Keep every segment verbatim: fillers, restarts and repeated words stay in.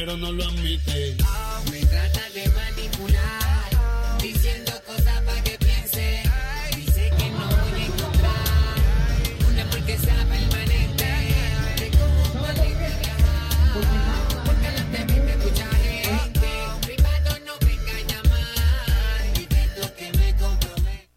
pero no lo admite. Me trata de manipular, diciendo cosas para que piense. Dice que no voy a encontrar una amor que sea permanente. De cómo poder viajar, porque delante de mí me escucha gente. Privado no venga a llamar, y de lo que me compromete.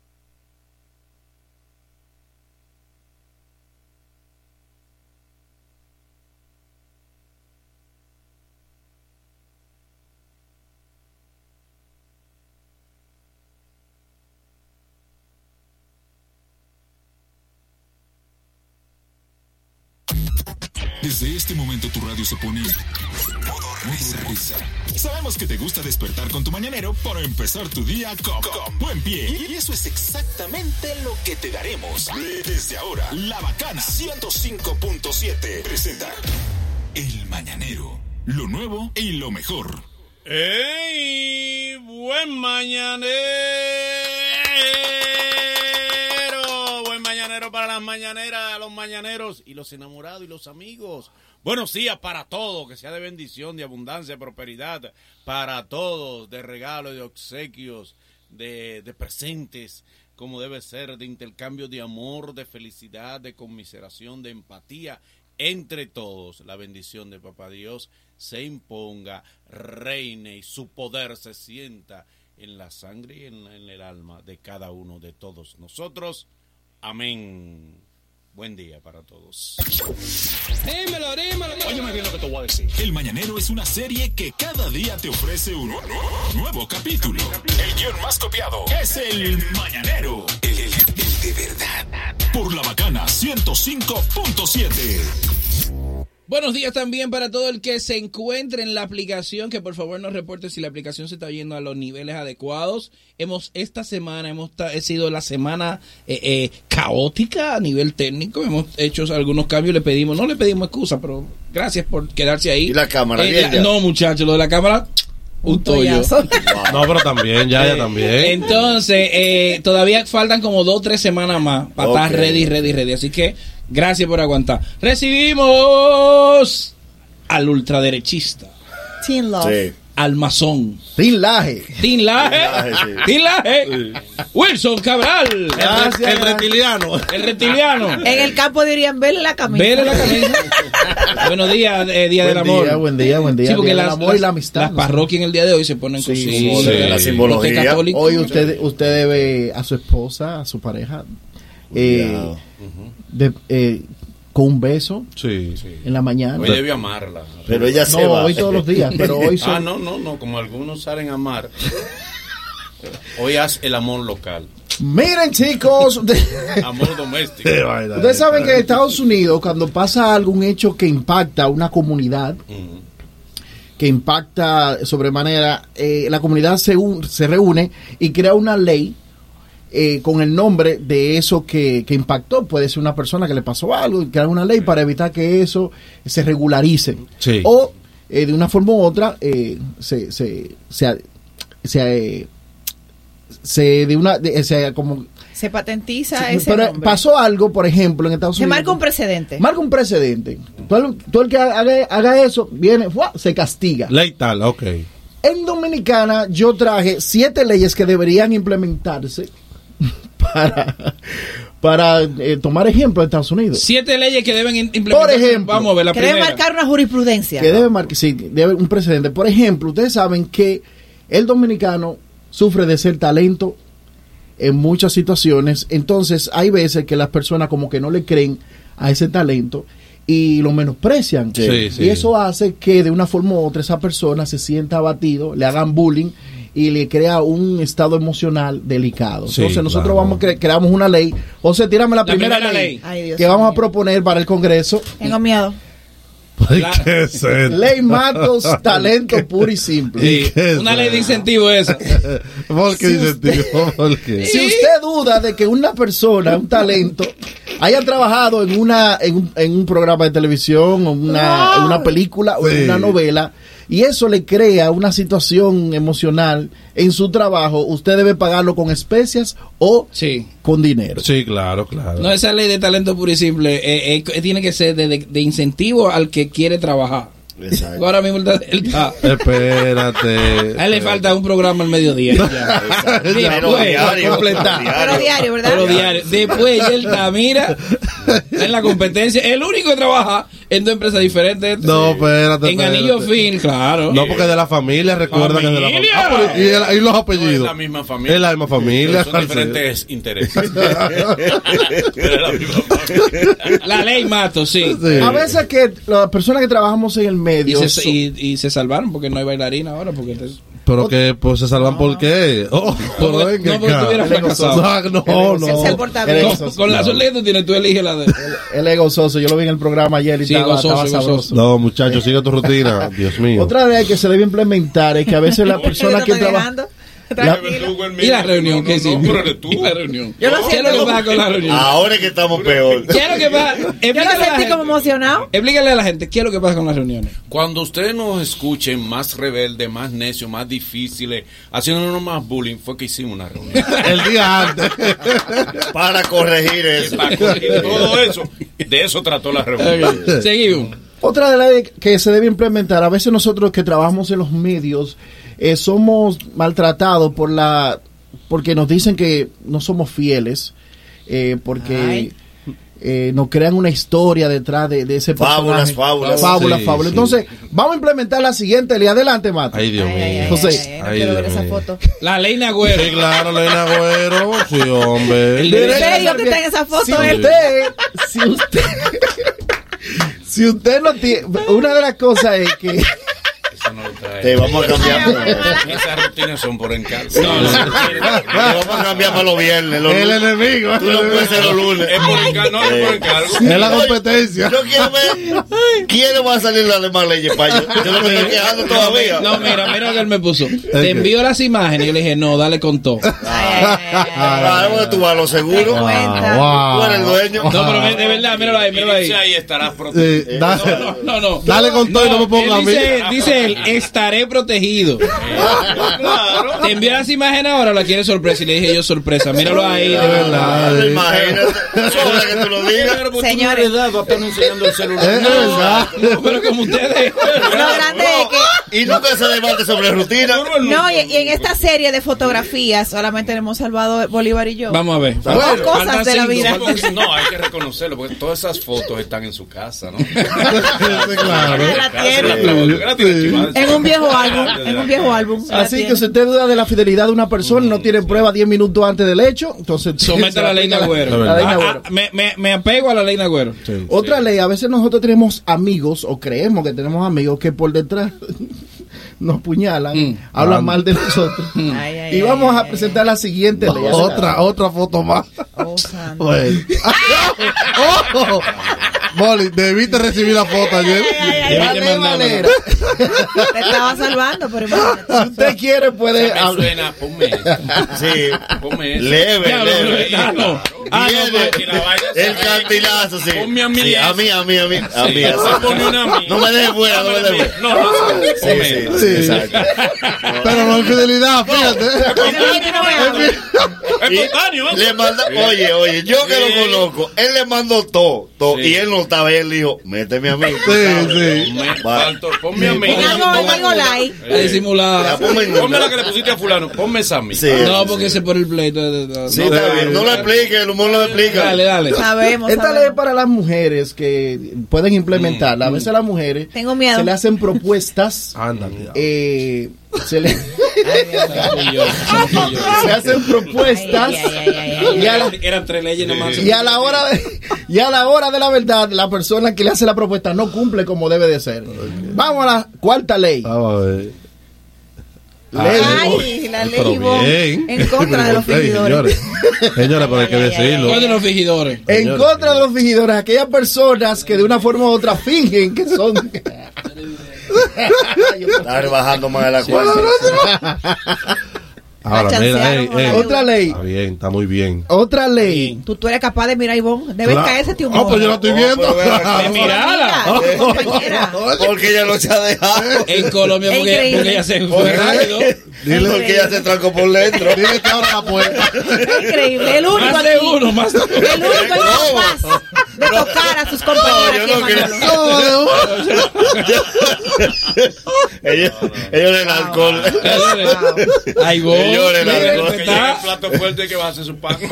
Desde este momento tu radio se pone modo risa. Sabemos que te gusta despertar con tu mañanero para empezar tu día con, con buen pie. Y eso es exactamente lo que te daremos. Desde ahora, La Bacana ciento cinco punto siete presenta El Mañanero, lo nuevo y lo mejor. ¡Ey! ¡Buen mañanero! Buen mañanero para las mañaneras, los mañaneros y los enamorados y los amigos. Buenos días para todos, que sea de bendición, de abundancia, de prosperidad para todos, de regalos, de obsequios, de, de presentes, como debe ser, de intercambio de amor, de felicidad, de conmiseración, de empatía, entre todos. La bendición de Papá Dios se imponga, reine y su poder se sienta en la sangre y en, en el alma de cada uno de todos nosotros. Amén. Buen día para todos. Dímelo, dímelo. Óyeme bien lo que te voy a decir. El Mañanero es una serie que cada día te ofrece un nuevo capítulo. El guión más copiado es El Mañanero. El, el, el de verdad. Por La Bacana ciento cinco punto siete. Buenos días también para todo el que se encuentre en la aplicación, que por favor nos reporte si la aplicación se está yendo a los niveles adecuados. Hemos esta semana, hemos ta- sido la semana eh, eh, caótica a nivel técnico, hemos hecho algunos cambios, le pedimos, no le pedimos excusa, pero gracias por quedarse ahí. ¿Y la cámara? Eh, la, no, muchachos, lo de la cámara, un, un tollo. Wow. No, pero también, ya, ya también. Entonces, eh, todavía faltan como dos o tres semanas más para okay. estar ready, ready, ready. Así que gracias por aguantar. Recibimos al ultraderechista. Teen Love. Sí. Al masón. Tin Laje. Tin Laje. Tin Laje. Sí. Wilson Cabral. Gracias, el, el reptiliano. El reptiliano. En el campo dirían, vele la camisa. Vele la camisa. Buenos días, eh, Día buen del Amor. Día, buen día, buen día. Sí, porque día las, amor las, y la amistad, las parroquias en el día de hoy se ponen sí, cositas. Sí, la simbología. Hoy usted, usted debe a su esposa, a su pareja, eh, uh-huh. de, eh, con un beso sí, sí. en la mañana. Hoy debe amarla. Pero ella se no, va. Hoy todos los días, pero hoy son... Ah, no, no, no, como algunos salen a amar. Hoy haz el amor local. Miren, chicos. Amor doméstico. Ustedes saben que en Estados Unidos, cuando pasa algún hecho que impacta a una comunidad, uh-huh. que impacta sobremanera, eh, la comunidad se, un, se reúne y crea una ley Eh, con el nombre de eso que, que impactó. Puede ser una persona que le pasó algo y crear una ley para evitar que eso se regularice. Sí. O eh, de una forma u otra eh, se se se, se, eh, se de una de, se como se patentiza se, ese pero nombre. Pasó algo, por ejemplo, en Estados se Unidos. Se marca un precedente. Marca un precedente. Todo, todo el que haga, haga eso viene, ¡fua!, se castiga. Ley tal, ok. En Dominicana yo traje siete leyes que deberían implementarse para para eh, tomar ejemplo de Estados Unidos. Siete leyes que deben implementar. Por ejemplo, vamos a ver la que primera. debe marcar una jurisprudencia. Que debe marcar, sí, debe un precedente. Por ejemplo, ustedes saben que el dominicano sufre de ser talento en muchas situaciones. Entonces, hay veces que las personas como que no le creen a ese talento y lo menosprecian. Sí, sí. Y eso hace que de una forma u otra esa persona se sienta abatido, le hagan bullying y le crea un estado emocional delicado. Sí, Entonces nosotros claro. vamos cre- creamos una ley. O sea, tirame la, La primera, primera ley, ley. Ay, Dios que vamos mío. a proponer para el Congreso. Engomiado. ¿Qué es esto? Ley Matos, talento puro y simple. Sí, una ley de incentivo esa. ¿Por qué Si incentivo? ¿Por qué? Si usted duda de que una persona, un talento, haya trabajado en una en un, en un programa de televisión o una, en una película o Sí. en una novela, y eso le crea una situación emocional en su trabajo, usted debe pagarlo con especias o Sí. con dinero. Sí, claro, claro. No, esa ley de talento puro y simple eh, eh, tiene que ser de, de, de incentivo al que quiere trabajar. Exacto. Ahora mismo él está- él está- Espérate. A él le falta un programa al mediodía. Ya. Pero Después, diario, completar. Pero diario, ¿verdad? Pero diario. Después ya él está, mira, está en la competencia. El único que trabaja en dos empresas diferentes. No, espérate. En espérate. Anillo Fin, claro. No, porque es de la familia, recuerda que es de la ¿Familia? familia. Ah, pero- y, el- y los No es apellidos. la misma familia. Es la misma familia. Pero son diferentes intereses. Pero es la misma familia. La ley Mato, sí. Sí. A veces que las personas que trabajamos en el Y medio se, so- y, y se salvaron porque no hay bailarina ahora. Porque te- Pero que pues se salvan por qué. Oh, pero porque- venga no, porque acá. estuviera fracasado. Ah, No, no. Se no. porta Él bien. es- con, con la suerte que tú tienes, tú eliges la de. él es gozoso. Yo lo vi en el programa ayer y Sí, estaba, gozoso, estaba gozoso. sabroso. No, muchachos, sigue tu rutina. Dios mío. Otra ley que se debe implementar es que a veces las personas que Está trabajan... llegando. La- Tranquilo. ¿Y la reunión? ¿Qué sí? No, pero tú. ¿Y la reunión? Yo lo ¿Qué es siento lo que como- pasa con la reunión? Ahora es que estamos peor. ¿Qué es lo que pasa? Yo lo Explícale a la sentí como gente. emocionado. Explícale a la gente qué es lo que pasa con las reuniones. Cuando ustedes nos escuchen más rebeldes, más necios, más difíciles, haciéndonos más bullying, fue que hicimos una reunión. El día antes. Para corregir eso. Para corregir todo eso, de eso trató la reunión. Ok, seguimos. Otra de las que se debe implementar, a veces nosotros que trabajamos en los medios eh, somos maltratados por la porque nos dicen que no somos fieles, eh, porque Ay. eh, nos crean una historia detrás de, de ese Fábulas, personaje. fábulas. Fábulas, Sí, fábulas. sí. Entonces, vamos a implementar la siguiente. Le adelante, Mato. Ay, Dios Ay, ay, mío. ay, José. ay, ay, no Ay, quiero ver Dios esa mío. foto. La ley Nagüero. Sí, claro, Leina Agüero. Sí, hombre. El ¿En derecho- serio que está en esa foto? Si él? usted, si usted, si usted no tiene, una de las cosas es que Eso no lo trae. Te vamos a cambiar. Esas rutinas son por encargo. No, no. Te vamos a cambiar para los viernes. Los El lunes. enemigo. Tú no puedes ser los lunes. Es por encargo, no es por encargo. Es la competencia. Yo quiero ver quién va a salir las demás leyes para yo. Yo no me estoy quejando todavía. No, mira, mira lo que él me puso. Te envío las imágenes. Y yo le dije, no, dale con todo. Ay, ay, ay, ay, ay. Ah, ¿dónde tú vas? Lo seguro. Ten cuenta. Tú eres el dueño. No, pero de verdad, míralo ahí, Y míralo ahí. dice ahí estarás protegido. Sí, dale, No, no, no. dale con todo y no me ponga a él mí. dice, dice él, estaré protegido. Claro. Te envió las imágenes ahora, la quiere sorpresa. Y le dije yo, sorpresa, míralo ahí, de Ah, verdad. Imagínate. Sobra que tú lo digas. Señores. Edad, va a estar enseñando el celular. Es verdad. No, pero como ustedes. Lo grande es que Y nunca se debate sobre rutina. no, y, y en esta serie de fotografías solamente le hemos salvado Bolívar y yo. Vamos a ver. Son dos cosas Faltan de la cinco, vida. faltan Porque, no, hay que reconocerlo, porque todas esas fotos están en su casa, ¿no? Sí, claro. La Casa, tiene. la trabajo, que la tiene archivada En un viejo casa, álbum, desde en la un viejo casa. álbum. la así tiene. que si usted duda de la fidelidad de una persona, no tiene prueba diez minutos antes del hecho, entonces Somete a la ley Nagüero. La ley Ah, Nagüero. ah, me, me, me apego a la ley Nagüero. Otra ley, a veces nosotros tenemos amigos o creemos que tenemos amigos que por detrás nos puñalan, Mm. hablan Ah. mal de nosotros. Ay, ay, Y vamos ay, a ay, presentar la siguiente ley. Otra, otra foto más. Oh, santo. Bueno. Oh, Molly, debiste recibir la foto ayer. De Debiste igual mandarla. manera, Te estaba salvando, pero imagínate. si usted quiere puede Me hablar. suena, ponme esa. Sí. Ponme esa. Leve, Ya, leve. no, ah, no. Ah, no, Viene que la vaina se el ve. cantilazo, sí. Ponme a mí Sí, esa. a mí, a mí, a mí. A mí, Sí, esa. ponme una a mí. No me dejes fuera, no me dejes fuera. No, no, Sí, ponme sí, esa. sí, exacto. Pero no hay fidelidad, fíjate. Que no me hable. Es espontáneo, ¿eh? Le manda, oye, oye, yo que Sí. lo conozco, él le mandó todo, todo, Sí. y él no estaba, y él dijo, méteme a mí. Sí, sí. Me Va. faltó. Ponme a mí. En algo, en algo like. Es disimulada. Ya, ponme en- Ponme la que le pusiste a fulano. Ponme esa a mí. Sí, No, sí, porque ese por el pleito. de- de- sí, no. está bien. No lo explique, el humor lo explica. Dale, dale. Sabemos, Esta ley es sabemos. para las mujeres que pueden implementarla. A veces a las mujeres Tengo miedo. se le hacen propuestas. Ándale. eh, se le Ese no fui yo, ese no fui yo. se hacen propuestas. Ay, ay, ay, ay, ay. Y a la- Eran tres leyes nomás. Y a la hora de, y a la hora de la verdad, la persona que le hace la propuesta no cumple como debe de ser. Vamos a la cuarta ley. Vamos a ver. Ley. Ay, la ley Pero Ivonne bien. en contra de los Ey, fingidores. Señores, señores, pero hay que Ay, ay, decirlo. ¿Cuál de los fingidores? En Señores. contra de los fingidores, aquellas personas que de una forma u otra fingen que son. Está rebajando más de la cuarta. Ahora, mira, ey, Chancearon ey. la Otra ley. Está bien, está muy bien. Otra ley. Tú, tú eres capaz de mirar a Ivonne. Debe Claro. caerse tu Ah, humor. pues yo la estoy No, viendo. pero vean acá. De mirada. Amiga, tu compañera. Porque ella lo se ha dejado. En Colombia, Es porque, increíble. porque ella se fue Porque- rápido. Dile, Porque ella se trancó por dentro. dile que abra la puerta. Es increíble. El único Más de aquí. uno, más de uno. El único y capaz de tocar a sus compañeras. No, yo no aquí en quiero. Manolo. Ellos ellos en alcohol. Ay, vos. Ellos en Que alcohol. llega el plato fuerte que va a hacer su pan.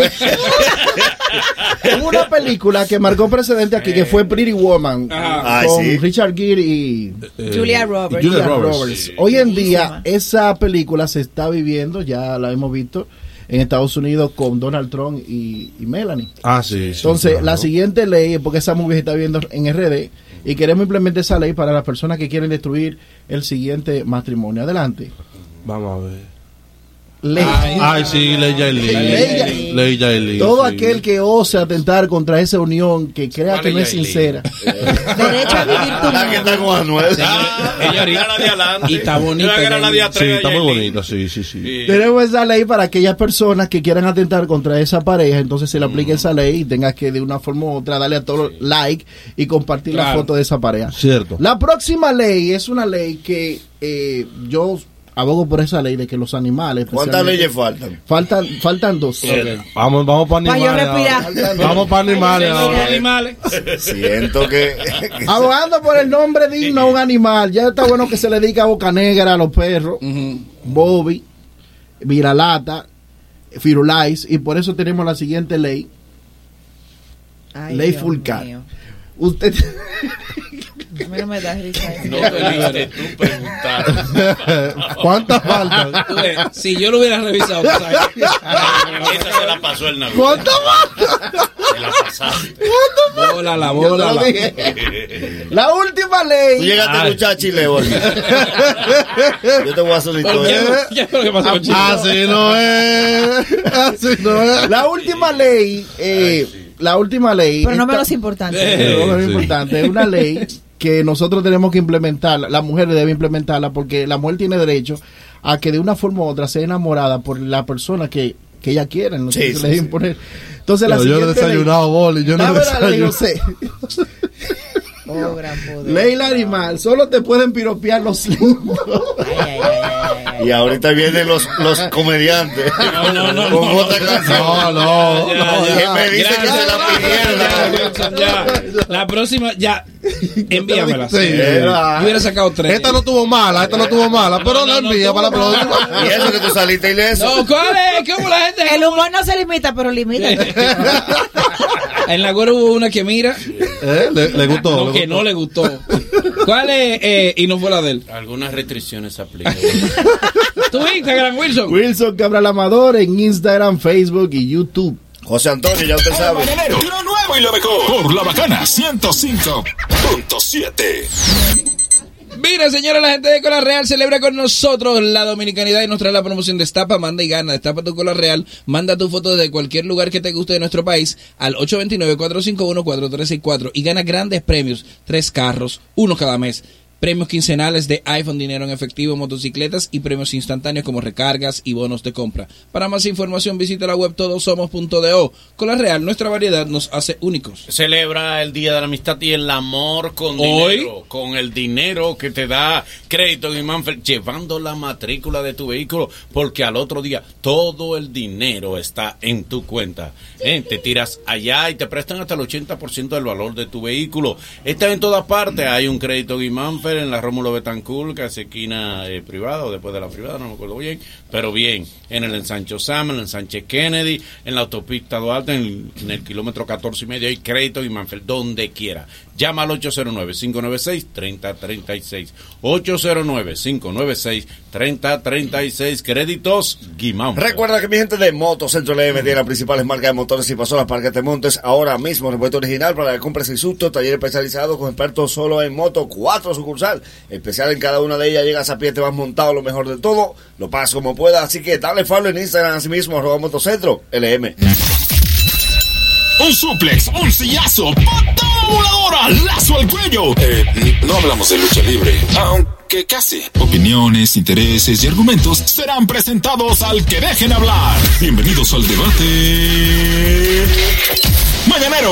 Hubo una película que marcó precedente aquí que fue Pretty Woman Ajá. con Ay, sí. Richard Gere y Julia Roberts. Julia Roberts. Roberts. Hoy en día esa película se está viviendo, ya la hemos visto en Estados Unidos con Donald Trump y, y Melanie. Ah, sí. sí, Entonces, claro. la siguiente ley, porque esa movie se está viendo en R D y queremos implementar esa ley para las personas que quieren destruir el siguiente matrimonio. Adelante. Vamos a ver. Ley. Ay, sí, Ley Yailin. Ley- Ley Yailin. Todo sí. aquel que ose atentar contra esa unión, que crea ¿Cuál que es no es Yailin? sincera. Derecho a vivir tu La que está con Anuel. Ah, Ella era la de adelante. y está bonita, Yo que era la de Yailin. atrás. Sí, está muy Yailin. bonita, sí, sí, sí. Sí. Tenemos esa ley para aquellas personas que quieran atentar contra esa pareja, entonces se le aplique esa ley y tengas que de una forma u otra darle a todos like y compartir la Claro. foto de esa pareja. Cierto. La próxima ley es una ley que eh, yo abogo por esa ley de que los animales... ¿Cuántas especialmente- leyes faltan? Faltan, faltan dos. Vamos, vamos para Pa' yo animales. respirar. ahora. Vamos para animales. Ay, yo ahora. Animales. Siento que. Abogando por el nombre digno a un animal. Ya está bueno que se le diga Boca Negra a los perros, Bobby, Viralata, Firulais, y por eso tenemos la siguiente ley. Ay, Ley Dios Fulcar. mío. Usted... A mí no me da risa eso. No debiste tú preguntar. ¿Cuántas faltan? Tú ves, si yo lo hubiera revisado, tú sabes. Esa se la pasó el Navidad. ¿Cuánto más? Se la pasaste. Bola, la Yo bola, te lo la. dije. La última Tú ley. llegaste a Ay. escuchar Chile hoy. Yo te voy a hacer una ¿Por qué? historia. ¿Qué fue lo que pasó con Chico? Así no es. Así no es. La última ley. Eh, la última ley. Pero no esta- menos importante. Eh, no menos Sí. importante. Es una ley que nosotros tenemos que implementarla. La mujer debe implementarla porque la mujer tiene derecho a que de una forma u otra sea enamorada por la persona que, que ella quiera. No Sí, sé, se sí, le debe sí. imponer. Entonces, la Pero yo no he siguiente ley- desayunado, Boli. Yo no he Dame la ley, desayunado. José. Oh, gran poder. Ley la animal. Solo te pueden piropear los lindos. Ay, ay, ay, ay, ay. Y ahorita vienen los, los comediantes. No, no, no, Con no, otra canción. No, no. Ya, no, ya. Que me dice que se la pidieron. Ya, Wilson, ya. La próxima, ya. Envíamela. Sí. Yo hubiera sacado tres. Esta no tuvo mala, esta no tuvo mala, pero no, la no envía para la tuvo próxima. Y eso que tú saliste ileso. No, ¿cuál es? ¿Cómo la gente? El humor no se limita, pero limita. En la Guardia hubo una que mira, ¿Eh? Le, le gustó. no, le que gustó. no le gustó. ¿Cuál es? Eh, y no fue la de él. Algunas restricciones se aplican. ¿Tu Instagram, Wilson? Wilson Cabral Amador en Instagram, Facebook y YouTube. José Antonio, ya usted sabe. Mañanero, lo nuevo y lo mejor. Por La Bacana ciento cinco punto siete. Mira, señora, la gente de Cola Real celebra con nosotros la dominicanidad y nos trae la promoción Destapa, manda y gana. Destapa tu Cola Real, manda tu foto desde cualquier lugar que te guste de nuestro país al ocho dos nueve, cuatro cinco uno, cuatro tres seis cuatro y gana grandes premios, tres carros, uno cada mes. Premios quincenales de iPhone, dinero en efectivo, motocicletas y premios instantáneos como recargas y bonos de compra. Para más información visita la web todosomos punto do. Cola Real, nuestra variedad nos hace únicos. Celebra el Día de la Amistad y el Amor con Hoy. dinero, con el dinero que te da Crédito Guimánfer, llevando la matrícula de tu vehículo, porque al otro día todo el dinero está en tu cuenta. ¿Eh? Te tiras allá y te prestan hasta el ochenta por ciento del valor de tu vehículo. Está en todas partes. Hay un Crédito Guimánfer en la Rómulo Betancourt, que hace esquina eh, privada o después de la privada, no me acuerdo bien, pero bien, en el ensancho Sam, en el ensanche Kennedy, en la autopista Duarte, en, en el kilómetro catorce y medio, hay Crédito Guimánfer, donde quiera. Llama al ocho cero nueve, cinco nueve seis, tres cero tres seis. ocho cero nueve, cinco nueve seis, tres cero tres seis. Créditos Guimánfer. Recuerda que mi gente de Motocentro L M tiene las principales marcas de motores y pasolas para que te montes ahora mismo. Repuesto original para que compres el susto. Taller especializado con expertos solo en moto. Cuatro sucursal. Especial en cada una de ellas. Llegas a pie, te vas montado, lo mejor de todo. Lo pagas como puedas. Así que dale follow en Instagram así mismo, arroba Motocentro L M. Un suplex, un sillazo, patada voladora, lazo al cuello. Eh, no hablamos de lucha libre, aunque casi. Opiniones, intereses y argumentos serán presentados al que dejen hablar. Bienvenidos al debate mañanero.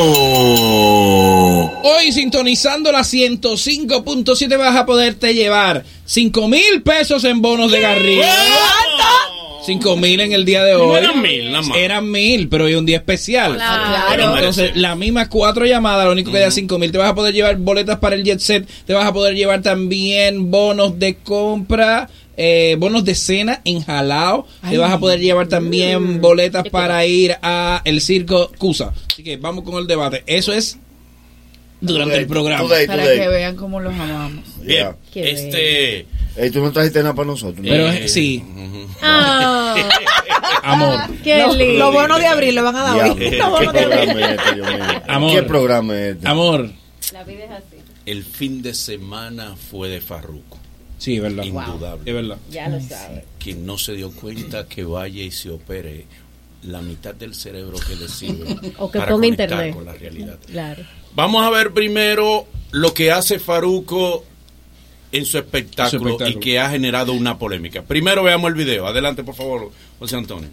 Hoy sintonizando la ciento cinco punto siete vas a poderte llevar cinco mil pesos en bonos de Garrido. cinco mil en el día de No hoy. eran mil, nada más. Eran mil, pero hoy es un día especial. Claro. Entonces, las mismas cuatro llamadas, lo único que da cinco mil. Te vas a poder llevar boletas para el Jet Set, te vas a poder llevar también bonos de compra, eh, bonos de cena en Jalao. Ay. Te vas a poder llevar también boletas para ir a el Circo Cusa. Así que vamos con el debate. Eso es durante Today, el programa. today, Para today. que vean cómo los amamos. Bien, Ya. Qué este... Ey, tú no trajiste nada para nosotros. ¿no? Pero eh, sí, ujú. Ah, amor. qué Lo, lindo. lo bueno de abril lo van a dar Ya, hoy. ¿Qué Lo bueno de abril. programa es este, Dios mío? Amor. ¿Qué programa es este? Amor. La vida es así. El fin de semana fue de Farruko. Sí, es verdad. Indudable. Es verdad. Ya lo sabes. Quien no se dio cuenta que vaya y se opere la mitad del cerebro que le sirve O que para ponga conectar internet. con la realidad. Claro. Vamos a ver primero lo que hace Farruko en su espectáculo, Su espectáculo. y que ha generado una polémica. Primero veamos el video. Adelante, por favor, José Antonio.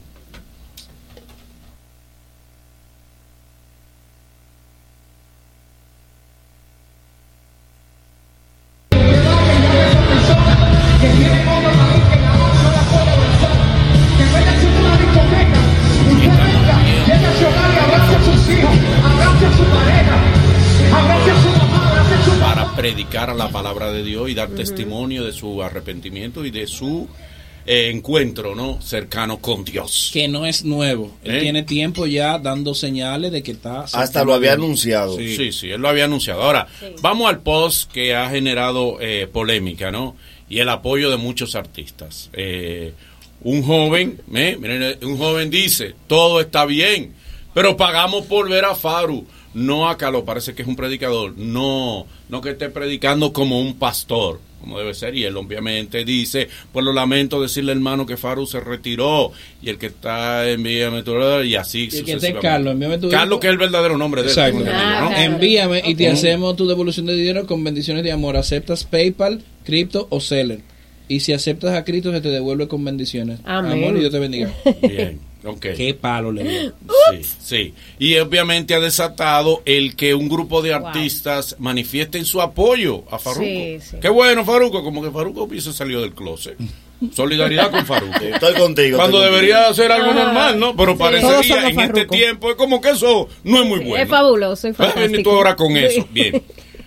Para predicar la palabra de Dios y dar testimonio de su arrepentimiento y de su eh, encuentro, ¿no?, cercano con Dios. Que no es nuevo. Él ¿Eh? tiene tiempo ya dando señales de que está... Hasta lo había anunciado. Sí, sí, sí, él lo había anunciado. Ahora, vamos al post que ha generado eh, polémica, ¿no? Y el apoyo de muchos artistas. Eh, un joven, ¿eh? Miren, un joven dice, todo está bien, pero pagamos por ver a Faru. No a Caló, parece que es un predicador. No, no que esté predicando como un pastor, como debe ser. Y él obviamente dice, pues lo lamento decirle, hermano, que Faru se retiró. Y el que está, envíame tu... Y así Y que esté sucesivamente. Carlos, envíame tu... Carlos, que es el verdadero nombre de él. Exacto. tengo entendido, ¿no? Ah, Envíame y te Ok. hacemos tu devolución de dinero con bendiciones de amor. ¿Aceptas PayPal, cripto o Seller? Y si aceptas a Cristo, se te devuelve con bendiciones. Amén. Amor y Dios te bendiga. Bien, ok. Qué palo le dio. Sí, sí. Y obviamente ha desatado el que un grupo de artistas manifiesten su apoyo a Farruko. Sí, sí. Qué bueno, Farruko, como que Farruko hubiese salido del closet. Solidaridad con Farruko. Estoy contigo. Cuando estoy debería ser algo Ajá. normal, ¿no? Pero Sí. Todos parecería somos en este Farruko. tiempo, es como que eso no es muy Sí, bueno. es fabuloso y Ah, ven fantástico. tú ahora con Sí. eso. Bien.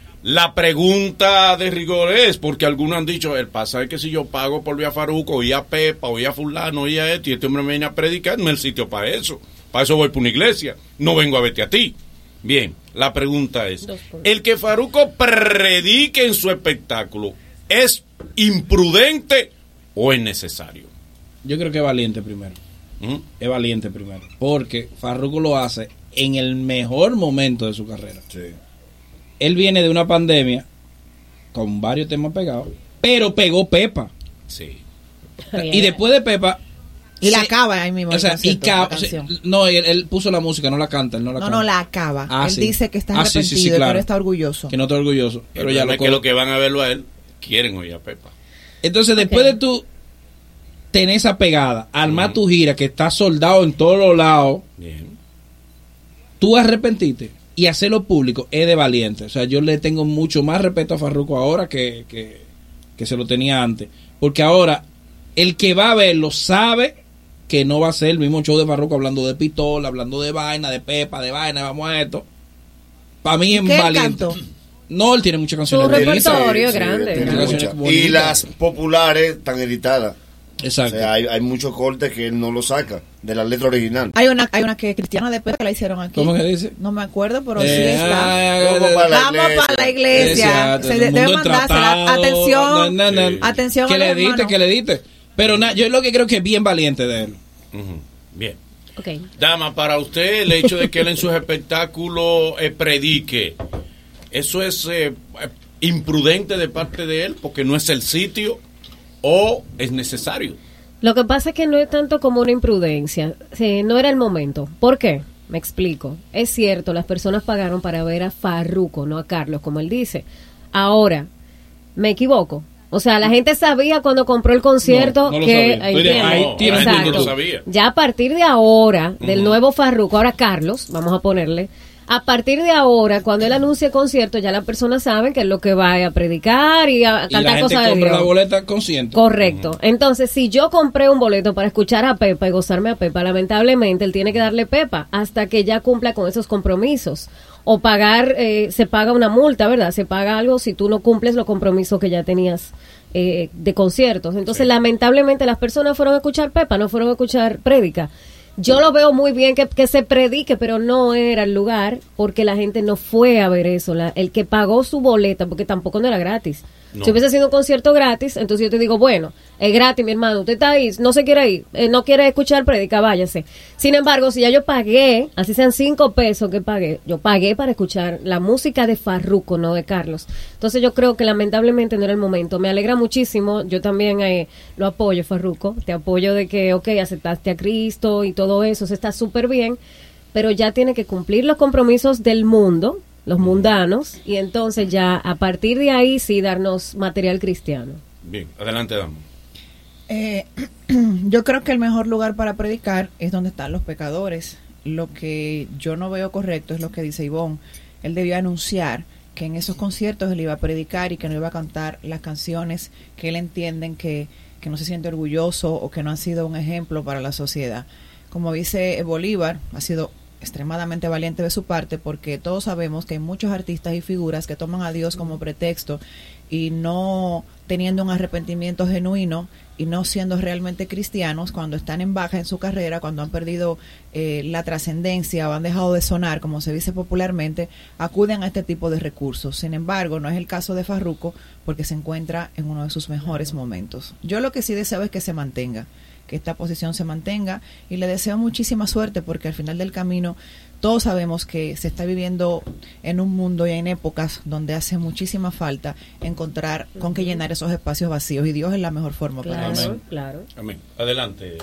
La pregunta de rigor es, porque algunos han dicho, el pasa es que si yo pago por ver a Farruko, o ir a Pepa, o ir a fulano, o ir a este, y este hombre me viene a predicar, no es el sitio para eso. Para eso voy por una iglesia, no vengo a verte a ti. Bien, la pregunta es, Dos puntos. ¿el que Farruko predique en su espectáculo es imprudente o es necesario? Yo creo que es valiente primero. ¿Mm? Es valiente primero. Porque Farruko lo hace en el mejor momento de su carrera. Sí. Él viene de una pandemia con varios temas pegados, pero pegó Pepa. Sí. Y después de Pepa... Y la se- acaba ahí mismo. O el sea, y concierto, ca- la o sea, canción. no, él, él puso la música, no la canta, él no la No, canta. no, la acaba. Ah, Él sí. dice que está Ah, sí, arrepentido, sí, sí, claro. pero está orgulloso. Que no está orgulloso, pero El ya problema lo es que co- los que van a verlo a él quieren oír a Pepa. Entonces, después Ok. de tú tener esa pegada, armar tu gira que está soldado en todos los lados, Bien. tú arrepentiste y hacerlo público es de valiente. O sea, yo le tengo mucho más respeto a Farruko ahora que, que, que se lo tenía antes. Porque ahora, el que va a verlo sabe que no va a ser el mismo show de Farruko hablando de pistola, hablando de vaina, de Pepa, de vaina, vamos a esto. Para mí es ¿Qué él valiente. cantó? No, él tiene muchas canciones Su bonitas. repertorio grande. tiene Grande. muchas. Bonita. Y las populares están editadas. O Exacto. sea, hay, hay muchos cortes que él no lo saca de la letra original. Hay una, hay una que es cristiana de Pepa que la hicieron aquí. ¿Cómo que dice? No me acuerdo, pero Eh, sí está. ah, Vamos para la Vamos iglesia. para la iglesia. Exacto, Se el de- debe mundo mandársela. entratado. Atención. No, no, no. Sí. Atención Que a los le diste, hermanos. que le diste. Pero na- yo lo que creo que es bien valiente de él. Ujú. Bien. Ok. Dama, para usted el hecho de que él en sus espectáculos eh, predique, ¿eso es eh, imprudente de parte de él porque no es el sitio o es necesario? Lo que pasa es que no es tanto como una imprudencia, sí, no era el momento. ¿Por qué? Me explico. Es cierto, las personas pagaron para ver a Farruko, no a Carlos, como él dice. Ahora, me equivoco. O sea, la gente sabía cuando compró el concierto No, no lo que... sabía. Estoy de- ¿entiendes? ahí tienes punto, Exacto. no lo sabía. Ya a partir de ahora, del Ujú. nuevo Farruko, ahora Carlos, vamos a ponerle, A partir de ahora, cuando él anuncie concierto, ya las personas saben que es lo que va a predicar y a Y la cantar gente cosas de compra Dios. la boleta consciente. Correcto. Entonces, si yo compré un boleto para escuchar a Pepa y gozarme a Pepa, lamentablemente él tiene que darle Pepa hasta que ya cumpla con esos compromisos. O pagar, eh, se paga una multa, ¿verdad? Se paga algo si tú no cumples los compromisos que ya tenías eh, de conciertos. Entonces, Sí. lamentablemente las personas fueron a escuchar Pepa, no fueron a escuchar prédica. Yo lo veo muy bien que, que se predique, pero no era el lugar porque la gente no fue a ver eso. La, el que pagó su boleta, porque tampoco no era gratis. No. Si hubiese sido un concierto gratis, entonces yo te digo, bueno, es gratis, mi hermano, usted está ahí, no se quiere ir, eh, no quiere escuchar prédica, váyase. Sin embargo, si ya yo pagué, así sean cinco pesos que pagué, yo pagué para escuchar la música de Farruko, no de Carlos. Entonces yo creo que lamentablemente no era el momento. Me alegra muchísimo, yo también eh, lo apoyo, Farruko, te apoyo de que, ok, aceptaste a Cristo y todo eso, eso está súper bien, pero ya tiene que cumplir los compromisos del mundo, los mundanos, y entonces ya a partir de ahí sí darnos material cristiano. Bien, adelante, dama. Eh, yo creo que el mejor lugar para predicar es donde están los pecadores. Lo que yo no veo correcto es lo que dice Ivonne. Él debió anunciar que en esos conciertos él iba a predicar y que no iba a cantar las canciones que él entiende que, que no se siente orgulloso o que no han sido un ejemplo para la sociedad. Como dice Bolívar, ha sido extremadamente valiente de su parte, porque todos sabemos que hay muchos artistas y figuras que toman a Dios como pretexto y no teniendo un arrepentimiento genuino y no siendo realmente cristianos, cuando están en baja en su carrera, cuando han perdido eh, la trascendencia o han dejado de sonar, como se dice popularmente, acuden a este tipo de recursos. Sin embargo, no es el caso de Farruko, porque se encuentra en uno de sus mejores momentos. Yo lo que sí deseo es que se mantenga, que esta posición se mantenga, y le deseo muchísima suerte, porque al final del camino todos sabemos que se está viviendo en un mundo y en épocas donde hace muchísima falta encontrar con qué llenar esos espacios vacíos, y Dios es la mejor forma para eso. Claro, claro. Amén. Adelante.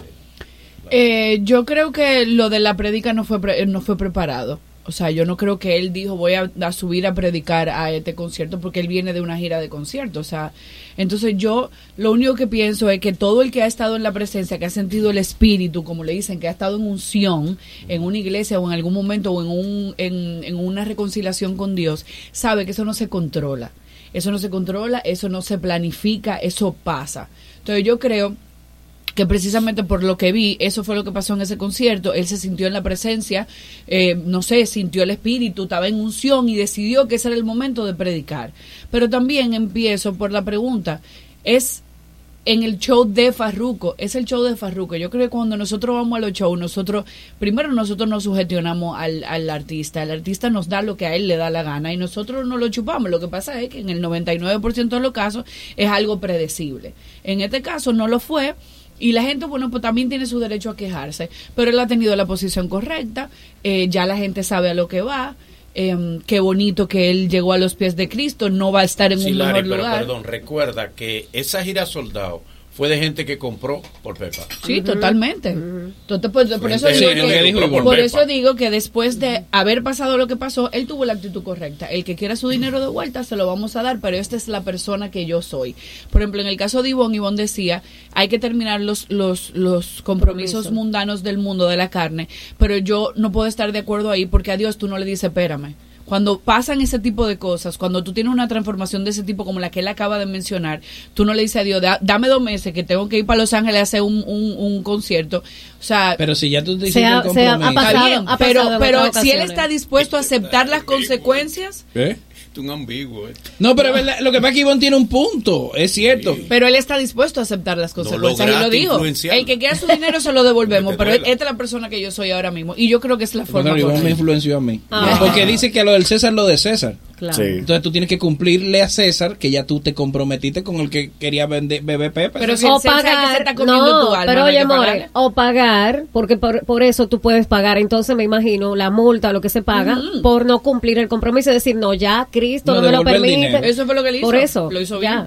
Eh, yo creo que lo de la predica no fue pre- no fue preparado. O sea, yo no creo que él dijo voy a, a subir a predicar a este concierto, porque él viene de una gira de conciertos. O sea, entonces yo lo único que pienso es que todo el que ha estado en la presencia, que ha sentido el espíritu, como le dicen, que ha estado en unción en una iglesia o en algún momento o en, un, en, en una reconciliación con Dios, sabe que eso no se controla. Eso no se controla, eso no se planifica, eso pasa. Entonces yo creo que precisamente por lo que vi, eso fue lo que pasó en ese concierto. Él se sintió en la presencia, eh, no sé, sintió el espíritu, estaba en unción y decidió que ese era el momento de predicar. Pero también empiezo por la pregunta, ¿es en el show de Farruko? Es el show de Farruko. Yo creo que cuando nosotros vamos a los shows, nosotros, primero nosotros nos sugestionamos al, al artista, el artista nos da lo que a él le da la gana y nosotros no lo chupamos. Lo que pasa es que en el noventa y nueve por ciento de los casos es algo predecible. En este caso no lo fue. Y la gente, bueno, pues también tiene su derecho a quejarse, pero él ha tenido la posición correcta, eh, ya la gente sabe a lo que va, eh, qué bonito que él llegó a los pies de Cristo, no va a estar en Sí, un Larry, mejor pero lugar. perdón, recuerda que esa gira soldado fue de gente que compró por Pepa. Sí, totalmente. Entonces, pues, por Fue eso gente digo que que, compró por por Pepa. eso digo que después de haber pasado lo que pasó, él tuvo la actitud correcta. El que quiera su dinero de vuelta se lo vamos a dar, pero esta es la persona que yo soy. Por ejemplo, en el caso de Ivonne, Ivonne decía, hay que terminar los los los compromisos Compromiso. mundanos del mundo de la carne, pero yo no puedo estar de acuerdo ahí porque a Dios tú no le dices, espérame. Cuando pasan ese tipo de cosas, cuando tú tienes una transformación de ese tipo como la que él acaba de mencionar, tú no le dices a Dios, "Da- dame dos meses que tengo que ir para Los Ángeles a hacer un, un, un concierto". O sea, Pero si ya tú te Se hiciste ha- el se ha- ha compromiso. está pasado, bien, ha pero, pasado en pero otras si él ocasiones. está dispuesto a aceptar las consecuencias, ¿Eh? Es un ambiguo, ¿eh? No, pero es verdad, lo que pasa es que Ivonne tiene un punto, es cierto. pero él está dispuesto a aceptar las consecuencias y lo lograste dijo. influenciarlo. El que quiera su dinero se lo devolvemos, Que te pero duela. esta es la persona que yo soy ahora mismo y yo creo que es la forma Bueno, Ivonne me correcta. influenció a mí. Ah. Porque dice que lo del César, lo de César. Claro. Sí. Entonces tú tienes que cumplirle a César que ya tú te comprometiste con el que quería vender, beber Pepe. Pero si O él sabe que se pagar, está comiendo no, tu alma, pero no hay oye, que more, pagarle. o pagar, porque por, por eso tú puedes pagar, entonces me imagino la multa, lo que se paga, por no cumplir el compromiso y decir, no, ya, Cristo No, no, me lo devolver el permite. dinero. Eso fue lo que él hizo. Por eso, Lo hizo ya. bien.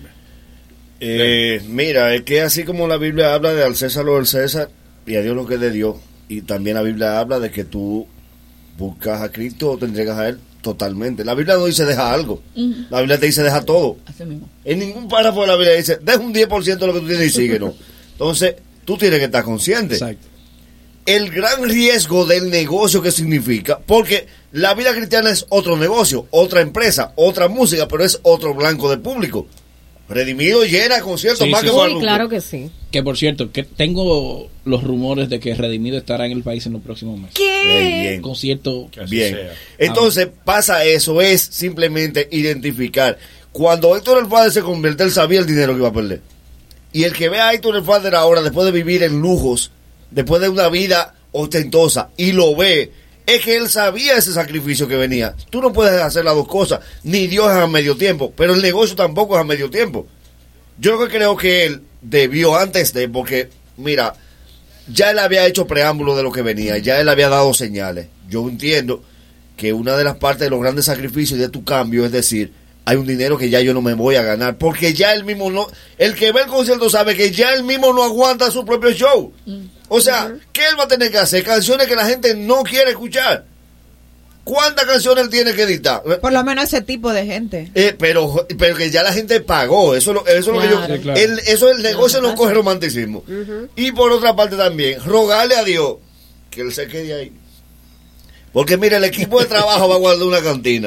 Eh, mira, es que así como la Biblia habla de al César lo del César y a Dios lo que es de Dios, y también la Biblia habla de que tú buscas a Cristo o te entregas a Él totalmente. La Biblia no dice deja algo, la Biblia te dice deja todo. Así mismo. En ningún párrafo de la Biblia dice deja un diez por ciento de lo que tú tienes y síguenos. Entonces, tú tienes que estar consciente. Exacto. el gran riesgo del negocio que significa, porque la vida cristiana es otro negocio, otra empresa, otra música, pero es otro blanco de público. Redimido llena conciertos Sí, más sí, que sí. Farruko. Sí, claro que sí. Que por cierto, que tengo los rumores de que Redimido estará en el país en los próximos meses. Eh, bien. Concierto. Que así Bien. sea. Entonces pasa eso, es simplemente identificar. Cuando Héctor el Father se convierte, él sabía el dinero que iba a perder. Y el que ve a Héctor el Father ahora, después de vivir en lujos, después de una vida ostentosa, y lo ve, es que él sabía ese sacrificio que venía. Tú no puedes hacer las dos cosas, ni Dios es a medio tiempo, pero el negocio tampoco es a medio tiempo. Yo lo que creo que él debió antes de, porque, mira, ya él había hecho preámbulo de lo que venía, ya él había dado señales. Yo entiendo que una de las partes de los grandes sacrificios de tu cambio es decir, hay un dinero que ya yo no me voy a ganar, porque ya él mismo no, el que ve el concierto sabe que ya él mismo no aguanta su propio show. O sea, ¿qué él va a tener que hacer? Canciones que la gente no quiere escuchar. ¿Cuántas canciones él tiene que editar? Por lo menos ese tipo de gente. Eh, pero, pero que ya la gente pagó, eso, es lo- eso es lo que Claro. yo, Sí, claro. el, eso el negocio Claro, no coge romanticismo. Y por otra parte también, rogarle a Dios que él se quede ahí. Porque mira, el equipo de trabajo va a guardar una cantina.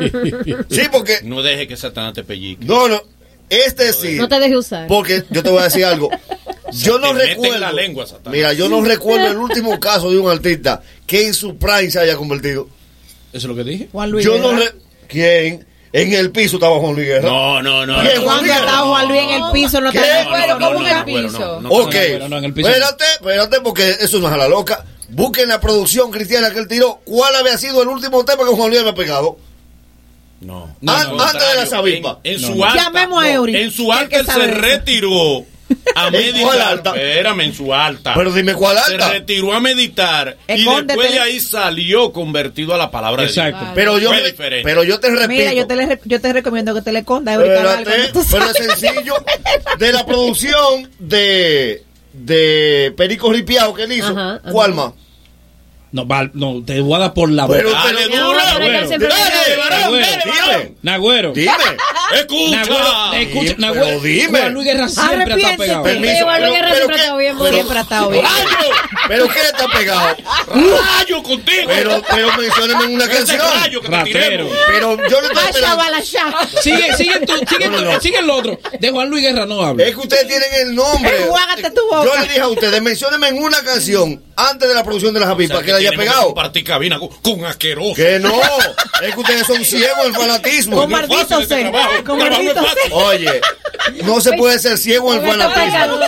Sí, porque, No deje que Satanás te pellique. no, no, este sí. No te dejes usar. Porque yo te voy a decir algo. Yo no te mete en recuerdo. la lengua, Satanás. Mira, yo no recuerdo el último caso de un artista que en su prime se haya convertido. Eso es lo que dije. Juan Luis Yo no Guerra. re- ¿Quién? En el piso estaba Juan Luis Guerra. No, no, no. ¿Qué, no, Juan Cuando Luis? estaba Juan Luis en el piso, no ¿Qué? te no, Pero no, ¿cómo no, en el no, bueno, piso? no, no. Ok, no, no, en el piso. espérate, espérate, porque eso no es a la loca. Busquen la producción cristiana que él tiró. ¿Cuál había sido el último tema que Juan Luis había pegado? No. No, An- no, antes de la Sabispa. En, en No, su no. alta. Llamemos a Eury, En su el alta que él sabe se de eso. retiró a ¿En meditar. cuál alta? Espérame, en su alta. Pero dime cuál Se alta. retiró a meditar y Escóndete. después de ahí salió convertido a la palabra Exacto. de Dios. Pero yo, Fue re- diferente. pero yo te repito. Mira, yo te, le, yo te recomiendo que te le escondas. Ahorita Espérate, algo, tú pero es sabes. sencillo. De la producción de, de Perico Ripiao que él hizo, Ajá, ajá. ¿cuál más? No, Val, no, te voy a dar por la Pero- boca. Dale pero- duro, No, pero que él siempre Dale, dice- varón, Nagüero, dale, varón. Nagüero. Dime. Escucha. Nagüero, escucha, Dime, Nagüero. pero dime. Juan Luis Guerra siempre está Arrepiéntete. pegado. Permiso, Sí, Juan Luis Guerra pero siempre qué- ha estado bien, pero- Siempre ha estado bien. ¡Rayo! ¿Pero qué está pegado? ¡Rayo contigo! Pero, pero menciónenme en una Ese canción. rayo que te Ratero. tiremos. Pero yo no estoy Vaya, esperando. balachá. Sigue, sigue tú, sigue No, tú, no, no. sigue el otro. De Juan Luis Guerra no habla. Es que ustedes tienen el nombre. Enjuágate tu boca. Yo le dije a ustedes, menciónenme en una canción antes de la producción de las O sea, Javipas que la haya tenemos que pegado. compartir cabina con, con asqueroso. Que no, es que ustedes son ciegos en fanatismo. Con No es maldito fácil este sea. trabajo. Con Trabajo maldito es fácil. sea. Oye, no se puede ser ciego en Con este fanatismo. pecador.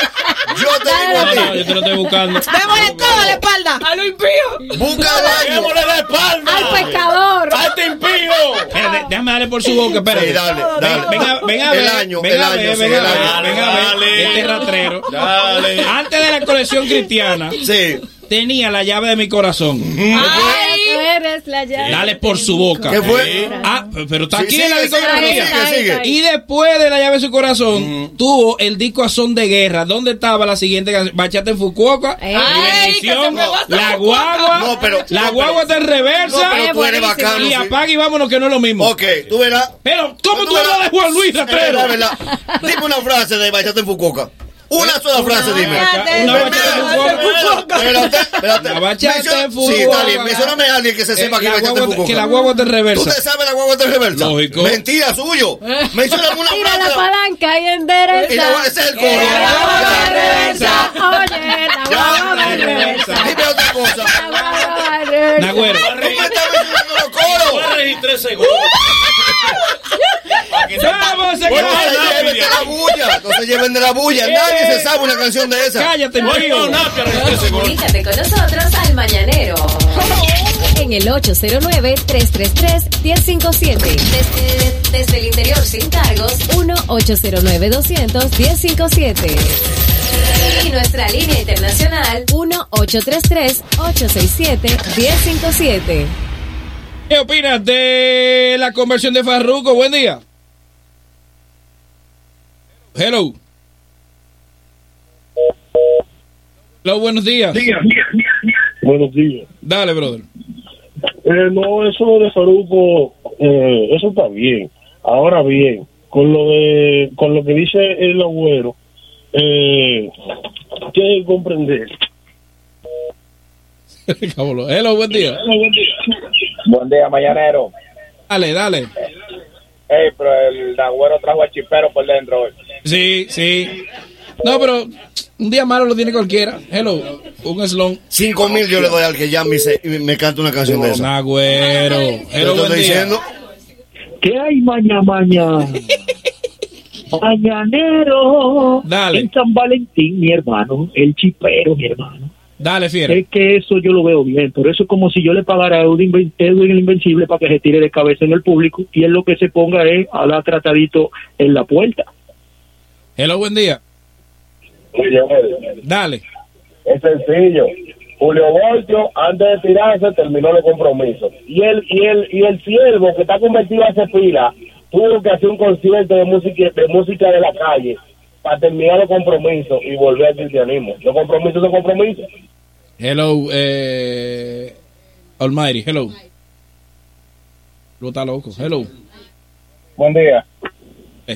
Yo te digo No, no, a yo ti, te lo estoy buscando. Démosle todo a la espalda. ¡A lo impío! busca el año. ¡Démosle la espalda! ¡Al pecador! ¡A este impío! Espérate, déjame darle por su boca, espérate. Sí, dale, dale. Venga, venga a El ver, año, venga el a año, ver, sí, venga el a ver, año. venga a ver, Dale. este ratrero. Dale. Antes de la colección cristiana, Sí. tenía la llave de mi corazón. ¡Ay! Tú eres la llave. Dale por su boca. ¿Qué fue? Ah, pero está Sí, aquí sigue, en la sigue, discografía. sigue, sigue. Ahí Y después de la llave de su corazón, tuvo el disco a son de guerra. ¿Dónde estaba la siguiente canción? Bachata en Fukuoka. Ay, Mi que bendición. se me va hasta La Fukuoka. guagua. No, pero- la no, pero- guagua está en reversa. No, pero tú eres buenísimo. bacano. y sí. apaga y vámonos, que no es lo mismo. Ok, tú verás. Pero, ¿cómo Tú tú verás. hablas de Juan Luis Es Ratrero? verdad, verdad. Dime una frase de Bachata en Fukuoka. Una sola frase, dime. Una bachata en Fukuoka. Espérate, espérate. La bachata Menciona- en Fukuoka. Sí, está bien. Mencióname a alguien que se Eh, sepa que la Bachata en guagua- Fukuoka. que la guagua está en reversa. ¿Usted sabe la guagua de reversa? Lógico. Mentira, suyo. Mencióname una Tira la frase. palanca y endereza. Y la guagua- ese es el coro. La guagua Ya. de reversa. Oye, la guagua Ya. de reversa. Dime otra cosa. La guagua de reversa. Nagüero. ¿Cómo estás mencionando los Voy coros? a registrar segundos. Para que Vamos, se No Voy se a acabó. lleven de la bulla. No se lleven de la bulla. Nadie se sabe una canción de esa. Cállate, Voy tío. con Napia a registrar segundos. Comunícate con nosotros al Mañanero. En el ocho cero nueve, tres tres tres, uno cero cinco siete. Desde, desde el interior sin cargos. uno ocho cero nueve, doscientos, diez cincuenta y siete. Y nuestra línea internacional. uno ocho tres tres, ocho seis siete, diez cincuenta y siete. ¿Qué opinas de la conversión de Farruko? Buen día. Hello. Hello, buenos días. Buenos días. Dale, brother. Eh, no, eso de Farruko, eh, eso está bien. Ahora bien, con lo de, con lo que dice el agüero, eh, tiene que comprender Hello, buen día. Buen día, mañanero. Dale, dale. Ey, pero el Nagüero trajo al chipero por dentro hoy. Sí, sí. No, pero un día malo lo tiene cualquiera. Hello, un slon. Cinco mil yo le doy al que llame y, se, y me canta una canción de esa. Nagüero. Hello, buen día. Diciendo? ¿Qué hay maña maña? Mañanero. Dale. En San Valentín, mi hermano. El chipero, mi hermano. Dale, fiera. Es que eso yo lo veo bien. Por eso es como si yo le pagara a Edwin, Edwin el Invencible para que se tire de cabeza en el público y él lo que se ponga es a dar tratadito en la puerta. Hello, buen día. Dale. Es sencillo. Julio Voltio, antes de tirarse, terminó el compromiso. Y el, y el, y el siervo que está convertido a hacer pila, tuvo que hacer un concierto de música, de música de la calle para terminar el compromiso y volver al cristianismo. Los compromisos son compromisos. Hello, eh, Almighty, hello. Lo está loco, hello. Buen día. Eh.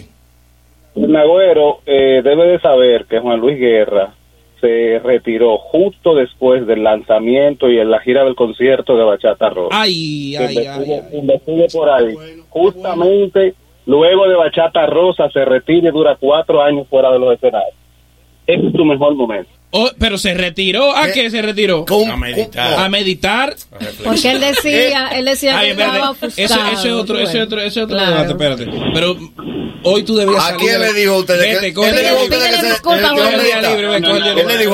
El Nagüero eh, debe de saber que Juan Luis Guerra se retiró justo después del lanzamiento y en la gira del concierto de Bachata Rosa. Ay, ay, ay, ay. Investigue por ahí. Justamente luego de Bachata Rosa se retira y dura cuatro años fuera de los escenarios. Ese es su mejor momento. Oh, pero se retiró. ¿A qué, qué se retiró? Con, a meditar. A meditar. Porque él decía, él decía Ay, que estaba ofuscado. Eso, eso es otro, eso es otro, eso es otro Claro. debate, espérate. Pero hoy tú debías ¿A salir. quién le dijo a ustedes? Vete, que- coge ¿Quién le el dijo a día ustedes que se- disculpa, el- el- Jorge. el día libre, ve, coge el día libre? Déjamelo,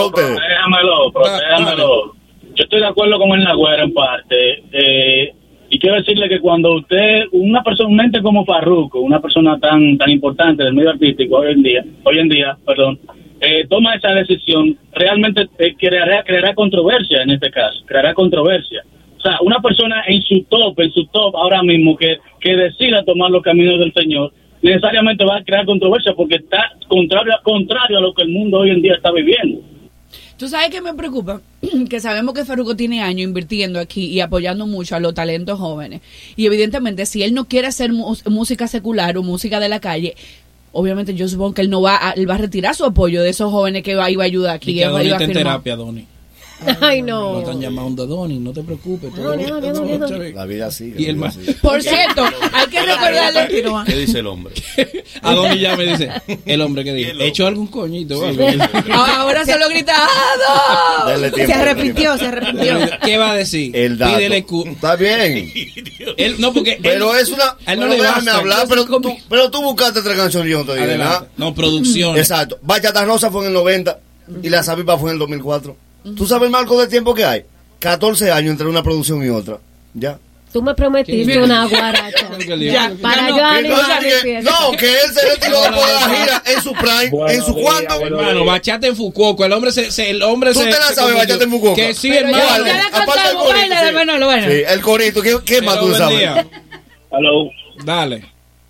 pero Ah, déjamelo. Yo estoy de acuerdo con el Nagüero en parte. Eh, y quiero decirle que cuando usted, una persona, un ente como Farruko, una persona tan tan importante del medio artístico hoy en día, hoy en día, perdón, eh, toma esa decisión, realmente eh, creará, creará controversia en este caso, creará controversia. O sea, una persona en su top, en su top ahora mismo que, que decida tomar los caminos del Señor, necesariamente va a crear controversia porque está contrario, contrario a lo que el mundo hoy en día está viviendo. ¿Tú sabes qué me preocupa? Que sabemos que Farruko tiene años invirtiendo aquí y apoyando mucho a los talentos jóvenes. Y evidentemente, si él no quiere hacer mu- música secular o música de la calle, obviamente yo supongo que él no va a, él va a retirar su apoyo de esos jóvenes que va, iba a ayudar aquí. Y que iba- Donny iba a está en firmar. terapia, Donny. Ay, Lo no. están llamando a Donny, no te preocupes. todo Donny, bien, Donny, todo Donny, bien, Donny. chévere. La vida sigue. Y el la vida más. sigue. Por cierto, hay que recordarle ¿Qué dice el hombre? A Donny ya me dice, el hombre que dice, ¿he hecho algún coñito o algo? ahora solo grita ¡Ah, Dale Se tiempo. arrepintió, se arrepintió. ¿Qué va a decir? El dato. Pídele cu- Está bien. Él, no, porque Pero él- es una. a él no pero le déjame basta, hablar, yo pero soy tú, cómico. pero tú buscaste tres canciones y yo no te dije Adelante. nada. No, producción. Exacto. Bachata Rosa fue en el noventa y La Sabipa fue en el dos mil cuatro. ¿Tú sabes el marco de tiempo que hay? catorce años entre una producción y otra. Ya. Tú me prometiste una guaracha. Ya, Para no, yo Que animar mi no, que, fiesta. no, que él se retiró después de la gira en su prime, Buenos en su días, cuarto. buenos Hermano, bachata en Fukuoka. El hombre se, se- el hombre ¿Tú se. te la se sabes, convirtió. bachata en Fukuoka? Que sí, Pero ya, hermano. ya la Aparte del cantamos, corito, baila, sí. bueno, lo bueno. Sí, el corito. ¿Qué, qué más Hello, tú buen sabes? día. Hello. Dale.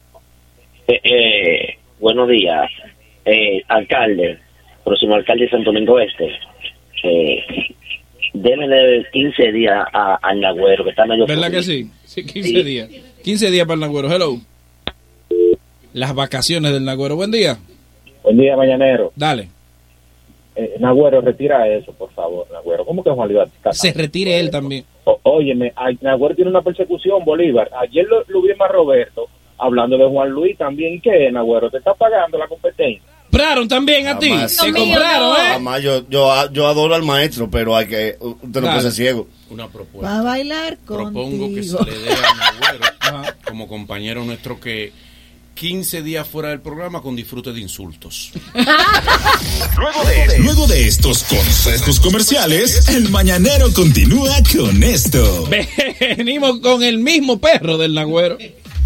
Eh, eh, buenos días, eh, alcalde, próximo alcalde de Santo Domingo Este. Eh, démele quince días a- al Nagüero, que está medio... ¿Verdad que sí? Sí, quince días. quince días para el Nagüero. Hello. Las vacaciones del Nagüero. Buen día. Buen día, mañanero. Dale. Eh, Nagüero, retira eso, por favor, Nagüero. ¿Cómo que Juan Luis Batista? Se retire él también. O- óyeme, ay, Nagüero tiene una persecución, Bolívar. Ayer lo, lo vimos a Roberto hablando de Juan Luis también. ¿Qué, Nagüero? ¿Te está pagando la competencia? Compraron también a ti. Jamás. Se Dios mío, compraron, no. ¿eh? Además, yo, yo, yo adoro al maestro, pero hay que. Usted no Dale. puede ser ciego. Una Va propuesta. a bailar contigo. Propongo que se le dé a Nagüero como compañero nuestro que quince días fuera del programa con disfrute de insultos. Luego de, luego de estos consejos comerciales, el mañanero continúa con esto. Venimos con el mismo perro del Nagüero.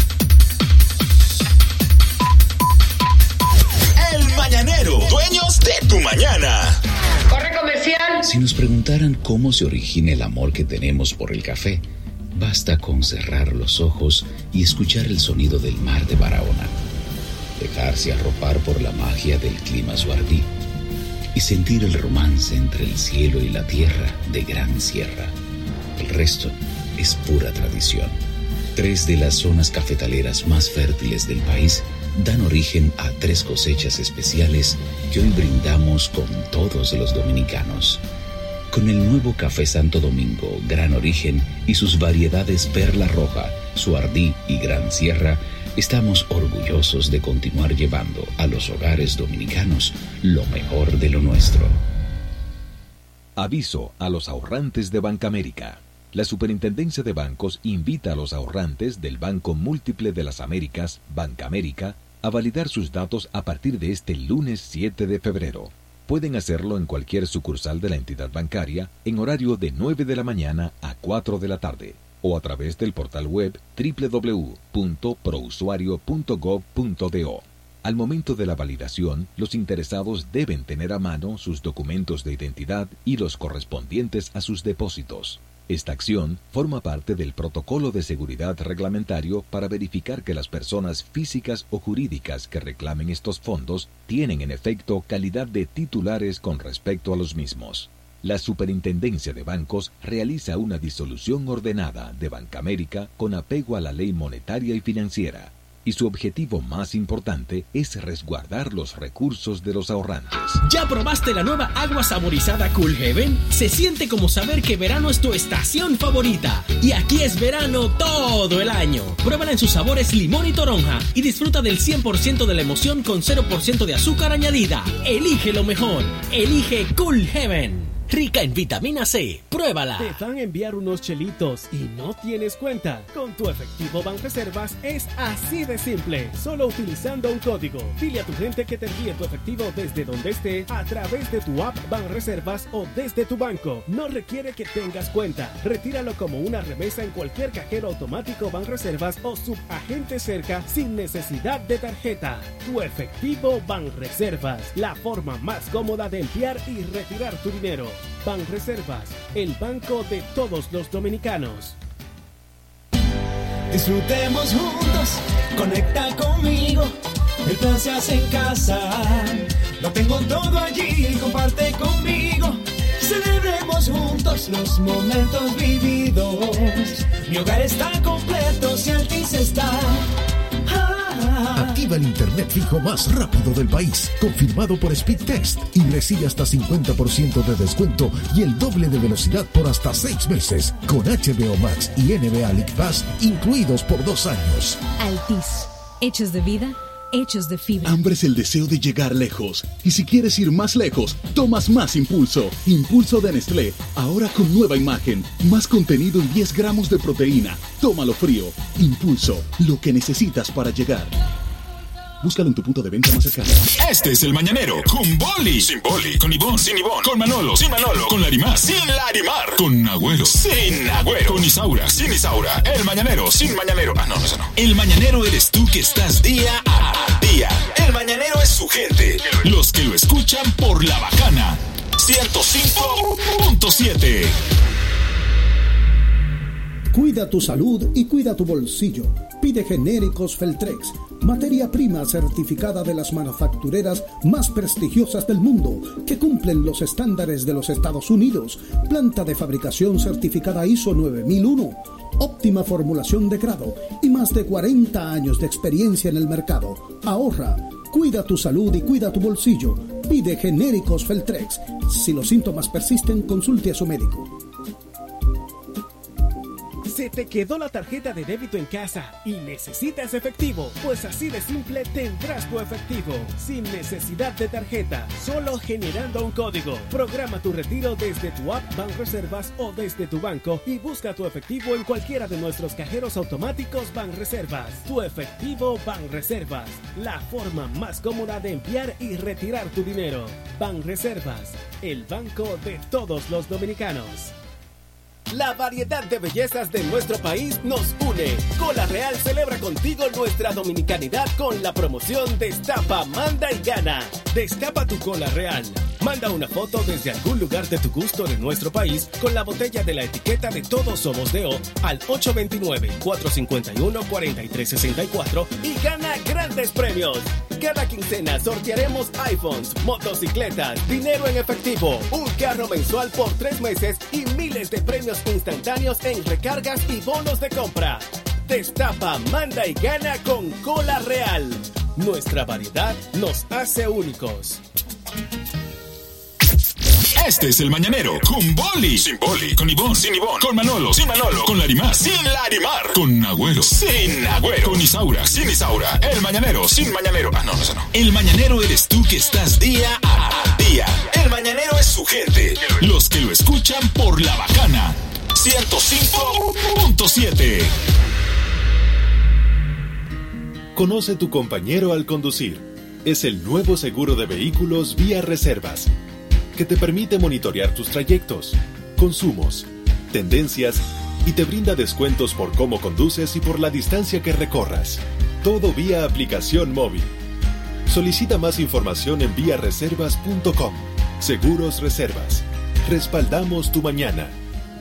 El mañanero, dueños de tu mañana. Corre comercial. Si nos preguntaran cómo se origina el amor que tenemos por el café, basta con cerrar los ojos y escuchar el sonido del mar de Barahona, dejarse arropar por la magia del clima suardí y sentir el romance entre el cielo y la tierra de Gran Sierra. El resto es pura tradición. Tres de las zonas cafetaleras más fértiles del país dan origen a tres cosechas especiales que hoy brindamos con todos los dominicanos. Con el nuevo café Santo Domingo, Gran Origen y sus variedades Perla Roja, Suardí y Gran Sierra, estamos orgullosos de continuar llevando a los hogares dominicanos lo mejor de lo nuestro. Aviso a los ahorrantes de Bancamérica. La Superintendencia de Bancos invita a los ahorrantes del Banco Múltiple de las Américas, Bancamérica, a validar sus datos a partir de este lunes siete de febrero. Pueden hacerlo en cualquier sucursal de la entidad bancaria en horario de nueve de la mañana a cuatro de la tarde o a través del portal web doble u doble u doble u punto prousuario punto gov punto do. Al momento de la validación, los interesados deben tener a mano sus documentos de identidad y los correspondientes a sus depósitos. Esta acción forma parte del protocolo de seguridad reglamentario para verificar que las personas físicas o jurídicas que reclamen estos fondos tienen en efecto calidad de titulares con respecto a los mismos. La Superintendencia de Bancos realiza una disolución ordenada de Bancamérica con apego a la ley monetaria y financiera, y su objetivo más importante es resguardar los recursos de los ahorrantes. ¿Ya probaste la nueva agua saborizada Cool Heaven? Se siente como saber que verano es tu estación favorita. Y aquí es verano todo el año. Pruébala en sus sabores limón y toronja y disfruta del cien por ciento de la emoción con cero por ciento de azúcar añadida. Elige lo mejor. Elige Cool Heaven. Rica en vitamina C. Pruébala. Te van a enviar unos chelitos y no tienes cuenta. Con tu efectivo Banreservas es así de simple. Solo utilizando un código. Dile a tu gente que te envíe tu efectivo desde donde esté a través de tu app Banreservas o desde tu banco. No requiere que tengas cuenta. Retíralo como una remesa en cualquier cajero automático Banreservas o subagente cerca sin necesidad de tarjeta. Tu efectivo Banreservas. La forma más cómoda de enviar y retirar tu dinero. Banreservas, el banco de todos los dominicanos. Disfrutemos juntos, conecta conmigo. El plan se hace en casa. Lo tengo todo allí, comparte conmigo. Celebremos juntos los momentos vividos. Mi hogar está completo si Altis está. Activa el internet fijo más rápido del país, confirmado por Speedtest, y recibe hasta cincuenta por ciento de descuento y el doble de velocidad por hasta seis meses, con H B O Max y N B A League Pass incluidos por dos años. Altis, hechos de vida, hechos de fibra. Hambre es el deseo de llegar lejos, y si quieres ir más lejos, tomas más Impulso. Impulso de Nestlé, ahora con nueva imagen, más contenido y diez gramos de proteína. Tómalo frío. Impulso, lo que necesitas para llegar. Búscalo en tu punto de venta más cercano. Este es El Mañanero, con Boli, sin Boli, con Ivón, sin Ivón, con Manolo, sin Manolo, con Larimar, sin Larimar, con Agüero, sin Agüero, con Isaura, sin Isaura, El Mañanero, sin Mañanero. Ah, no, no, eso no. El Mañanero eres tú que estás día a día. El Mañanero es su gente, los que lo escuchan por La Bacana ciento cinco punto siete. Cuida tu salud y cuida tu bolsillo. Pide genéricos Feltrex, materia prima certificada de las manufactureras más prestigiosas del mundo, que cumplen los estándares de los Estados Unidos. Planta de fabricación certificada I S O nueve mil uno. Óptima formulación de grado y más de cuarenta años de experiencia en el mercado. Ahorra, cuida tu salud y cuida tu bolsillo. Pide genéricos Feltrex. Si los síntomas persisten, consulte a su médico. ¿Se te quedó la tarjeta de débito en casa y necesitas efectivo? Pues así de simple tendrás tu efectivo, sin necesidad de tarjeta, solo generando un código. Programa tu retiro desde tu app Banreservas o desde tu banco y busca tu efectivo en cualquiera de nuestros cajeros automáticos Banreservas. Tu efectivo Banreservas, la forma más cómoda de enviar y retirar tu dinero. Banreservas, el banco de todos los dominicanos. La variedad de bellezas de nuestro país nos une. Cola Real celebra contigo nuestra dominicanidad con la promoción Destapa, Manda y Gana. Destapa tu Cola Real. Manda una foto desde algún lugar de tu gusto de nuestro país con la botella de la etiqueta de Todos Somos de O al ocho dos nueve, cuatro cinco uno, cuatro tres seis cuatro y gana grandes premios. Cada quincena sortearemos iPhones, motocicletas, dinero en efectivo, un carro mensual por tres meses y miles de premios instantáneos en recargas y bonos de compra. Destapa, manda y gana con Cola Real. Nuestra variedad nos hace únicos. Este es El Mañanero, con Boli, sin Boli, con Ivón, sin Ivón, con Manolo, sin Manolo, con Larimar, sin Larimar, con Agüero, sin Agüero, con Isaura, sin Isaura. El Mañanero, sin Mañanero. Ah, no, no, no. El Mañanero eres tú que estás día a día. El Mañanero es su gente, los que lo escuchan por La Bacana ciento cinco punto siete. Conoce tu compañero al conducir. Es el nuevo seguro de vehículos Vía Reservas, que te permite monitorear tus trayectos, consumos, tendencias y te brinda descuentos por cómo conduces y por la distancia que recorras. Todo vía aplicación móvil. Solicita más información en vía reservas punto com. Seguros Reservas. Respaldamos tu mañana.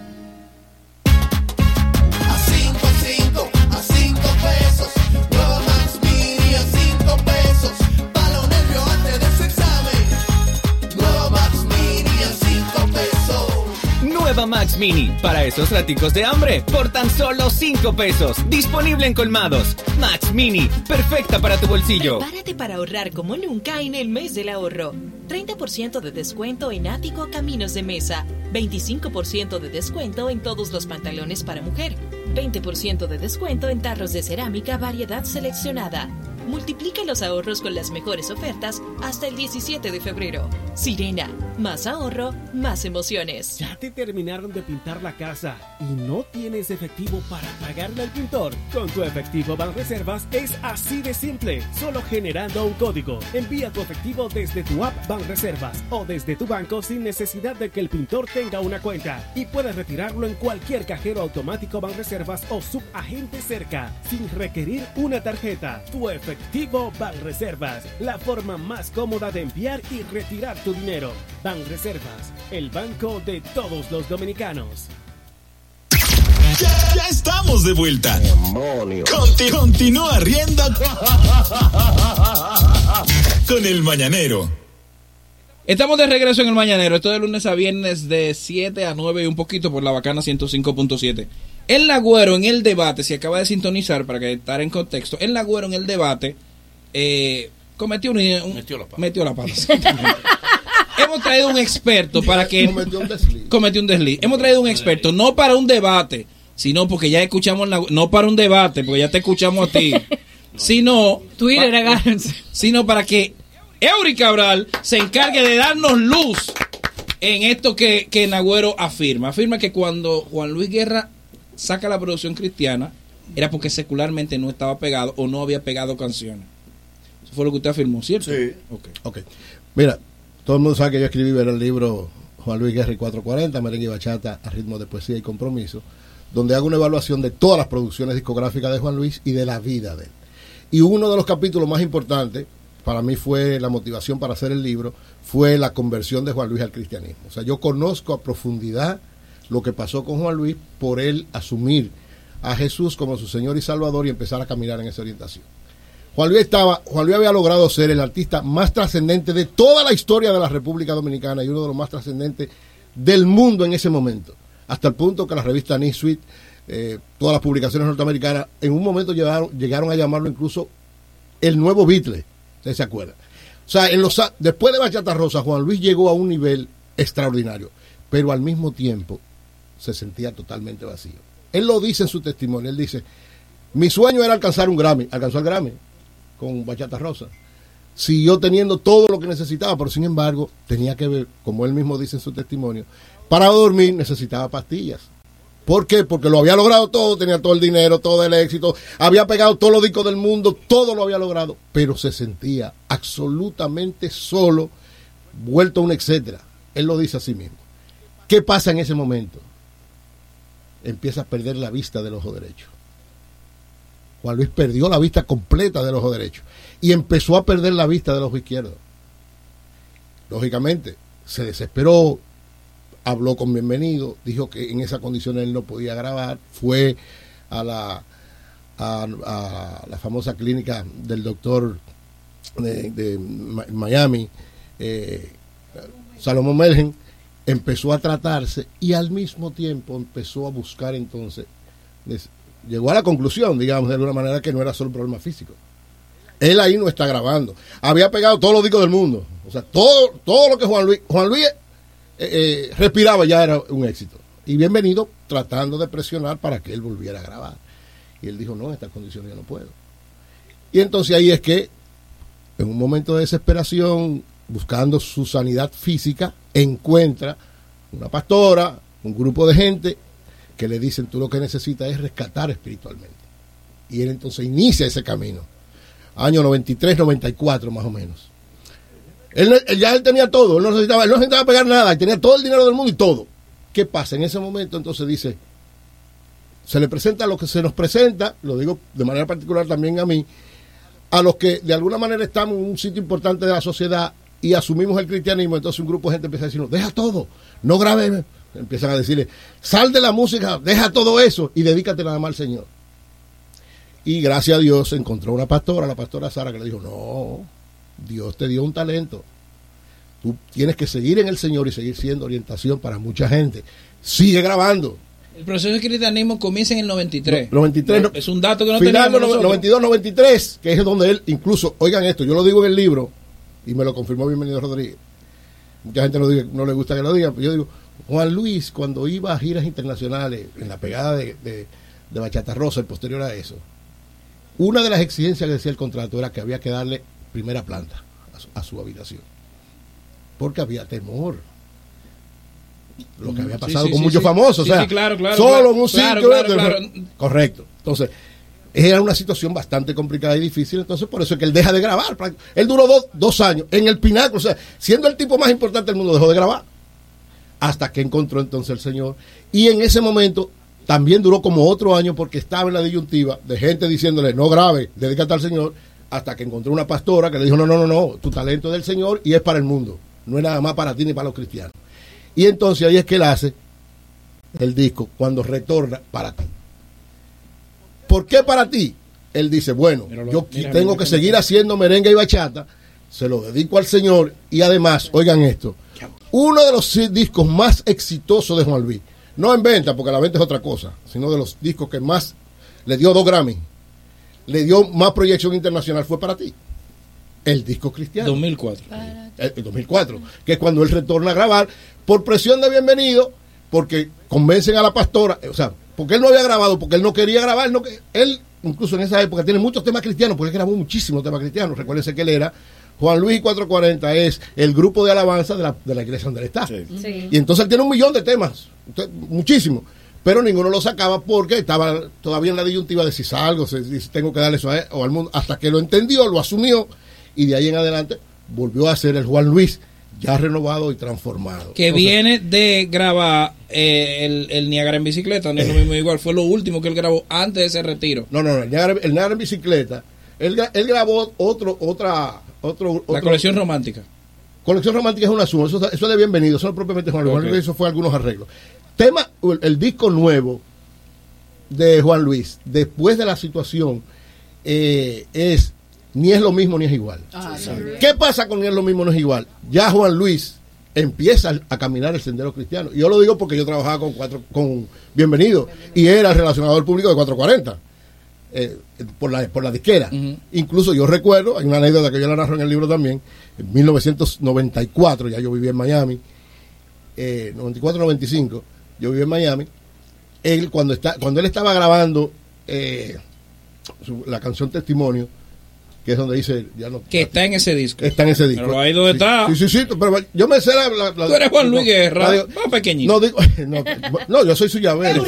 A cinco, cinco, a cinco pesos. Nueva Max Mini a cinco pesos. Para un nervio antes de su examen. Nueva Max Mini a cinco pesos. Nueva Max Mini, para esos raticos de hambre, por tan solo cinco pesos. Disponible en colmados. Max Mini, perfecta para tu bolsillo. Prepárate para ahorrar como nunca en el mes del ahorro. treinta por ciento de descuento en ático Caminos de Mesa. veinticinco por ciento de descuento en todos los pantalones para mujer. veinte por ciento de descuento en tarros de cerámica variedad seleccionada. Multiplica los ahorros con las mejores ofertas hasta el diecisiete de febrero. Sirena, más ahorro, más emociones. ¿Ya te terminaron de pintar la casa y no tienes efectivo para pagarle al pintor? Con tu efectivo Banreservas es así de simple, solo generando un código. Envía tu efectivo desde tu app Banreservas o desde tu banco sin necesidad de que el pintor tenga una cuenta y puedes retirarlo en cualquier cajero automático Banreservas o subagente cerca sin requerir una tarjeta. Tu efectivo Efectivo Banreservas, la forma más cómoda de enviar y retirar tu dinero. Banreservas, el banco de todos los dominicanos. Ya, ya estamos de vuelta. Conti- continúa riendo con El Mañanero. Estamos de regreso en El Mañanero. Esto de lunes a viernes de siete a nueve y un poquito por La Bacana ciento cinco punto siete. El Agüero en el debate, si acaba de sintonizar para que estar en contexto, el Agüero en el debate eh, cometió un, un metió la pata. Metió la pata. Hemos traído un experto para que cometió un desliz. Cometió un desliz. Hemos traído un experto no para un debate, sino porque ya escuchamos la, no para un debate, porque ya te escuchamos a ti, sino Twitter, pa, agárrense. Sino para que Eury Cabral se encargue de darnos luz en esto que, que Nagüero afirma. Afirma que cuando Juan Luis Guerra saca la producción cristiana, era porque secularmente no estaba pegado o no había pegado canciones. Eso fue lo que usted afirmó, ¿cierto? Sí. Okay. Ok. Mira, todo el mundo sabe que yo escribí el libro Juan Luis Guerra y cuatrocientos cuarenta, Merengue y Bachata a ritmo de poesía y compromiso, donde hago una evaluación de todas las producciones discográficas de Juan Luis y de la vida de él. Y uno de los capítulos más importantes, para mí fue la motivación para hacer el libro, fue la conversión de Juan Luis al cristianismo. O sea, yo conozco a profundidad lo que pasó con Juan Luis por él asumir a Jesús como su Señor y Salvador y empezar a caminar en esa orientación. Juan Luis estaba, Juan Luis había logrado ser el artista más trascendente de toda la historia de la República Dominicana y uno de los más trascendentes del mundo en ese momento, hasta el punto que la revista Newsweek, eh, todas las publicaciones norteamericanas, en un momento llegaron, llegaron a llamarlo incluso el nuevo Beatle, ¿ustedes se acuerdan? O sea, en los, después de Bachata Rosa, Juan Luis llegó a un nivel extraordinario, pero al mismo tiempo se sentía totalmente vacío. Él lo dice en su testimonio, él dice, mi sueño era alcanzar un Grammy, alcanzó el Grammy con Bachata Rosa, siguió teniendo todo lo que necesitaba, pero sin embargo tenía que ver, como él mismo dice en su testimonio, para dormir necesitaba pastillas. ¿Por qué? Porque lo había logrado todo, tenía todo el dinero, todo el éxito, había pegado todos los discos del mundo, todo lo había logrado, pero se sentía absolutamente solo, vuelto a un etcétera. Él lo dice a sí mismo. ¿Qué pasa en ese momento? Empieza a perder la vista del ojo derecho. Juan Luis perdió la vista completa del ojo derecho y empezó a perder la vista del ojo izquierdo. Lógicamente, se desesperó, habló con Bienvenido, dijo que en esa condición él no podía grabar, fue a la, a, a la famosa clínica del doctor de, de Miami, eh, Salomón Melgen, empezó a tratarse y al mismo tiempo empezó a buscar entonces, llegó a la conclusión, digamos, de alguna manera, que no era solo un problema físico. Él ahí no está grabando. Había pegado todos los discos del mundo. O sea, todo, todo lo que Juan Luis, Juan Luis, eh, respiraba ya era un éxito. Y Bienvenido tratando de presionar para que él volviera a grabar. Y él dijo, no, en estas condiciones yo no puedo. Y entonces ahí es que, en un momento de desesperación, buscando su sanidad física, encuentra una pastora, un grupo de gente que le dicen, tú lo que necesitas es rescatar espiritualmente. Y él entonces inicia ese camino. Año noventa y tres, noventa y cuatro más o menos. Él, él ya él tenía todo, él no necesitaba, él no necesitaba pegar nada, él tenía todo el dinero del mundo y todo. ¿Qué pasa? En ese momento entonces dice, se le presenta lo que se nos presenta, lo digo de manera particular también a mí, a los que de alguna manera estamos en un sitio importante de la sociedad y asumimos el cristianismo. Entonces un grupo de gente empieza a decirnos, deja todo, no grabes, empiezan a decirle, sal de la música, deja todo eso y dedícate nada más al Señor. Y gracias a Dios encontró una pastora, la pastora Sara, que le dijo, no, Dios te dio un talento, tú tienes que seguir en el Señor y seguir siendo orientación para mucha gente, sigue grabando. El proceso de cristianismo comienza en el noventa y tres. No, noventa y tres, no, es un dato que no final teníamos nosotros. noventa y dos, noventa y tres, que es donde él, incluso, oigan esto, yo lo digo en el libro, y me lo confirmó Bienvenido Rodríguez. Mucha gente no, diga, no le gusta que lo diga, pero yo digo, Juan Luis, cuando iba a giras internacionales, en la pegada de, de, de Bachata Rosa, el posterior a eso, una de las exigencias que decía el contrato era que había que darle primera planta a su, a su habitación. Porque había temor. Lo que había pasado sí, sí, con sí, muchos sí. famosos, Sí, o sea, sí, claro, claro, solo claro, en un claro, sitio. claro, de- claro. Correcto. Entonces, era una situación bastante complicada y difícil, entonces por eso es que él deja de grabar. Él duró dos, dos años en el pináculo, o sea, siendo el tipo más importante del mundo, dejó de grabar. Hasta que encontró entonces el Señor. Y en ese momento también duró como otro año porque estaba en la disyuntiva de gente diciéndole, no grabe, dedícate al Señor, hasta que encontró una pastora que le dijo, no, no, no, no, tu talento es del Señor y es para el mundo, no es nada más para ti ni para los cristianos. Y entonces ahí es que él hace el disco cuando retorna para ti. ¿Por qué para ti? Él dice, bueno, Míralo, yo mira, tengo mira que cómo seguir está. haciendo merengue y bachata, se lo dedico al Señor y además, oigan esto, uno de los discos más exitosos de Juan Luis, no en venta, porque la venta es otra cosa, sino de los discos que más le dio dos Grammy, le dio más proyección internacional, fue para ti. El disco cristiano. dos mil cuatro. El, el dos mil cuatro, que es cuando él retorna a grabar, por presión de Bienvenido, porque convencen a la pastora, o sea, porque él no había grabado, porque él no quería grabar, no, que- él incluso en esa época tiene muchos temas cristianos, porque él grabó muchísimos temas cristianos. Recuérdense que él era, Juan Luis y cuatrocientos cuarenta es el grupo de alabanza de la, de la iglesia donde él está. Sí. Y entonces él tiene un millón de temas, usted- muchísimos, pero ninguno lo sacaba porque estaba todavía en la disyuntiva de si salgo, si, si tengo que darle eso a él o al mundo, hasta que lo entendió, lo asumió, y de ahí en adelante volvió a ser el Juan Luis, ya renovado y transformado. Que Entonces, viene de grabar eh, el, el Niágara en bicicleta, no es lo mismo igual, fue lo último que él grabó antes de ese retiro. No, no, no, el Niágara, el Niágara en bicicleta, él, gra- él grabó otro, otra, otro, La otro- colección romántica. Colección romántica es un asunto, eso, eso es de Bienvenido, eso no es propiamente Juan Luis. Ok. Juan Luis, eso fue algunos arreglos. Tema, el, el disco nuevo de Juan Luis, después de la situación, eh, es Ni es lo mismo ni es igual. ¿Qué pasa con Ni es lo mismo no es igual? Ya Juan Luis empieza a caminar el sendero cristiano. Y yo lo digo porque yo trabajaba con cuatro, con Bienvenido y era el relacionador público de cuatrocientos cuarenta. Eh, por la por la disquera. Incluso yo recuerdo, hay una anécdota que yo la narro en el libro también, en mil novecientos noventa y cuatro, ya yo vivía en Miami, eh, noventa y cuatro noventa y cinco, yo vivía en Miami, él cuando está cuando él estaba grabando eh, su- la canción Testimonio, que es donde dice, ya no, Que está en ese disco. está en ese disco. Pero ahí donde Sí, está. Sí, sí, sí, pero yo me sé la... la- la- Tú eres Juan Luis no, Guerra, la- más pequeñito. No, digo, no, no, yo soy su llavero.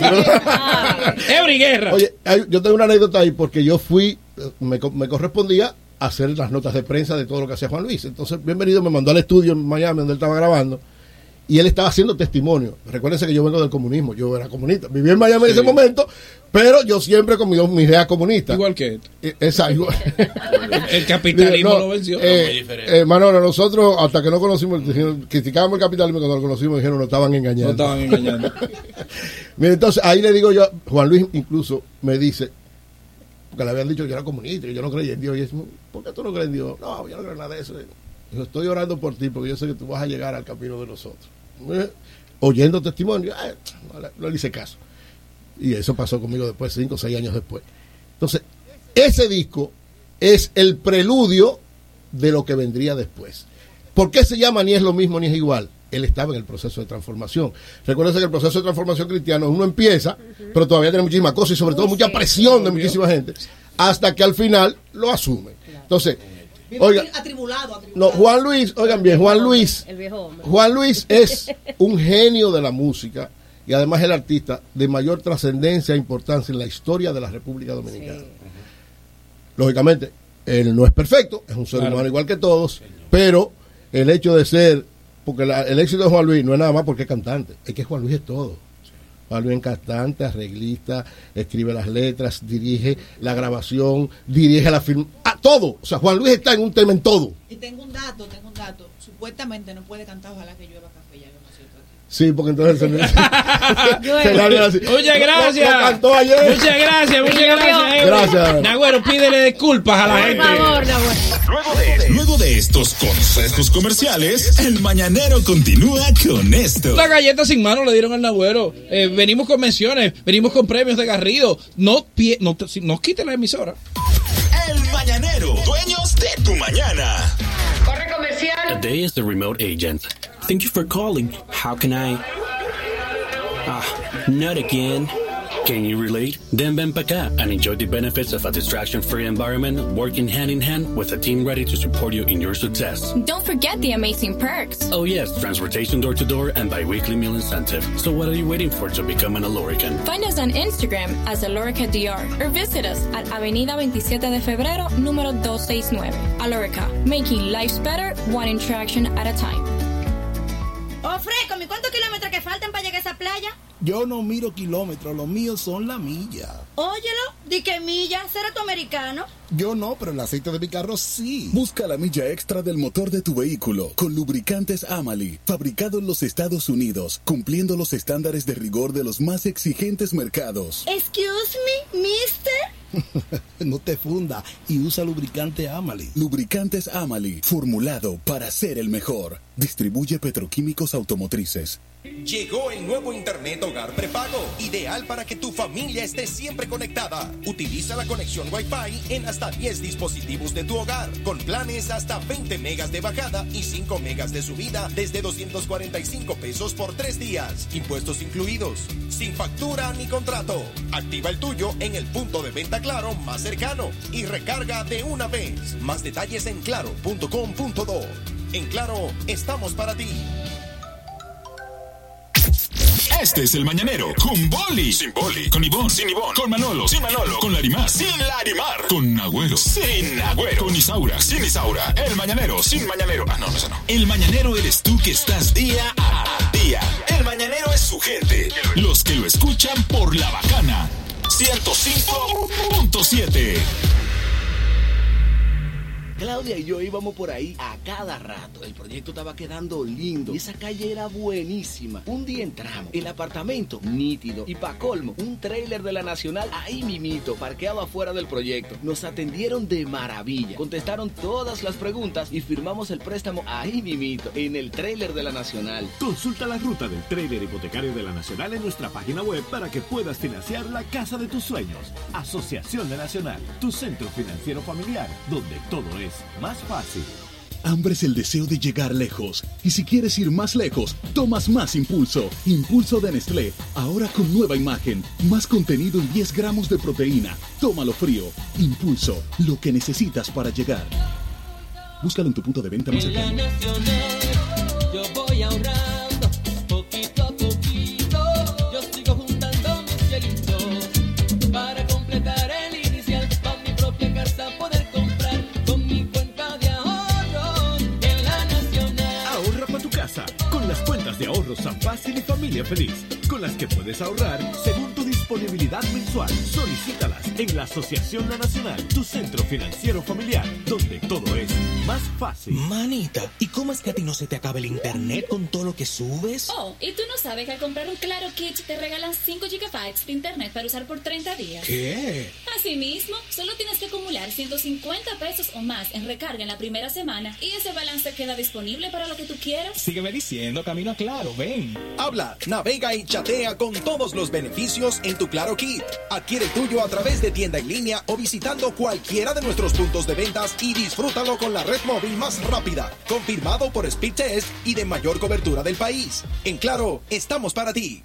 Eury Guerra. Oye, hay- yo tengo una anécdota ahí porque yo fui, eh, me, co- me correspondía hacer las notas de prensa de todo lo que hacía Juan Luis. Entonces, Bienvenido me mandó al estudio en Miami donde él estaba grabando y él estaba haciendo testimonio. Recuérdense que yo vengo del comunismo, yo era comunista. Viví en Miami en ese momento, pero yo siempre con mi, mi idea comunista. Igual que Eh, Esa, igual. el capitalismo No, lo venció. eh, eh, Manolo, nosotros hasta que no conocimos, dijeron- criticábamos el capitalismo, cuando lo conocimos dijeron nos estaban engañando. No estaban engañando. Mira, entonces ahí le digo yo, Juan Luis incluso me dice, porque le habían dicho que yo era comunista y yo no creía en Dios. Y es, ¿por qué tú no crees en Dios? No, yo no creo en nada de eso. Yo estoy orando por ti porque yo sé que tú vas a llegar al camino de nosotros. Eh, Oyendo testimonio, eh, no, le- no le hice caso. Y eso pasó conmigo después, cinco o seis años después. Entonces, ese disco es el preludio de lo que vendría después. ¿Por qué se llama Ni es lo mismo ni es igual? él estaba en el proceso de transformación. Recuérdense que el proceso de transformación cristiano, uno empieza, uh-huh. pero todavía tiene muchísimas cosas y sobre todo uh, mucha sí, presión de muchísima gente, hasta que al final lo asume. Claro. Entonces, oiga, atribulado, atribulado. No, Juan Luis, oigan bien, Juan Luis, el viejo hombre. Juan Luis es un genio de la música y además el artista de mayor trascendencia e importancia en la historia de la República Dominicana. Sí. Lógicamente, él no es perfecto, es un ser claro. humano igual que todos, pero el hecho de ser, porque la, el éxito de Juan Luis no es nada más porque es cantante, es que Juan Luis es todo. Juan Luis es cantante, arreglista, escribe las letras, dirige la grabación, dirige la film, ah, todo. O sea, Juan Luis está en un tema en todo. Y tengo un dato, tengo un dato. Supuestamente no puede cantar Ojalá que llueva café, ya lo siento. Sí, porque entonces se le así. Muchas gracias. Lo, lo cantó ayer. Muchas gracias, muchas gracias. Gracias. Nagüero, pídele disculpas a la Por gente. Por favor, Nagüero. Luego de, luego de estos consejos comerciales, el mañanero continúa con esto. La galleta sin mano le dieron al Nagüero. Eh, venimos con menciones, venimos con premios de Garrido. No, pie, no, no quite la emisora. El mañanero, dueños de tu mañana. Corre comercial. A day is the remote agent. Thank you for calling. How can I? Ah, not again. Can you relate? Then ven pa' acá and enjoy the benefits of a distraction-free environment, working hand-in-hand with a team ready to support you in your success. Don't forget the amazing perks. Oh yes, transportation door-to-door and bi-weekly meal incentive. So what are you waiting for to become an Alorican? Find us on Instagram as Alorica D R or visit us at Avenida veintisiete de Febrero, número doscientos sesenta y nueve. Alorica, making lives better, one interaction at a time. Oh, Fresco, ¿y cuántos kilómetros que faltan para llegar a esa playa? Yo no miro kilómetros, los míos son la milla. Óyelo, di que milla, ¿será tu americano? Yo no, pero el aceite de mi carro sí. Busca la milla extra del motor de tu vehículo con lubricantes Amali, fabricado en los Estados Unidos, cumpliendo los estándares de rigor de los más exigentes mercados. Excuse me, mister. No te funda y usa lubricante Amali. Lubricantes Amali, formulado para ser el mejor. Distribuye Petroquímicos Automotrices. Llegó el nuevo Internet Hogar Prepago, ideal para que tu familia esté siempre conectada. Utiliza la conexión Wi-Fi en hasta diez dispositivos de tu hogar, con planes hasta veinte megas de bajada y cinco megas de subida desde doscientos cuarenta y cinco pesos por tres días, impuestos incluidos, sin factura ni contrato. Activa el tuyo en el punto de venta Claro más cercano y recarga de una vez. Más detalles en claro punto com punto do. En Claro, estamos para ti. Este es el mañanero con Boli, sin Boli, con Ivón, sin Ivón, con Manolo, sin Manolo, con Larimar, sin Larimar, con Nagüero, sin Nagüero, con Isaura, sin Isaura, el mañanero, sin mañanero. Ah, no, no, eso no. El mañanero eres tú que estás día a día. El mañanero es su gente, los que lo escuchan por La Bacana ciento cinco punto siete. Claudia y yo íbamos por ahí a cada rato. El proyecto estaba quedando lindo y esa calle era buenísima. Un día entramos, el apartamento nítido y pa' colmo, un tráiler de la Nacional ahí mimito, parqueado afuera del proyecto. Nos atendieron de maravilla, contestaron todas las preguntas y firmamos el préstamo ahí mimito, en el tráiler de la Nacional. Consulta la ruta del tráiler hipotecario de la Nacional en nuestra página web para que puedas financiar la casa de tus sueños. Asociación de Nacional, tu centro financiero familiar, donde todo es más fácil. Hambre es el deseo de llegar lejos. Y si quieres ir más lejos, tomas más Impulso. Impulso de Nestlé, ahora con nueva imagen. Más contenido y diez gramos de proteína. Tómalo frío. Impulso, lo que necesitas para llegar. Búscalo en tu punto de venta más cercano. Yo voy ahorrando poquito a poquito. Yo sigo juntando mis chelitos para completar el inicial, para mi propia casa poder comprar con mi cuenta de ahorros en la Nacional. Ahorra para tu casa con las cuentas de ahorros San Fácil y Familia Feliz, con las que puedes ahorrar según tu disponibilidad mensual. Solicítalas en la Asociación La Nacional, tu centro financiero familiar, donde todo es más fácil. Manita, ¿y cómo es que a ti no se te acaba el internet con todo lo que subes? Oh, ¿y tú no sabes que al comprar un Claro Kit te regalan cinco gigabytes de internet para usar por treinta días? ¿Qué? Así mismo, solo tienes que acumular ciento cincuenta pesos o más en recarga en la primera semana y ese balance queda disponible para lo que tú quieras. Sígueme diciendo, camino a Claro, ven. Habla, navega y chatea con todos los beneficios en tu Claro Kit. Adquiere el tuyo a través de tienda en línea o visitando cualquiera de nuestros puntos de ventas y disfrútalo con la red móvil más rápida, confirmado por Speedtest y de mayor cobertura del país. En Claro, estamos para ti.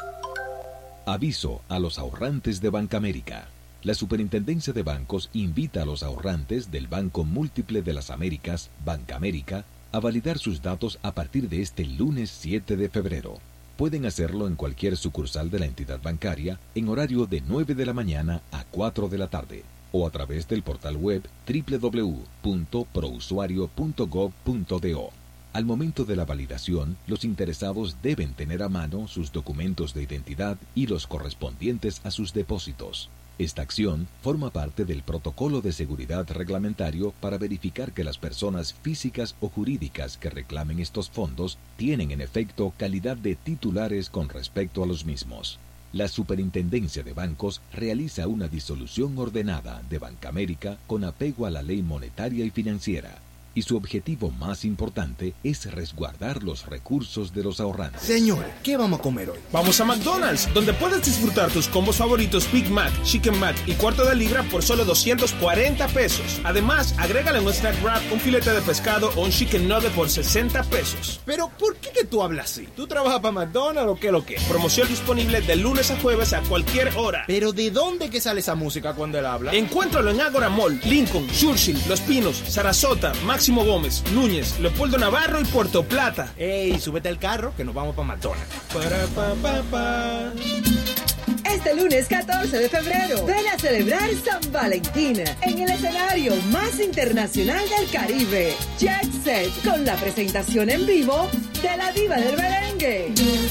Aviso a los ahorrantes de Bancamérica. La Superintendencia de Bancos invita a los ahorrantes del Banco Múltiple de las Américas, Bancamérica, a validar sus datos a partir de este lunes siete de febrero. Pueden hacerlo en cualquier sucursal de la entidad bancaria en horario de nueve de la mañana a cuatro de la tarde o a través del portal web doble u doble u doble u punto prousuario punto gov punto do. Al momento de la validación, los interesados deben tener a mano sus documentos de identidad y los correspondientes a sus depósitos. Esta acción forma parte del protocolo de seguridad reglamentario para verificar que las personas físicas o jurídicas que reclamen estos fondos tienen en efecto calidad de titulares con respecto a los mismos. La Superintendencia de Bancos realiza una disolución ordenada de Bancamérica con apego a la ley monetaria y financiera, y su objetivo más importante es resguardar los recursos de los ahorrantes. Señores, ¿qué vamos a comer hoy? Vamos a McDonald's, donde puedes disfrutar tus combos favoritos Big Mac, Chicken Mac y cuarto de libra por solo doscientos cuarenta pesos. Además, agrégale un snack wrap, un filete de pescado o un chicken nugget por sesenta pesos. Pero, ¿por qué que tú hablas así? ¿Tú trabajas para McDonald's o qué lo que? Promoción disponible de lunes a jueves a cualquier hora. ¿Pero de dónde que sale esa música cuando él habla? Encuéntralo en Ágora Mall, Lincoln, Churchill, Los Pinos, Sarasota, Máximo Gómez, Núñez, Leopoldo Navarro y Puerto Plata. Ey, súbete al carro que nos vamos para McDonald's. Para, pa, pa, pa. Este lunes catorce de febrero, ven a celebrar San Valentín en el escenario más internacional del Caribe, Jet Set, con la presentación en vivo de la diva del merengue,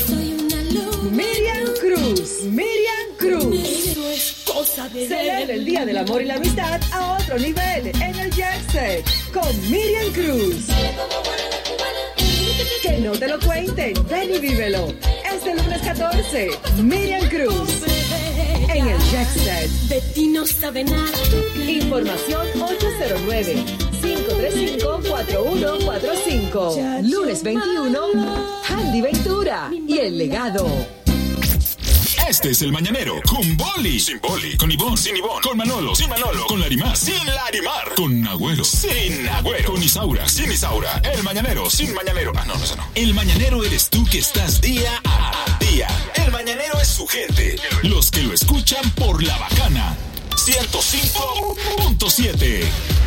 Miriam Cruz. Miriam Cruz. Celebra el Día del Amor y la Amistad a otro nivel en el Jet Set con Miriam Cruz. Que no te lo cuenten, ven y vívelo. Este lunes catorce, Miriam Cruz en el Jet Set. De ti no sabe nada. Información ocho cero nueve, cinco tres cinco, cuatro uno cuatro cinco. Lunes veintiuno, Handy Ventura y El Legado. Este es El Mañanero, con Boli, sin Boli, con Ivón, sin Ivón, con Manolo, sin Manolo, con Larimar, sin Larimar, con Agüero, sin Agüero, con Isaura, sin Isaura, El Mañanero, sin Mañanero. Ah, no, no, eso no. El Mañanero eres tú que estás día a día. El Mañanero es su gente, los que lo escuchan por La Bacana, ciento cinco punto siete.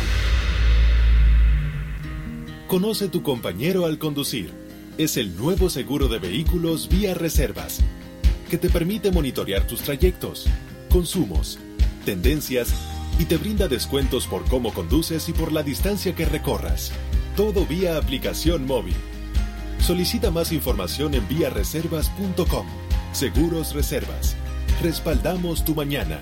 Conoce tu compañero al conducir. Es el nuevo seguro de vehículos Vía Reservas, que te permite monitorear tus trayectos, consumos, tendencias y te brinda descuentos por cómo conduces y por la distancia que recorras. Todo vía aplicación móvil. Solicita más información en vía reservas punto com. Seguros Reservas. Respaldamos tu mañana.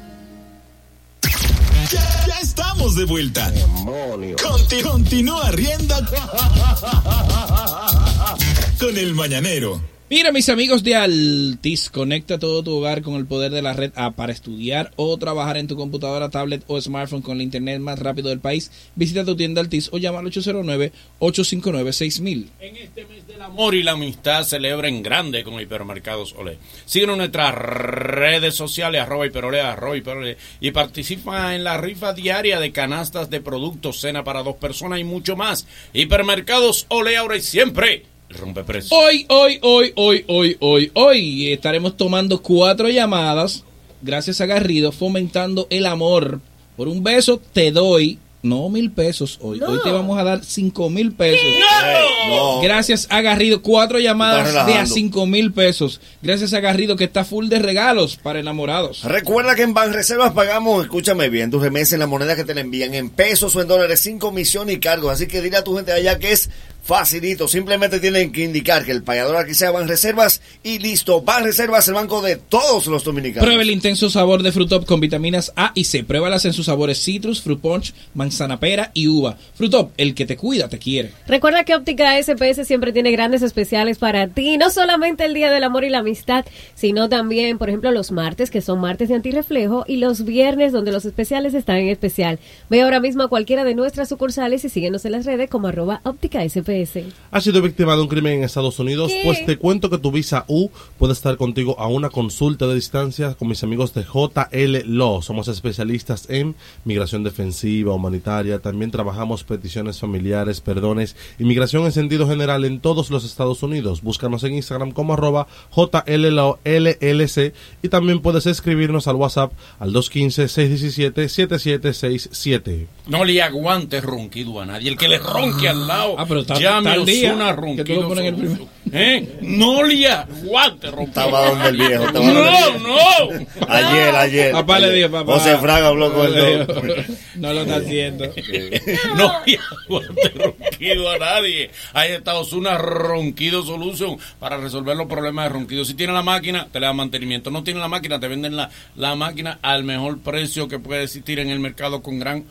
Ya, ya estamos de vuelta. Conti- continúa riendo con El Mañanero. Mira, mis amigos de Altis, conecta todo tu hogar con el poder de la red A para estudiar o trabajar en tu computadora, tablet o smartphone con la internet más rápido del país. Visita tu tienda Altis o llama al ocho cero nueve, ocho cinco nueve, seis mil. En este mes del amor y la amistad, celebra en grande con Hipermercados Olé. Síguenos en nuestras redes sociales, arroba hiperolé, arroba hiperolé, y participa en la rifa diaria de canastas de productos, cena para dos personas y mucho más. Hipermercados Olé, ahora y siempre. Rompeprecios. Hoy, hoy, hoy, hoy, hoy, hoy, hoy estaremos tomando cuatro llamadas, gracias a Garrido, fomentando el amor. Por un beso te doy, no mil pesos hoy, no. Hoy te vamos a dar cinco mil pesos. No. Gracias a Garrido, cuatro llamadas de a cinco mil pesos. Gracias a Garrido, que está full de regalos para enamorados. Recuerda que en Banreservas pagamos, escúchame bien, tus remesas en la moneda que te la envían en pesos o en dólares sin comisión y cargos. Así que dile a tu gente allá que es facilito, simplemente tienen que indicar que el pagador aquí sea Banreservas y listo. Banreservas, el banco de todos los dominicanos. Prueba el intenso sabor de Frutop con vitaminas A y C. Pruébalas en sus sabores citrus, fruit punch, manzana pera y uva. Frutop, el que te cuida, te quiere. Recuerda que Óptica S P S siempre tiene grandes especiales para ti, no solamente el Día del Amor y la Amistad, sino también, por ejemplo, los martes, que son martes de antirreflejo, y los viernes, donde los especiales están en especial. Ve ahora mismo a cualquiera de nuestras sucursales y síguenos en las redes como arroba Óptica S P S. ese. ¿Has sido víctima de un crimen en Estados Unidos? ¿Qué? Pues te cuento que tu visa U puede estar contigo a una consulta de distancia con mis amigos de J L Law. Somos especialistas en migración defensiva, humanitaria. También trabajamos peticiones familiares, perdones, inmigración en sentido general en todos los Estados Unidos. Búscanos en Instagram como arroba J L Law L L C y también puedes escribirnos al WhatsApp al dos uno cinco, seis uno siete, siete siete seis siete. No le aguante ronquido a nadie. El que le ronque al lado, Ah, pero está- llame está al a día, Osuna que tú Ronquido lo pones en el Solution. ¿Eh? No le aguante ronquido. Estaba donde el viejo. Estaba No, donde el viejo. no. Ayer, ayer. Papá ayer. le dijo, papá. José Fraga habló con el No, dos. no lo está haciendo. No le aguante ronquido a nadie. Ahí está Osuna Ronquido Solution para resolver los problemas de ronquido. Si tiene la máquina, te le da mantenimiento. No tiene la máquina, te venden la, la máquina al mejor precio que puede existir en el mercado con gran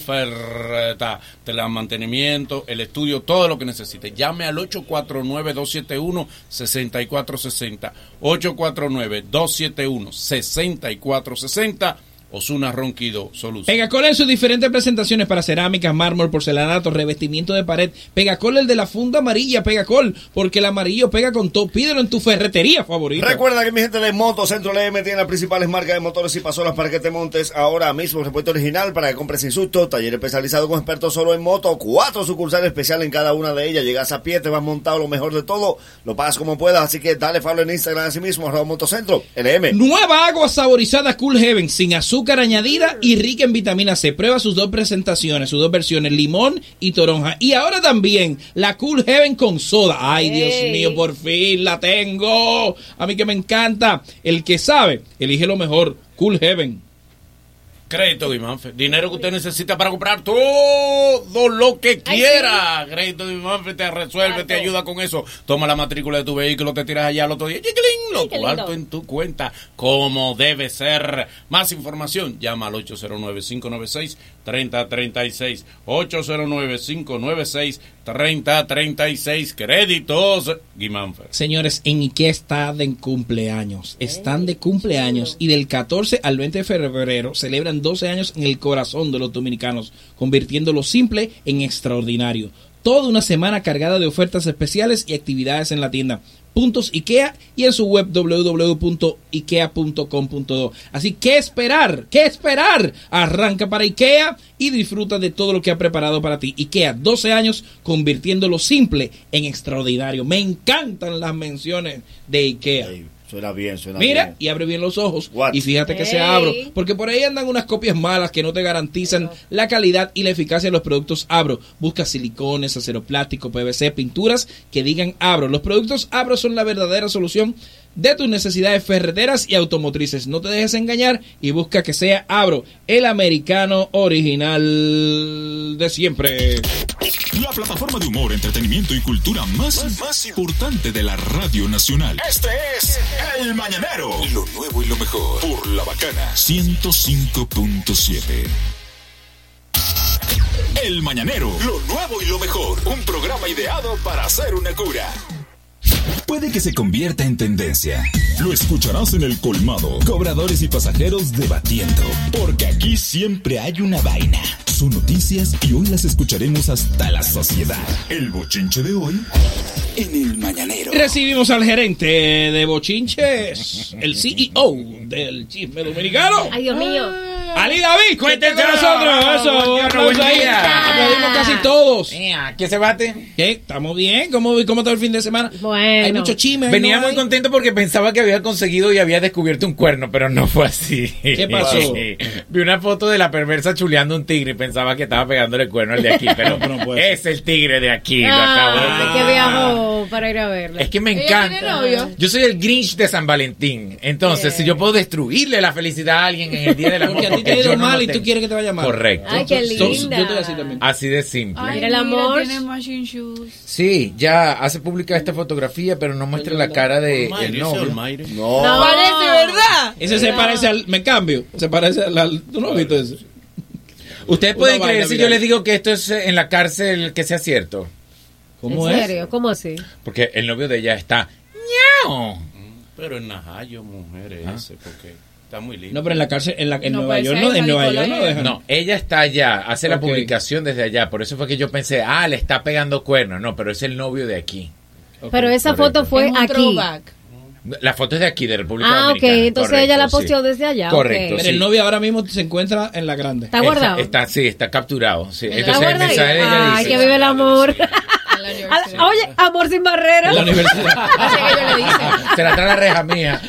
oferta. Te le dan mantenimiento, el estudio, todo lo que necesite. Llame al ocho cuatro nueve, dos siete uno, seis cuatro seis cero. ocho cuatro nueve, dos siete uno, seis cuatro seis cero. Osuna Ronquido Solution. Pegacol en sus diferentes presentaciones para cerámicas, mármol, porcelanato, revestimiento de pared. Pegacol el de la funda amarilla, Pegacol, porque el amarillo pega con todo. Pídelo en tu ferretería favorita. Recuerda que mi gente de Motocentro L M tiene las principales marcas de motores y pasolas para que te montes ahora mismo. Repuesto original para que compres sin susto. Taller especializado con expertos solo en moto. Cuatro sucursales especiales en cada una de ellas. Llegas a pie, te vas montado, lo mejor de todo. Lo pagas como puedas. Así que dale follow en Instagram así mismo. Arroba Motocentro L M. Nueva agua saborizada Cool Heaven, sin azúcar añadida y rica en vitamina C. Prueba sus dos presentaciones, sus dos versiones, limón y toronja. Y ahora también la Cool Heaven con soda. Ay, Dios Ey. mío, por fin la tengo. A mí que me encanta. El que sabe, elige lo mejor. Cool Heaven. Crédito Guimánfer, dinero que usted necesita para comprar todo lo que quiera. Crédito Guimánfer te resuelve, te ayuda con eso. Toma la matrícula de tu vehículo, te tiras allá al otro día, ¡chiquilín! Lo Ay, qué lindo. cuarto en tu cuenta, como debe ser. Más información, llama al ocho cero nueve, cinco nueve seis, tres cero tres seis. ocho cero nueve, cinco nueve seis, tres cero tres seis. Créditos Guimánfer. Señores, en IKEA está de cumpleaños. Están de cumpleaños y del catorce al veinte de febrero celebran doce años en el corazón de los dominicanos, convirtiendo lo simple en extraordinario. Toda una semana cargada de ofertas especiales y actividades en la tienda. Puntos IKEA y en su web doble u doble u doble u punto ikea punto com punto do. Así que esperar, ¿qué esperar? Arranca para IKEA y disfruta de todo lo que ha preparado para ti. IKEA, doce años convirtiendo lo simple en extraordinario. Me encantan las menciones de IKEA. Ay, suena bien, suena Mira, bien. y abre bien los ojos. What? Y fíjate que se Ey. abro. Porque por ahí andan unas copias malas que no te garantizan la calidad y la eficacia de los productos Abro. Busca silicones, acero plástico, P V C, pinturas que digan Abro. Los productos Abro son la verdadera solución de tus necesidades ferreteras y automotrices. No te dejes engañar y busca que sea Abro, el americano original de siempre. La plataforma de humor, entretenimiento y cultura más, más importante de la Radio Nacional. Este es El Mañanero. Lo nuevo y lo mejor. Por La Bacana ciento cinco punto siete. El Mañanero. Lo nuevo y lo mejor. Un programa ideado para hacer una cura. Puede que se convierta en tendencia. Lo escucharás en el colmado. Cobradores y pasajeros debatiendo. Porque aquí siempre hay una vaina. Son noticias y hoy las escucharemos hasta la saciedad. El bochinche de hoy en El Mañanero. Recibimos al gerente de Bochinches, el C E O del chisme dominicano. Ay, Dios mío. Ali David, cuéntate con nosotros. Eso, un Buen aplauso día, ahí. buen día. Aplaudimos casi todos. ¿Qué se bate? ¿Qué? ¿Estamos bien? ¿Cómo, cómo está el fin de semana? Bueno. Hay mucho chisme. Venía ¿no? muy Hay- contento porque pensaba que había conseguido y había descubierto un cuerno, pero no fue así. ¿Qué pasó? Vi una foto de la perversa chuleando un tigre y pensaba que estaba pegándole el cuerno al de aquí, pero No, no puede es el tigre de aquí. Lo acabo de Ah, ver. que viajó para ir a verla. Es que me ¿Ella encanta. tiene novio? Yo soy el Grinch de San Valentín. Entonces, Sí. si yo puedo destruirle la felicidad a alguien en el día del amor, Porque a ti te ha yo ido no mal lo y tú tengo. quieres que te vaya mal. Correcto. Ay, qué Entonces, linda. yo estoy así también. Así de simple. Ay, Mira el amor. Tiene machine shoes. Sí, ya hace pública esta fotografía, pero no muestra la cara de Olmaire, el ese novio. Olmaire. No. No. Parece, ¿verdad? Ese se parece al... Me cambio. Se parece al... al- ¿Tú no has visto ese? Ustedes Una pueden vaina creer si viral. yo les digo que esto es en la cárcel que sea cierto. ¿Cómo ¿En es? serio? ¿Cómo así? Porque el novio de ella está. ¡Ñao! Pero en Najayo, mujeres, Ah. ese, porque Está muy lindo. No, pero en la cárcel, en, la, en No, Nueva pues, York, esa no, es en la Nueva York Nicolás. no dejan. No, ella está allá, hace la Ok. publicación desde allá. Por eso fue que yo pensé, ah, le está pegando cuernos. No, pero es el novio de aquí. Pero esa Correcto. foto fue Es un aquí. throwback. La foto es de aquí, de República Ah, ok, Dominicana. entonces Correcto, ella la sí. posteó desde allá. Correcto, ok. Pero el novio ahora mismo se encuentra en la grande. ¿Está guardado? Está, está- sí, está capturado. Sí. ¿Está Entonces el guardado? mensaje de ella Ay, dice... que vive el amor. En la universidad. Ah, Oye, amor sin barreras. En la universidad. Así que ellos le dicen. Se la trae la reja mía.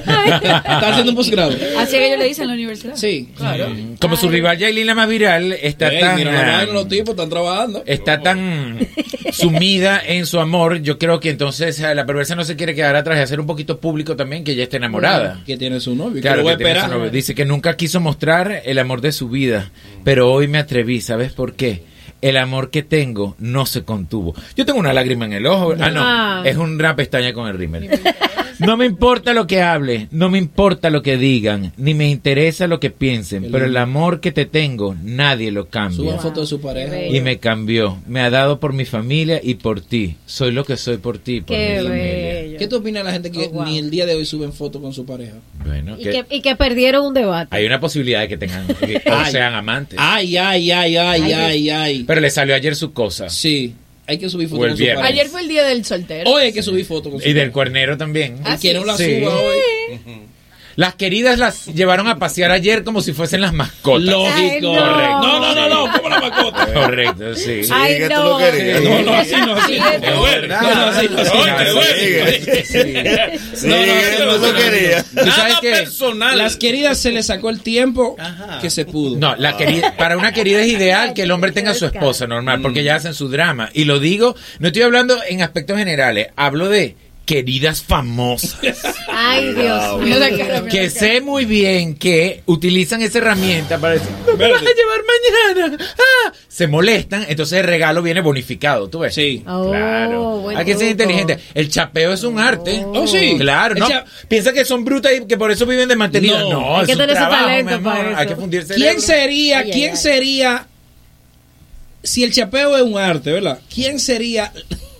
Está haciendo un posgrado. Así que ellos le dicen en la universidad. Sí. Claro. Como su rival Yailin, la más viral, está Ey, tan... mira la ah, vaina, los tipos están trabajando. está tan sumida en su amor, yo creo que entonces eh, la perversa no se quiere quedar atrás y hacer un poquito público también que ella está enamorada. Que tiene su novio. Claro, que lo voy a que tiene esperar. su novio. Dice que nunca quiso mostrar el amor de su vida, pero hoy me atreví, ¿sabes por qué? El amor que tengo no se contuvo. Yo tengo una lágrima en el ojo. Ah, no, Ah. es una pestaña con el rímel. No me importa lo que hable, no me importa lo que digan, ni me interesa lo que piensen, Qué pero el lindo. amor que te tengo, nadie lo cambia. Suban foto de su pareja. Y me cambió, me ha dado por mi familia y por ti. Soy lo que soy por ti, por Qué mi familia. bello. ¿Qué tú opinas de la gente que Oh, wow. ni el día de hoy suben fotos con su pareja? Bueno, Y que que, y que perdieron un debate. hay una posibilidad de que tengan, que o Ay. sean amantes. Ay, ay, ay, ay, Ay, ay, ay. Pero le salió ayer su cosa. Sí, hay que subir O fotos el con su viernes. pareja. Ayer fue el día del soltero. Hoy hay que subir fotos con su Y del pareja. cuernero también. El que no la Sí. suba hoy. Las queridas las llevaron a pasear ayer como si fuesen las mascotas. Lógico. Ay, no. Correcto. No, no, no, no, como la mascota. Correcto, sí. Sí, Ay, que tú no. lo querías. No, no, así no, así no. Es verdad. No, no, así no, así no. Oye, Sigue. sí. Sí, que no lo quería. Tú sabes Nada que personal. las queridas se le sacó el tiempo Ajá. que se pudo. No, la querida, para una querida es ideal que el hombre tenga a su esposa normal, porque ya hacen su drama. Y lo digo, no estoy hablando en aspectos generales, hablo de queridas famosas. Ay, Dios mío. Mira la cara, mira Que la cara. sé muy bien que utilizan esa herramienta para decir, no me vas a llevar mañana. Ah, se molestan, entonces el regalo viene bonificado, ¿tú ves? Sí. Oh, Claro. buen Hay que ser truco. inteligente. El chapeo es un arte. Oh, sí. Claro, El ¿no? cha- Piensa que son brutas y que por eso viven de mantenido. No. No, Hay es que un tener ese trabajo, talento mi amor. para Hay eso. que fundirse. ¿Quién sería, Ay, ay, quién ay. sería, si el chapeo es un arte, ¿verdad? ¿Quién sería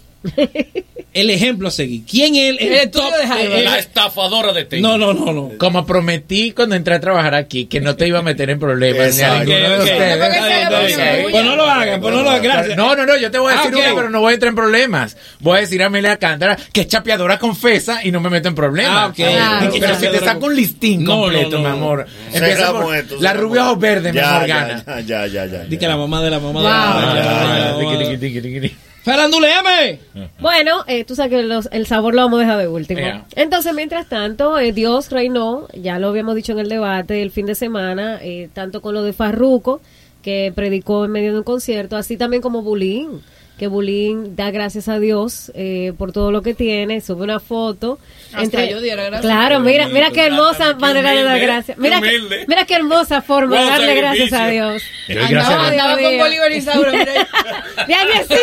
el ejemplo a seguir? ¿Quién es el, el El estudio top? de Harvard. el- La estafadora de ti. no, no, no, no. Como prometí cuando entré a trabajar aquí, que no te iba a meter en problemas ni a Exacto. ninguno de Ok, ok. ustedes. No, porque Está bien, sea está la bien. próxima Pues no lo hagan, pues no lo hagan, gracias. No, no, no, yo te voy a Ah, decir ok. una, pero no voy a entrar en problemas. Voy a decir a Amelia Alcántara que es chapeadora confesa y no me meto en problemas. Ah, ok. Claro. Pero si te saco un listín No, completo, no, no. mi amor. Cerramos Empieza por esto, la cerramos rubia ojos esto. verdes, mi Ya, amor, ya, gana. Ya, ya, ya, ya. Di que la mamá de la mamá de Wow. la mamá. Ah, Ya, ya, ya, tiqui, ya. tiqui, tiqui, tiqui. ¡Faranduleame! Bueno, eh, tú sabes que los- el sabor lo vamos a dejar de último. Yeah. Entonces, mientras tanto, eh, Dios reinó, ya lo habíamos dicho en el debate el fin de semana, eh, tanto con lo de Farruko, que predicó en medio de un concierto, así también como Bulín, que Bulín da gracias a Dios eh, por todo lo que tiene, sube una foto. Hasta yo diera gracias. Claro, mira, mira qué hermosa Qué manera de dar humilde, gracias. qué Mira, que- humilde. mira qué hermosa forma de Wow, darle gracias a sacrificio. Dios. Yo doy gracias Andaba, a- andaba Dios con mío. Bolívar y Sauro, mira. Ya que sí.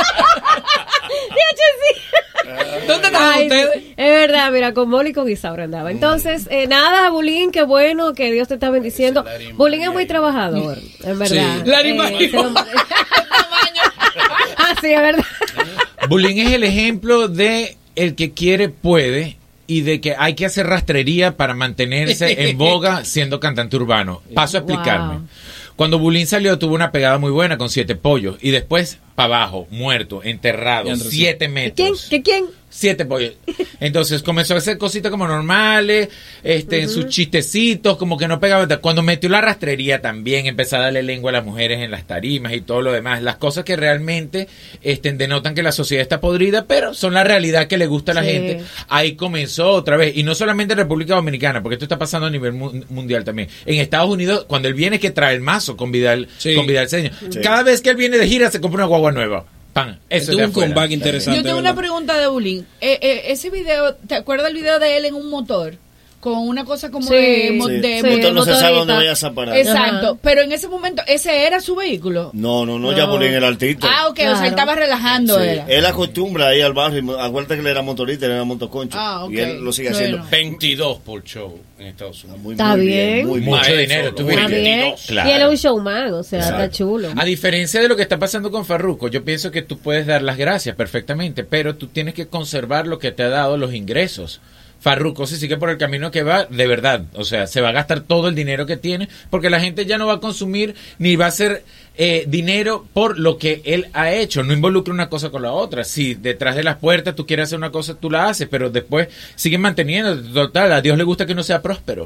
Ya que sí. ¿Dónde estaban Ay, ustedes? es verdad, mira, con Boli y con Isaura andaba. Entonces, eh, nada, Bulín, qué bueno, que Dios te está bendiciendo. Bulín es muy trabajador, en verdad. Sí. Larry Eh, Mario. se lo- Ah, sí, es verdad. Bullying es el ejemplo de el que quiere puede y de que hay que hacer rastrería para mantenerse en boga siendo cantante urbano. Paso a explicarme. Wow. Cuando Bulín salió tuvo una pegada muy buena con siete pollos y después para abajo, muerto, enterrado, Y Andrés, siete ¿Quién? metros. ¿Qué quién? Siete pollos. Entonces comenzó a hacer cositas como normales, este, en sus chistecitos, como que no pegaba. Cuando metió la rastrería también, empezó a darle lengua a las mujeres en las tarimas y todo lo demás. Las cosas que realmente este, denotan que la sociedad está podrida, pero son la realidad que le gusta a la Sí. gente. Ahí comenzó otra vez. Y no solamente en República Dominicana, porque esto está pasando a nivel mu- mundial también. En Estados Unidos, cuando él viene, que trae el mazo con Vidal, Sí. con Vidal Cedeño. Sí. Cada vez que él viene de gira, se compra una guagua nueva. Pan. Eso Tuvo de un afuera. comeback interesante. Yo tengo ¿verdad? una pregunta de Bulín. Eh, eh, ese video, ¿te acuerdas el video de él en un motor? Con una cosa como Sí. de, mo- Sí. de Sí. Motor no se sabe dónde motorista. vayas a parar. Exacto. Ajá. Pero en ese momento, ¿ese era su vehículo? No, no, no, ya Bulín era artista. Ah, ok, o sea, Claro. él estaba relajando. Sí, Era. él acostumbra ir al barrio. y Acuérdate que él era motorista, él era motoconcho. Ah, ok. Y él lo sigue Bueno. haciendo. veintidós por show en Estados Unidos. Muy, Está muy bien. muy Mucho Maestro, dinero. tú muy ves. Está bien. Claro. Y él es un showman, o sea, Exacto. está chulo. A diferencia de lo que está pasando con Farruko, yo pienso que tú puedes dar las gracias perfectamente, pero tú tienes que conservar lo que te ha dado los ingresos. Farruko sí sigue por el camino que va, de verdad, o sea, se va a gastar todo el dinero que tiene, porque la gente ya no va a consumir ni va a hacer eh, dinero por lo que él ha hecho, no involucra una cosa con la otra. Si detrás de las puertas tú quieres hacer una cosa, tú la haces, pero después siguen manteniendo, total, a Dios le gusta que no sea próspero.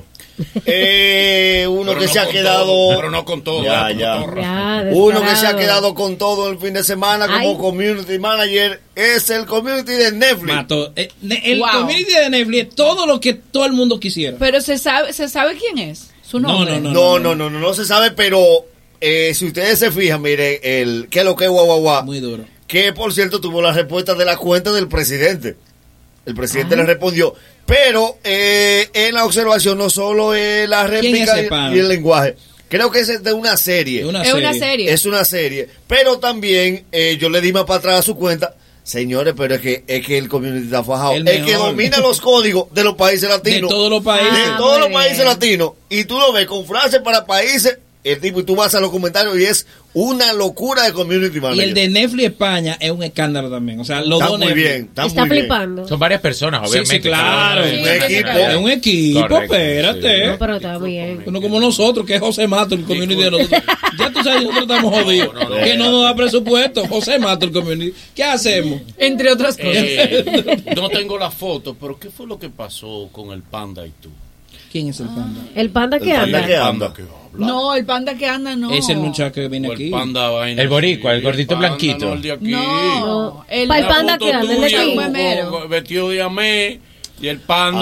Eh, uno Pero que no se ha con quedado... todo, pero no con todo, Ya, como ya. torra. Ya, Uno que se ha descarado. quedado con todo el fin de semana como Ay. community manager es el community de Netflix. Mató. Eh, ne- el Wow. community de Netflix es todo lo que todo el mundo quisiera. Pero se sabe, se sabe quién es. Su nombre. No, no, No, no, no, no, no se sabe, pero eh, si ustedes se fijan, mire, el que lo que guau, guau, guau, Muy duro. que por cierto tuvo la respuesta de la cuenta del presidente. El presidente Ah. le respondió, pero eh, en la observación no solo es la ¿Quién réplica es ese y- pana? y el lenguaje. Creo que es de una serie. Es una Es una serie. Es una serie. Pero también eh, yo le di más para atrás a su cuenta. Señores, pero es que es que el community está fajado. El Es que mejor. domina los códigos de los países latinos. De todos los países. De Ah, todos los muy países bien. latinos. Y tú lo ves con frases para países. El tipo, y tú vas a los comentarios y es una locura de community Y manager. el de Netflix España es un escándalo también. O sea, los Está dos muy Netflix. bien, está Está muy bien. flipando. Son varias personas, Sí, obviamente. sí, claro. Sí, Un sí, equipo. claro. Es un equipo, Correcto, espérate. No, pero está bien. Uno como nosotros, que es José Mato, el community de nosotros. Ya tú sabes, nosotros estamos jodidos. No, no, no. que no nos da presupuesto. José Mato, el community. ¿Qué hacemos? Entre otras cosas. Eh, no tengo la foto, pero ¿qué fue lo que pasó con el panda y tú? ¿Quién es el panda? El panda que El panda anda. que El anda. panda que habla. No, el panda que anda no. Es el muchacho que viene O el aquí. panda vaina. El boricua, el gordito panda, blanquito. No, el de aquí. No, el, Pa' el La panda foto que anda, el de tuya aquí. con- Memero. con- vestido de amé y el panda.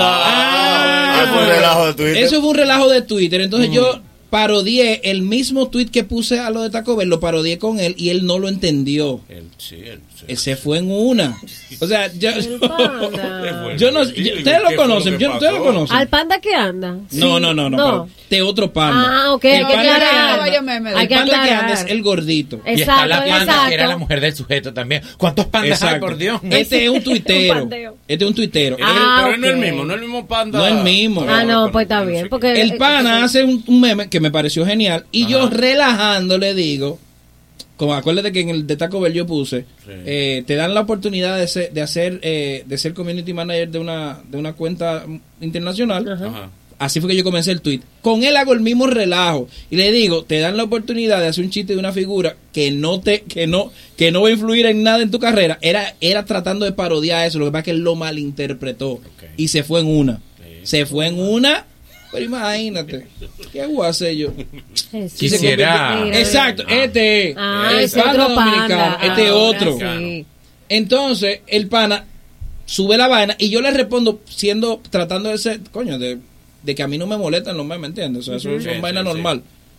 Ah, fue un relajo de Twitter. Eso fue un relajo de Twitter. Entonces yo parodié el mismo tweet que puse a lo de Taco Bell, lo parodié con él y él no lo entendió. El, sí, el, sí. Él se fue en una. O sea, yo, El panda. yo no yo- ustedes lo conocen, yo- ustedes lo conocen. Al panda que anda. No, no, no, no, No. pero de otro panda. Ah, ok, El hay que panda que aclarar. anda, Vaya meme. el Hay que panda que aclarar. anda es el gordito. Y está la Exacto, panda, exacto. que era la mujer del sujeto también. ¿Cuántos pandas hay, Exacto. por Dios? Este es un Un tuitero. pandeo. Este es un tuitero. Ah, pero él no es el ok. mismo, no es el mismo panda. No es el mismo. Ah, no, pues está bien. Porque El pana hace un, un meme que me pareció genial y yo relajando le digo, como acuérdate que en el de Taco Bell yo puse, eh, te dan la oportunidad de ser, de hacer, eh, de ser community manager de una, de una cuenta internacional. Ajá. Así fue que yo comencé el tweet. Con él hago el mismo relajo y le digo, te dan la oportunidad de hacer un chiste de una figura que no te, que no, que no va a influir en nada en tu carrera. Era, era tratando de parodiar eso. Lo que pasa es que él lo malinterpretó y se fue en una. Se fue en una. Pero imagínate, ¿qué voy a hacer yo? Si se Quisiera- convierte- Exacto, este es Ah, el ese panda otro dominicano, panda. este Ah, otro. sí. Entonces, el pana sube la vaina y yo le respondo siendo, tratando de ser, coño, de, de que a mí no me molestan los memes, ¿me entiendes? O sea, eso Ujú. es Sí, una vaina sí, sí. normal.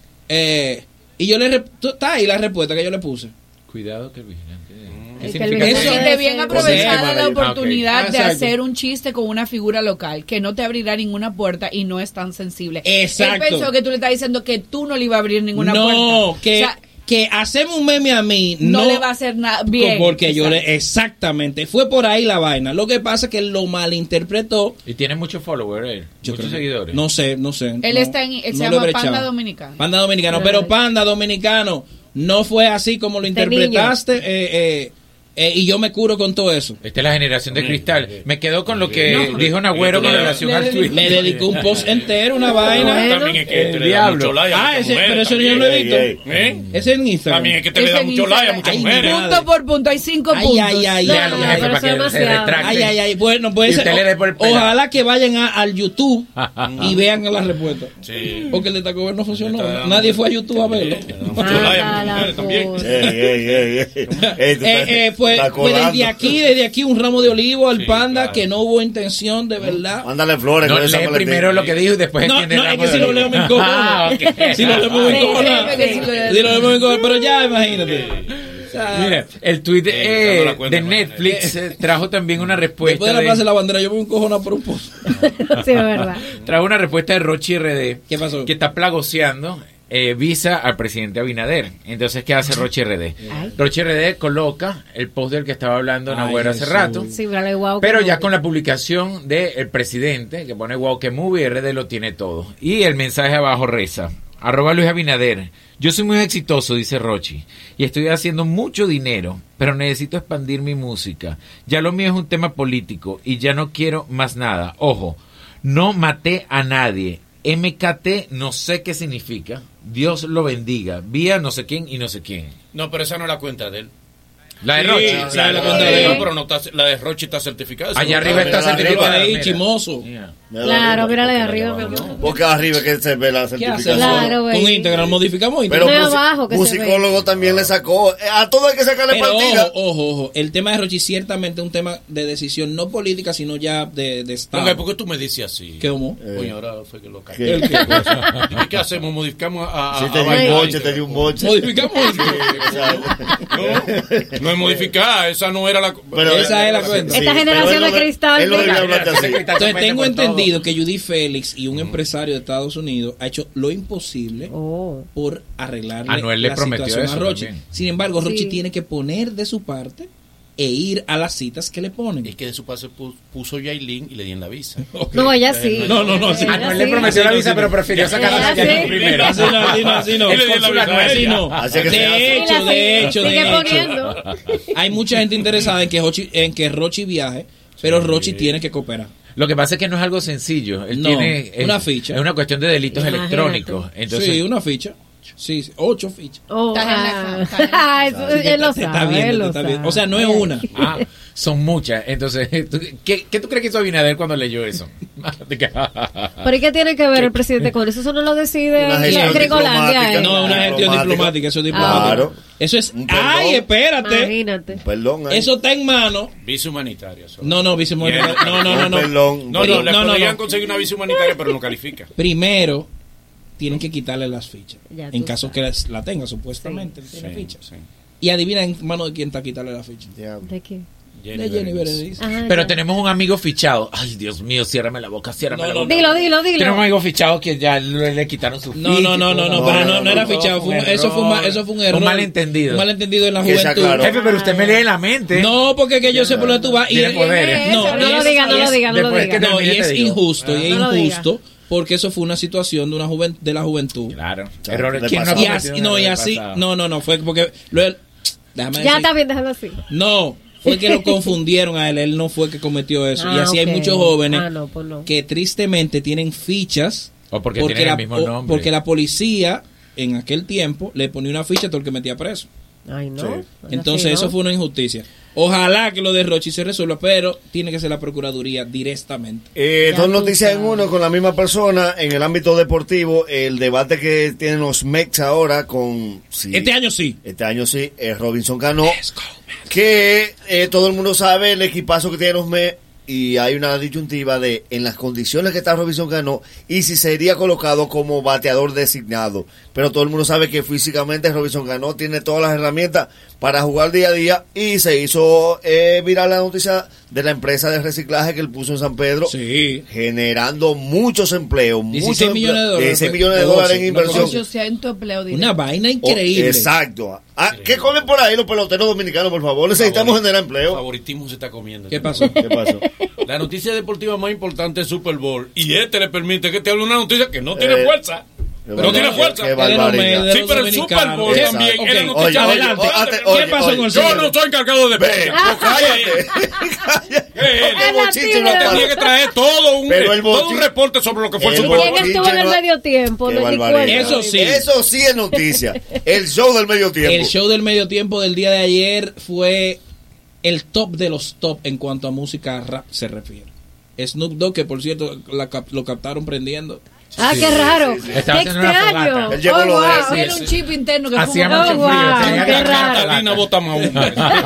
Eh, y yo le, rep- está ahí la respuesta que yo le puse. Cuidado que el vigilante. ¿Qué El que significa el eso? vigilante- Siente bien aprovechada la Ah, ok. oportunidad de Exacto. hacer un chiste con una figura local que no te abrirá ninguna puerta y no es tan sensible. Exacto. Él pensó que tú le estás diciendo que tú no le ibas a abrir ninguna no, puerta. que, O sea, que hacemos un meme a mí no, no, le va a hacer nada bien. porque yo le, exactamente, fue por ahí la vaina. Lo que pasa es que él lo malinterpretó. Y tiene muchos followers, él. Yo muchos creo que- seguidores. No sé, no sé. Él no- está en, él se no lo he llama brechado. Panda Dominicano. Panda Dominicano, Ay. pero Panda Dominicano no fue así como lo Este interpretaste eh, eh, eh, y yo me curo con todo eso. Esta es la generación de cristal. Me quedó con lo que No, dijo Nagüero con le- relación Le, al tweet. le dedicó un post entero, una vaina. Bueno. También es que El te le da diablo. mucho like a Ah, muchas ese, mujeres pero eso yo también. no lo he visto. Ey, ¿Eh? Ese es en Instagram. También es que te le Es da en mucho like a Instagram. muchas Ay, mujeres. madre. Punto por punto, hay cinco Ay, puntos. ay, ay, No, ay, Ya, no, ya, ay, jefe, pero para eso que es se demasiado. retracte. Ay, ay, ay. Bueno, puede Y ser. usted le dé por el o- pelado. ojalá que vayan a- al YouTube y vean la respuesta. Sí. Porque el de Taco Bell no funcionó. Está dando- Nadie fue a YouTube a verlo. Le da mucho like a Ah, muchas la mujeres también. puta. Ey, ey, ey, ey. Ey, tú Eh, estás- eh, fue, estás fue desde colando. aquí, desde aquí un ramo de olivo al Sí, panda claro. que no hubo intención de verdad. Mándale flores. No, con esa lee maletín. primero lo que dijo y después No, entiende no, el es ramo que si de lo olivo. leo me encojona. Ah, ok. Si lo leo me Sí, encojona. créeme que sí lo leo. Si lo leo me encojona. Pero ya, imagínate. O sea, Mira, el tweet Eh, eh, dando la cuenta, de Netflix eh, trajo también una respuesta. después de la de- plaza de la bandera, yo me encojona por un post. Sí, es verdad. trajo una respuesta de Rochi R D. ¿Qué pasó? Que está plagoseando eh, visa al presidente Abinader. Entonces, ¿qué hace Rochi R D? Ay. Rochi R D coloca el post del que estaba hablando Ay, Nagüero hace Jesús. rato. Sí, vale, guau. Pero que ya no. con la publicación del presidente, que pone wow que movie, R D lo tiene todo. Y el mensaje abajo reza: Arroba Luis Abinader. Yo soy muy exitoso, dice Rochi, y estoy haciendo mucho dinero, pero necesito expandir mi música. Ya lo mío es un tema político y ya no quiero más nada. Ojo, no maté a nadie. M K T no sé qué significa. Dios lo bendiga. Vía no sé quién y no sé quién. No, pero esa no es la cuenta de él. La de Sí, Rochi. sí, la, la cuenta de él, pero no está, la de Rochi está certificada. Eso Allá no arriba está certificada. Ahí, Mira. chimoso. Claro, mira la de arriba, mi amor. Porque arriba que se ve la certificación. Claro, con güey. Instagram modificamos Pero Instagram. musi- abajo que se musicólogo también le sacó. Eh, A todo hay que sacarle Pero partida. ojo, ojo, ojo. El tema de Rochi ciertamente es un tema de decisión no política, sino ya de, de Estado. Ok, ¿por qué tú me dices así? ¿Qué humo? Coño, ahora fue que lo ¿Qué? cagué. ¿Qué? ¿Y qué hacemos? ¿Modificamos a, a, Si te a dio vaina? un boche, te dio un boche. ¿Modificamos? No, no es modificar, esa no era la... Pero, esa es la cuenta. Esta generación de cristal. él no mira. debe hablarte así. Entonces tengo entendido que Judy Félix y un empresario de Estados Unidos ha hecho lo imposible por arreglarle Anuel le la prometió situación eso a Rochi. también. Sin embargo, Rochi Sí. tiene que poner de su parte e ir a las citas que le ponen. Es que de su paso pu- puso Yailin y le dieron la visa. No, ella sí. No, no, no. Sí. Anuel le prometió la visa, pero prefirió sacarla Ella allá sí. primero. Así no, así no, así no. Y le dio la visa a Así ella. no. Así que se De hace. hecho, Ella de sí. hecho, Sigue de hecho. poniendo. Hay mucha gente interesada en que Rochi, en que Rochi viaje, pero Rochi tiene que cooperar. Lo que pasa es que no es algo sencillo. Él No, tiene es- una ficha. Es una cuestión de delitos Imagínate. electrónicos. Entonces, Sí, una ficha. Sí, sí, ocho fichas. Oh, Estás en la ah. cama, estás en la Ah, eso él lo Te está sabe, él viendo, lo te está sabe. viendo. O sea, no es una. ah, son muchas. Entonces, ¿tú- ¿qué, ¿qué tú crees que hizo Abinader cuando leyó eso? ¿Pero y qué tiene que ver el presidente con eso? Eso no lo decide Una la gestión Gringolandia. diplomática. ¿eh? No, una gestión Diplomática. diplomática, eso es diplomático. Claro. Eso es. Un perdón. ¡Ay, espérate! Imagínate. Perdón. ahí. Eso está en mano. Visa humanitaria. solo. No, no, vice Bien. No, no, no, no. Perdón. No, no, le No, no, podrían no. conseguir una visa humanitaria, pero no califica. Primero, tienen que quitarle las fichas. Ya tú En caso sabes. que las- la tenga, supuestamente. Tiene Sí, fichas. sí. Y adivina en mano de quién está quitarle la ficha. Diablo. ¿De qué? De Jenny Berenice. Ah, Pero ya. tenemos un amigo fichado. Ay, Dios mío, ciérrame la boca, ciérrame No, la no, boca. Dilo, dilo, dilo. Tenemos un amigo fichado que ya le, le quitaron su No, no, no, no, no, No, pero no, no, no era no, fichado. Fue un- un eso, fue un, ma- error. eso fue un error. Un malentendido. Un malentendido en la Que se juventud. aclaró. Jefe, pero usted me lee la mente. No, porque que yo sé por dónde tú vas. Y Tiene es- poderes. No, No y lo es- diga, no y lo es- diga, no lo después diga. que No, y termine es te digo. injusto y es No lo diga. injusto porque eso fue una situación de una juven- de la juventud. Claro. Claro, Errores. de ¿Quién no ha pasado. Y cometido así, un no, y error así, pasado? no, no, no, fue porque lo, déjame Ya decir- está bien, déjalo así. No, fue que lo confundieron a él, él no fue que cometió eso. y Ah, así ok. hay muchos jóvenes Ah, no, pues no. que tristemente tienen fichas O porque tienen el la, mismo o- nombre. porque la policía en aquel tiempo le ponía una ficha a todo el que metía preso. Ay, no. Sí. Entonces Así, eso ¿no? fue una injusticia. Ojalá que lo de Rochi se resuelva, pero tiene que ser la Procuraduría directamente. Eh, Ya dos tú noticias en sabes. uno con la misma persona. En el ámbito deportivo, el debate que tienen los Mex ahora con... sí, Este año sí. Este año sí, es Robinson Cano. Que eh, todo el mundo sabe el equipazo que tienen los Mex. Y hay una disyuntiva de en las condiciones que está Robinson Cano y si sería colocado como bateador designado. Pero todo el mundo sabe que físicamente Robinson Cano tiene todas las herramientas para jugar día a día. Y se hizo eh, viral la noticia de la empresa de reciclaje que él puso en San Pedro. Sí. Generando muchos empleos. dieciséis muchos millones de empleos, dólares. dieciséis millones de Oh, dólares sí, en una inversión. cosa ochocientos empleos Una directos. vaina Oh, increíble. exacto. Ah, ¿qué comen por ahí los peloteros dominicanos, por favor? Necesitamos Favori- generar empleo. Favoritismo se está comiendo. ¿Qué pasó? ¿Qué pasó? La noticia deportiva más importante es Super Bowl. Y este le permite que te hable una noticia que no tiene Eh, fuerza. Pero no tiene fuerza. Qué barbaridad. de Sí, los pero el Super dominicanos. Bowl ¿Qué- también ok, es la noticia oye, más adelante. importante. oye, ¿Qué pasó oye, con el Yo Super no Bowl? soy encargado de Ve, prensa. pues cállate. Cállate. ¿Qué es? Porque Bochiche no Pero- pasó. Tenía que traer todo un, Pero el todo un bochi- reporte sobre lo que fue el el Super Bowl. ¿Quién Bochiche estuvo en el no- medio tiempo? Qué No barbaridad. recuerdo. Eso sí. Eso sí es noticia. El show del medio tiempo. El show del medio tiempo del día de ayer fue el top de los top en cuanto a música rap se refiere. Snoop Dogg, que por cierto la cap- lo captaron prendiendo. Ah, qué raro. sí. Qué Estaba haciendo una extraño. fogata. Él llevó Oh, lo de wow. eso. Tiene un chip interno que Hacía fuma- mucho Oh, frío. wow, tenía qué que raro. Catalina bota más uno.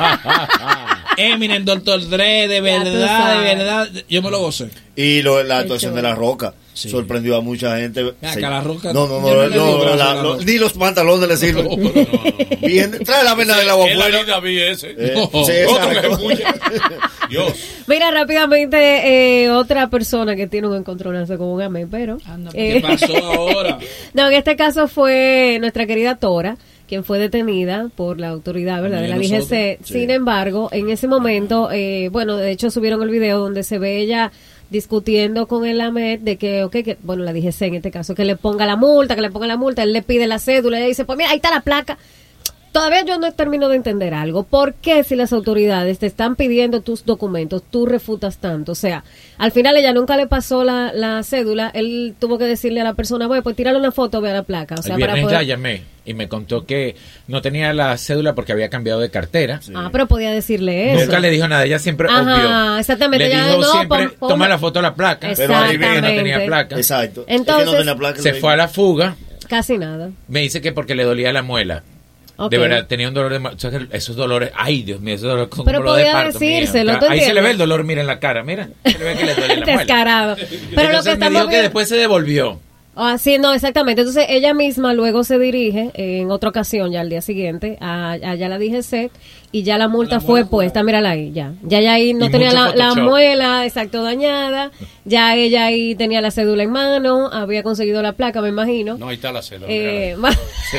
Eminem, Doctor Dre, de tú verdad, de sabes. verdad, yo me lo gocé. Y lo- la Qué actuación de chulo. La Roca Sí. sorprendió a mucha gente. Acá Se- La Roca- No, no, no, yo no no, le digo no, gracias la- a La lo- Roca. ni los pantalones le sirven. Bien, trae la vena del agua Es la afuera. Liga B ese. Eh, No. sí, Otro que exacto. escucha. Dios. Mira, rápidamente, eh, otra persona que tiene un encontronazo con un amén, pero... Anda, eh, ¿Qué pasó ahora? No, en este caso fue nuestra querida Tora, quien fue detenida por la autoridad, ¿verdad? De la También D G C. Sí. Sin embargo, en ese momento, eh, bueno, de hecho subieron el video donde se ve ella discutiendo con el AMET de que, okay, que, bueno, la D G C en este caso, que le ponga la multa, que le ponga la multa, él le pide la cédula, ella dice, pues mira, ahí está la placa. Todavía yo no termino de entender algo. ¿Por qué si las autoridades te están pidiendo tus documentos, tú refutas tanto? O sea, al final ella nunca le pasó la, la cédula, él tuvo que decirle a la persona, bueno, pues tírale una foto, vea la placa. O sea, el viernes para poder... la llamé y me contó que no tenía la cédula porque había cambiado de cartera. Sí. Ah, pero podía decirle eso. Nunca le dijo nada, ella siempre Ajá, obvió. exactamente. Le ya dijo no, siempre, pon, pon, toma la foto de la placa. Exactamente. Pero ahí no tenía placa. Exacto. Entonces, es que no tenía placa, se fue a la fuga. Casi nada. Me dice que porque le dolía la muela. Okay. De verdad, tenía un dolor de... O sea, que esos dolores... Ay, Dios mío, esos dolores son pero como los de podía parto. decírselo, Ahí se le ve el dolor, mira, en la cara, mira. Se le ve que le duele la muela. Descarado. Pero entonces lo que me estamos dijo que viendo... después se devolvió. Ah, sí, no, exactamente. Entonces ella misma luego se dirige eh, en otra ocasión, ya al día siguiente, a, allá la D G C y ya la multa la fue puesta, mírala ahí, ya. Ya ella ahí no y tenía la, la muela, exacto, dañada, ya ella ahí tenía la cédula en mano, había conseguido la placa, me imagino. No, ahí está la cédula. Eh, sí.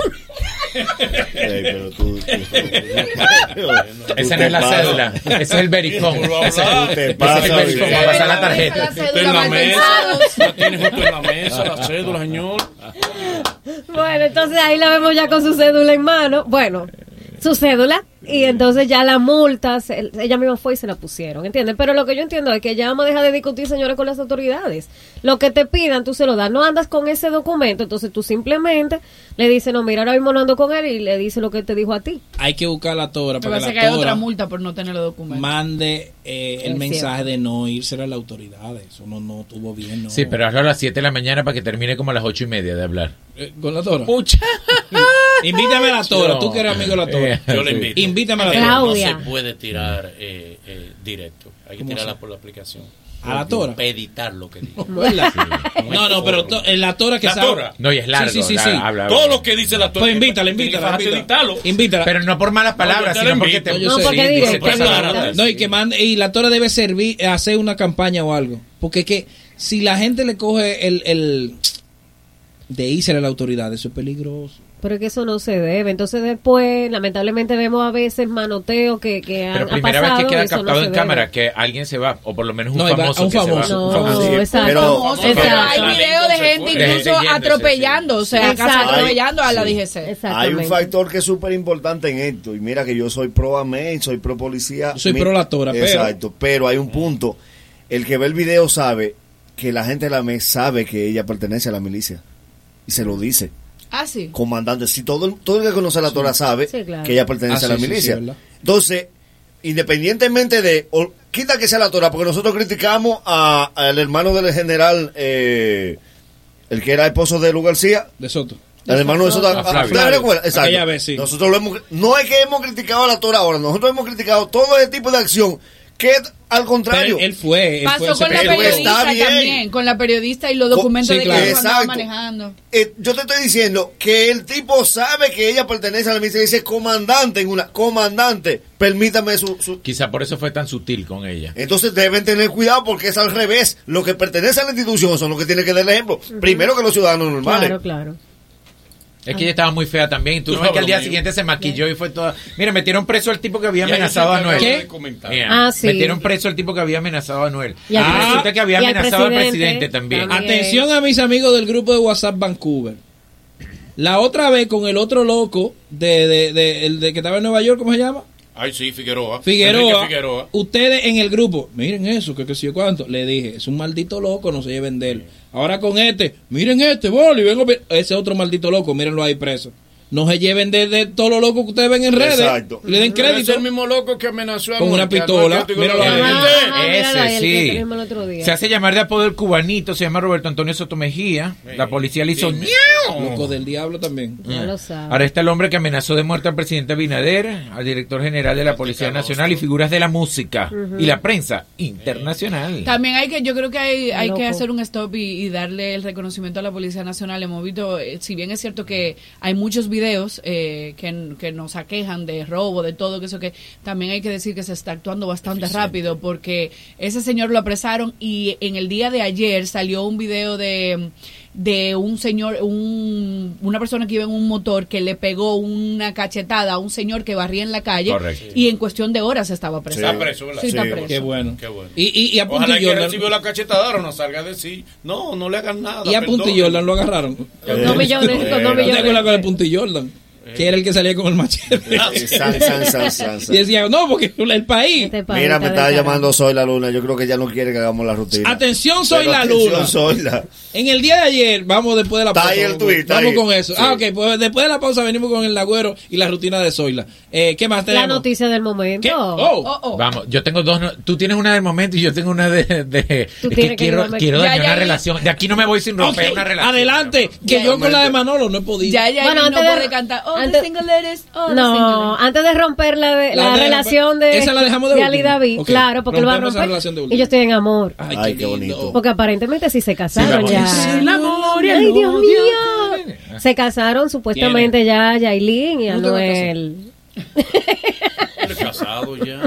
Hey, pero tú, tú, tú, esa no es la cédula, ese es el verifón. Ese es el verifón para pasar la tarjeta. Está en la mesa, la tienes justo en la mesa, la cédula, señor. Bueno, entonces ahí la vemos ya con su cédula en mano. Bueno, su cédula. Y entonces ya la multa, se, ella misma fue y se la pusieron, ¿entiendes? Pero lo que yo entiendo es que ya vamos a dejar de discutir, señores, con las autoridades. Lo que te pidan, tú se lo das. No andas con ese documento, entonces tú simplemente le dices, no, mira, ahora mismo no ando con él y le dice lo que te dijo a ti. Hay que buscar la tora para que la que hay tora otra multa por no tener los documentos. Mande eh, el es mensaje cierto. de no irse a las autoridades. Eso no, no tuvo bien, no. Sí, pero hazlo a las siete de la mañana para que termine como a las ocho y media de hablar. Eh, ¿Con la tora? Pucha. Invítame a la tora, No. tú que eres amigo de la tora. Yo le invito. Invítame a la Pero tora. no Claudia. se puede tirar eh, eh, directo. Hay que ¿Cómo tirarla así? por la aplicación. ¿A la tora? Para editar lo que digo. ¿Verdad? No, no, pero to- en la tora que La sabe- tora. No, y es largo. Sí, sí, sí, la- sí. habla, habla. Todo lo que dice la tora. Pues invítala, invítala, Tienes que invítala. editarlo. Invítala. Pero no por malas palabras, No, yo te sino la porque invito. te... No, yo No, sé. porque Sí, directo, dice cosas directo. raras. No, y que mande, y la tora debe servir, hacer una campaña o algo. Porque es que si la gente le coge el, el de irse a la autoridad, eso es peligroso. Pero es que eso no se debe. Entonces después, lamentablemente, vemos a veces manoteo que, que Pero ha, primera ha pasado vez que queda y eso no captado se en debe. cámara que alguien se va, o por lo menos un No, y va- famoso a un que se va. famoso. No, Un famoso. exacto. Pero- Pero Exacto. hay videos de gente De incluso gente yéndose, atropellando, o sea, Exacto. casi atropellando a la D G C. Hay un Exactamente. factor que es súper importante en esto. Y mira que yo soy pro AME, soy pro policía. Yo soy Mi- pro la tora, pero- Exacto, pero hay un punto. El que ve el video sabe que la gente de la AME sabe que ella pertenece a la milicia. Y se lo dice. Ah, sí. Comandante, si todo el, todo el que conoce a la tora sabe Sí, claro. que ella pertenece Ah, a la sí, sí, milicia. sí, ¿verdad? Entonces, independientemente de, o, quita que sea la tora, porque nosotros criticamos a- al hermano del general, eh, el que era esposo de Lu García, De Soto. el hermano de Soto. A Flavio. ¿Ustedes recuerdan? Exacto. Aquella vez, sí. Nosotros lo hemos, no es que hemos criticado a la tora ahora, nosotros hemos criticado todo ese tipo de acción, que al contrario. Pero él fue. Él fue Pasó con la pero periodista está bien. también, con la periodista y los documentos sí, de claro. que ella andaba Exacto. manejando. Eh, yo te estoy diciendo que el tipo sabe que ella pertenece a la milicia y dice comandante en una comandante, permítame su, su- Quizá por eso fue tan sutil con ella. entonces deben tener cuidado porque es al revés, lo que pertenece a la institución son los que tienen que dar el ejemplo, primero que los ciudadanos normales. Claro, claro. Es que ella estaba muy fea también. Y tú no ves que al día siguiente se maquilló y fue toda... Mira, metieron preso al tipo que había Ya, amenazado yo a sé que Anuel. acabo ¿Qué? de comentar. Mira, Ah, sí. Metieron preso al tipo que había amenazado a Anuel. Y al Y presi- resulta que había y al amenazado al presidente presidente también. también. Atención a mis amigos del grupo de WhatsApp Vancouver. La otra vez con el otro loco de, de, de- el de que estaba en Nueva York, ¿cómo se llama? Ay, sí, Figueroa. Figueroa, Enrique Figueroa. ustedes en el grupo, miren eso, que qué sé yo cuánto, le dije, es un maldito loco, no se lleven de él. Ahora con este, miren este, boli, vengo, vi- ese otro maldito loco, mírenlo ahí preso. No se lleven de, de todo lo loco que ustedes ven en redes. Exacto. Le den Pero ese crédito. Es el mismo loco que amenazó a Con una Anuel, que pistola. Anuel, que yo te Míralo digo, ahí. "Gente, Ah, míralo ahí, el Ese que sí. tenemos el otro día. Se hace llamar de apodo el cubanito, se llama Roberto Antonio Sotomejía. La policía le hizo dime. ¡Niau! Loco del diablo también. Ya lo sabe. Ahora está el hombre que amenazó de muerte al presidente Abinader, al director general de la Policía Nacional y figuras de la música y la prensa internacional. También hay que, yo creo que hay, hay que Loco. hacer un stop y, y darle el reconocimiento a la Policía Nacional. Hemos visto, eh, si bien es cierto que hay muchos videos eh, que, que nos aquejan de robo, de todo, que eso que también hay que decir que se está actuando bastante rápido porque ese señor lo apresaron y en el día de ayer salió un video de de un señor, un, una persona que iba en un motor que le pegó una cachetada a un señor que barría en la calle. Correcto. Y en cuestión de horas estaba preso. Sí. Está preso, ¿verdad? Sí, está Sí, preso. Qué bueno. Qué bueno. Y, y, y a Punto Ojalá y que Jordan. recibió la cachetada ahora no salga a decir, no, no le hagan nada. Y a Punto y perdón. Jordan lo agarraron. Con dos millones, con dos ¿Te millones. acuerdas con el Punto y Jordan? Que era el que salía con el machete. San, san, san, san, san. Y decía, no, porque el país. Este país Mira, me está está de llamando Soy la Luna. Yo creo que ella no quiere que hagamos la rutina. Atención, Soy Pero la atención, Luna. Zoila. En el día de ayer, vamos después de la Está pausa. ahí el vamos, tuit, está vamos ahí. con eso. Sí. Ah, ok, pues después de la pausa venimos con el Nagüero y la rutina de Zoila. Eh, ¿Qué más tenemos? La noticia del momento. ¿Qué? Oh. Oh, oh. Vamos, yo tengo dos. no- Tú tienes una del momento y yo tengo una de. de Tú es tienes que que quiero, irme- quiero Ya, dañar ya, una ya. relación. De aquí no me voy sin romper Ok, una relación. adelante, que yo con la de Manolo no he podido. Ya, ya, Bueno, no antes de- puede cantar. Oh, antes- the single ladies, oh, the No, single antes de romper la, de- La la, de- relación de, esa la dejamos de de Ali última. David, Ok, claro, porque él va a rompemos esa romper. relación de Y última. yo estoy en amor. Ay, Ay, qué, qué lindo. bonito. Porque aparentemente sí se casaron Sí, ya. vamos. El amor y el Ay, Dios odio. mío. Se casaron supuestamente ya Yailin y ¿Tú te vas a Anuel. Él es casado ya.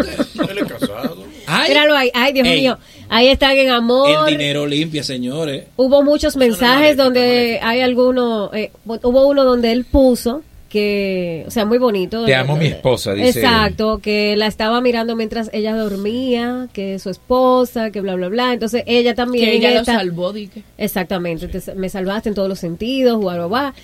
Él es casado. Ay, Míralo ahí. Ay, Dios Ey. mío. Ahí están en amor. el dinero limpia, señores. Hubo muchos mensajes maléfica, donde maléfica. hay algunos, eh, hubo uno donde él puso que, o sea, muy bonito. Te amo, mi esposa, dice. Exacto, que la estaba mirando mientras ella dormía, que es su esposa, que bla, bla, bla. Entonces ella también. Que ella lo está- salvó, dije. Exactamente, te- me salvaste en todos los sentidos, guau, guau, guau.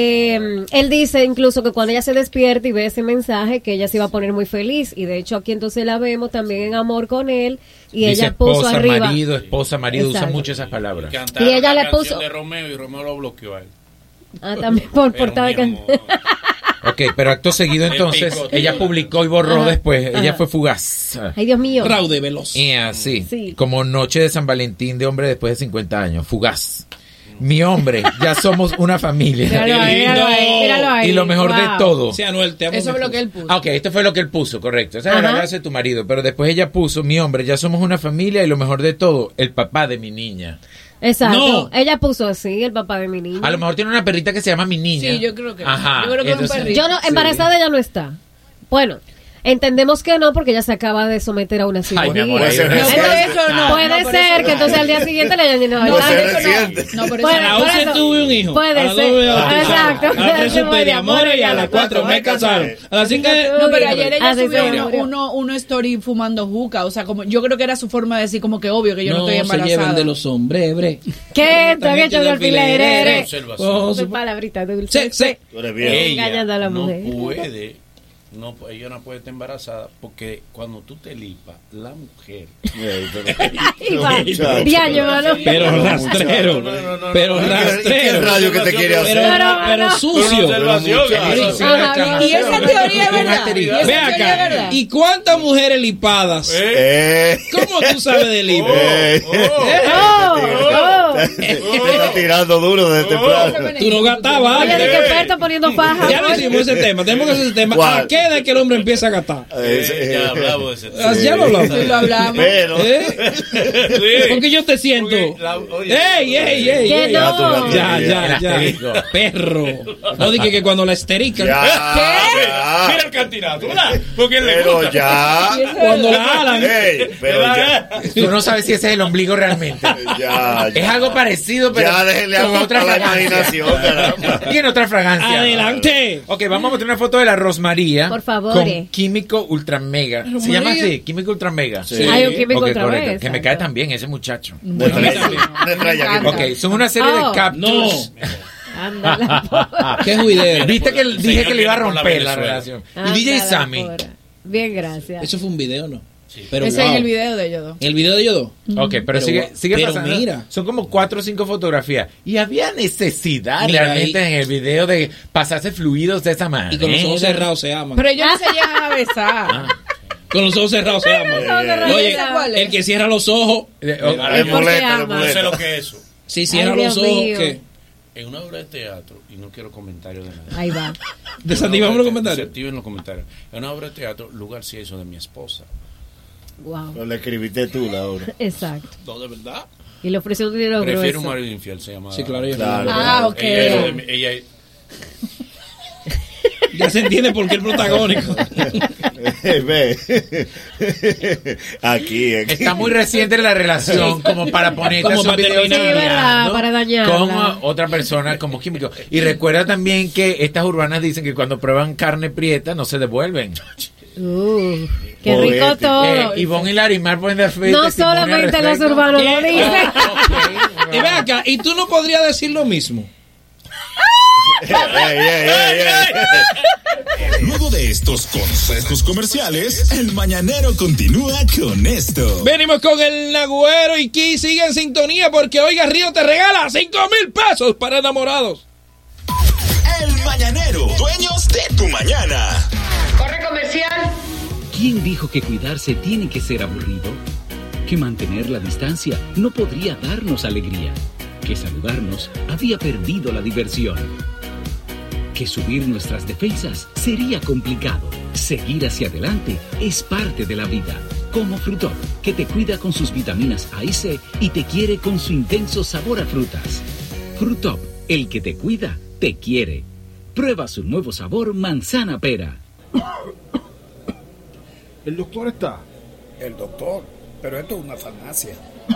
Eh, él dice incluso que cuando ella se despierta y ve ese mensaje, que ella se iba a poner muy feliz. Y de hecho aquí entonces la vemos también en amor con él. Y Dice ella puso esposa, arriba. marido, esposa, marido. Usa Exacto. mucho esas palabras. Cantaron Y ella la le canción puso- de Romeo y Romeo lo bloqueó a él. Ah, también por Pero, portada mi que... amor, Ok, pero acto seguido Le entonces, picó. ella publicó y borró Ajá, después. Ella ajá. fue fugaz. Ay, Dios mío. Raude veloz. Y así, Sí. como noche de San Valentín de hombre después de cincuenta años, fugaz. Mi hombre, ya somos una familia. Míralo ahí, míralo ahí, míralo ahí. Y lo mejor de Wow. todo. Sí, Anuel, te amo. Eso mi es lo que esposa. él puso. Ah, ok, esto fue lo que él puso, correcto. Esa era la Ajá. frase de tu marido. Pero después ella puso, mi hombre, ya somos una familia y lo mejor de todo, el papá de mi niña. Exacto. No. Ella puso así, el papá de mi niña. A lo mejor tiene una perrita que se llama mi niña. Sí, yo creo que- Ajá. yo creo que es un entonces- perrito. Yo no, embarazada ella no está. Bueno, entendemos que no porque ella se acaba de someter a una cirugía. Ay, mi amor, ahí Puede va. ser No, por eso no. Puede no, por ser eso que no. entonces al día siguiente le hayan llenado No, el por Puede tanque. ser eso reciente. no. No, por eso Puede- A la por once eso- tuve un hijo. puede a las ser. dos me bautizaron. Exacto. A las tres Se supe de amores y a las cuatro me casaron. A las cinco... No, pero ayer ella Ah, sí, subió sí, uno, murió. uno, uno story fumando juca. O sea, como yo creo que era su forma de decir como que obvio que yo no, No estoy se embarazada. lleven de los hombres, bre. ¿Qué? Te han hecho de alfileres. Observación. Oh, Su su- palabrita dulce. Sí, sí. Tú eres bien. Ella Engañando a la no mujer. puede, no, pu- ella no puede estar embarazada porque cuando tú te lipas, la mujer. Ey, pero- Ahí va. Muchacho. Diaño, mano. Pero rastrero. No, no, no, Pero no, no, no, rastrero. ¿Qué radio que te quiere Pero, hacer? Pero, pero no. sucio. Pero observación, Pero- sí, Ajá, Y esa teoría es verdad. Una Y esa Ve teoría es acá. verdad. ¿Y cuántas mujeres lipadas? Eh. ¿Cómo tú sabes de lipo? Eh. Oh, oh. Te está tirando duro desde temprano. Tú no gastabas Oye, de que antes. experto poniendo paja. Ya no hicimos ese tema. Tenemos que hacer ese tema. ¿Cuál? ¿A qué edad que el hombre empieza a gastar? Eh, Ya hablamos de ese Ah, ya lo hablamos. Sí, lo hablamos. Pero. ¿Eh? Sí. Porque yo te siento. Porque la- oye, ¡Ey, ey, ey! Que ey. no. Ya, El ya, asterisco. ya. Perro. No dije que cuando la esterican. Ya. ya. Mira el candidato, ¿verdad? Porque le Pero gusta. ya. Cuando la jalan. Ey, pero ya. Tú no sabes si ese es el ombligo realmente. Ya. Es algo parecido, pero Ya déjenle con a otra a la fragancia. imaginación, caramba. Tiene otra fragancia. Adelante. Ok, vamos a mostrar una foto de la Rosmaría. Por favor, Con eh. Químico Ultra Mega. Se Rosmaría. llama así, Químico Ultra Mega. Sí. Hay un químico Ok, otra correcto. vez. Que me cae tan bien ese muchacho. Una estrella, una estrella que- Ok, son una serie Oh. de captures. Ándala, porra. Qué juidero. Viste que dije Señor que le iba a viene por la romper la Venezuela. relación. Y D J Ándala, Sammy. porra. Bien, gracias. Eso fue un video, ¿no? Pero Ese wow. es el video de ellos dos. ¿El video de ellos dos? Ok, pero, Pero sigue, guau. sigue Pero pasando. mira. Son como cuatro o cinco fotografías. Y había necesidad Mira realmente ahí. en el video de pasarse fluidos de esa manera. Y con los ojos cerrados se aman. Pero ellos no se llegan a besar. Con los ojos cerrados se aman. cerrados Oye, se aman. el que cierra los ojos. Eh, oh, Es Porque muleta, es ama. No sé muleta. lo que es eso. Si cierra Ay, los Dios ojos, mío. ¿qué? En una obra de teatro, y no quiero comentarios de nada. Ahí va. Desactivamos los comentarios. Desactiven los comentarios. En una obra de teatro, lugar sí eso de mi esposa. Wow. Pero le escribiste tú, Laura. Exacto. No, de verdad. Y le ofreció un dinero Prefiero grueso. un marido infiel, se llama. Sí, claro, yo- Claro. Ah, ok. Ella, es de mi- ella es- Ya se entiende por qué el protagónico. Ve. Aquí, aquí. Está muy reciente la relación como para poner Como para videos terminar. Sí, verdad, para dañarla. con otra persona como químico. Y recuerda también que estas urbanas dicen que cuando prueban carne prieta no se devuelven. Uh, qué rico todo. Eh, Ivonne y Larimar pueden dar fe. No solamente los urbanos lo dicen. Y ve acá, y tú no podrías decir lo mismo. Ey, ey, ey, ey. Luego de estos consejos comerciales, el mañanero continúa con esto. Venimos con el Nagüero y Ki sigue en sintonía porque Oiga Río te regala cinco mil pesos para enamorados. El mañanero, dueños de tu mañana. Corre comercial. ¿Quién dijo que cuidarse tiene que ser aburrido? Que mantener la distancia no podría darnos alegría. Que saludarnos había perdido la diversión. Que subir nuestras defensas sería complicado. Seguir hacia adelante es parte de la vida. Como Frutop, que te cuida con sus vitaminas A y C y te quiere con su intenso sabor a frutas. Frutop, el que te cuida, te quiere. Prueba su nuevo sabor manzana pera. ¿El doctor está? El doctor, pero esto es una farmacia.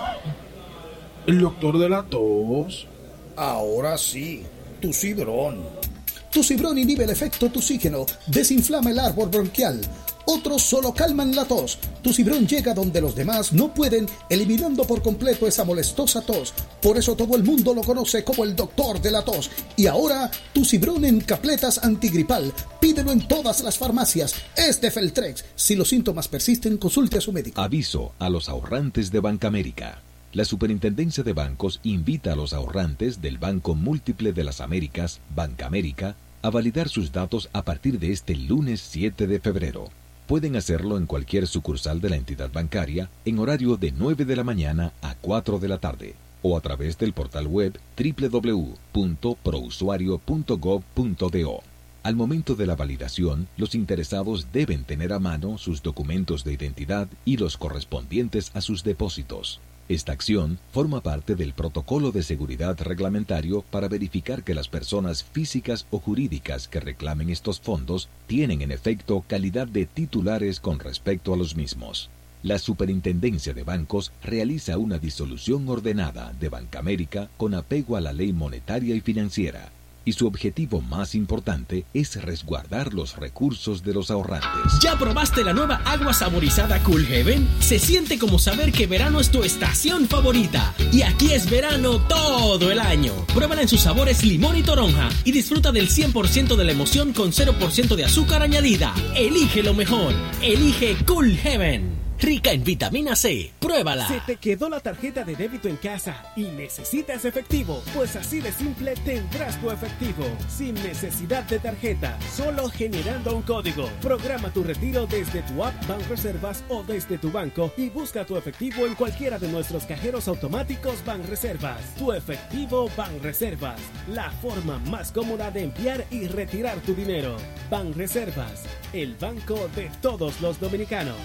¿El doctor de la tos? Ahora sí, tu cibrón. Tu cibrón inhibe el efecto toxígeno, desinflama el árbol bronquial. Otros solo calman la tos. Tu cibrón llega donde los demás no pueden, eliminando por completo esa molestosa tos. Por eso todo el mundo lo conoce como el doctor de la tos. Y ahora, tu cibrón en capletas antigripal. Pídelo en todas las farmacias. Es de Feltrex. Si los síntomas persisten, consulte a su médico. Aviso a los ahorrantes de Bancamérica. La Superintendencia de Bancos invita a los ahorrantes del Banco Múltiple de las Américas, Bancamérica, a validar sus datos a partir de este lunes siete de febrero. Pueden hacerlo en cualquier sucursal de la entidad bancaria en horario de nueve de la mañana a cuatro de la tarde o a través del portal web doble u doble u doble u punto prousuario punto gov punto do. Al momento de la validación, los interesados deben tener a mano sus documentos de identidad y los correspondientes a sus depósitos. Esta acción forma parte del protocolo de seguridad reglamentario para verificar que las personas físicas o jurídicas que reclamen estos fondos tienen en efecto calidad de titulares con respecto a los mismos. La Superintendencia de Bancos realiza una disolución ordenada de Bancamérica con apego a la ley monetaria y financiera, y su objetivo más importante es resguardar los recursos de los ahorrantes. ¿Ya probaste la nueva agua saborizada Cool Heaven? Se siente como saber que verano es tu estación favorita. Y aquí es verano todo el año. Pruébala en sus sabores limón y toronja y disfruta del cien por ciento de la emoción con cero por ciento de azúcar añadida. Elige lo mejor. Elige Cool Heaven. Rica en vitamina C. Pruébala. ¿Se te quedó la tarjeta de débito en casa y necesitas efectivo? Pues así de simple tendrás tu efectivo. Sin necesidad de tarjeta, solo generando un código. Programa tu retiro desde tu app Banreservas o desde tu banco y busca tu efectivo en cualquiera de nuestros cajeros automáticos Banreservas. Tu efectivo Banreservas. La forma más cómoda de enviar y retirar tu dinero. Banreservas, el banco de todos los dominicanos.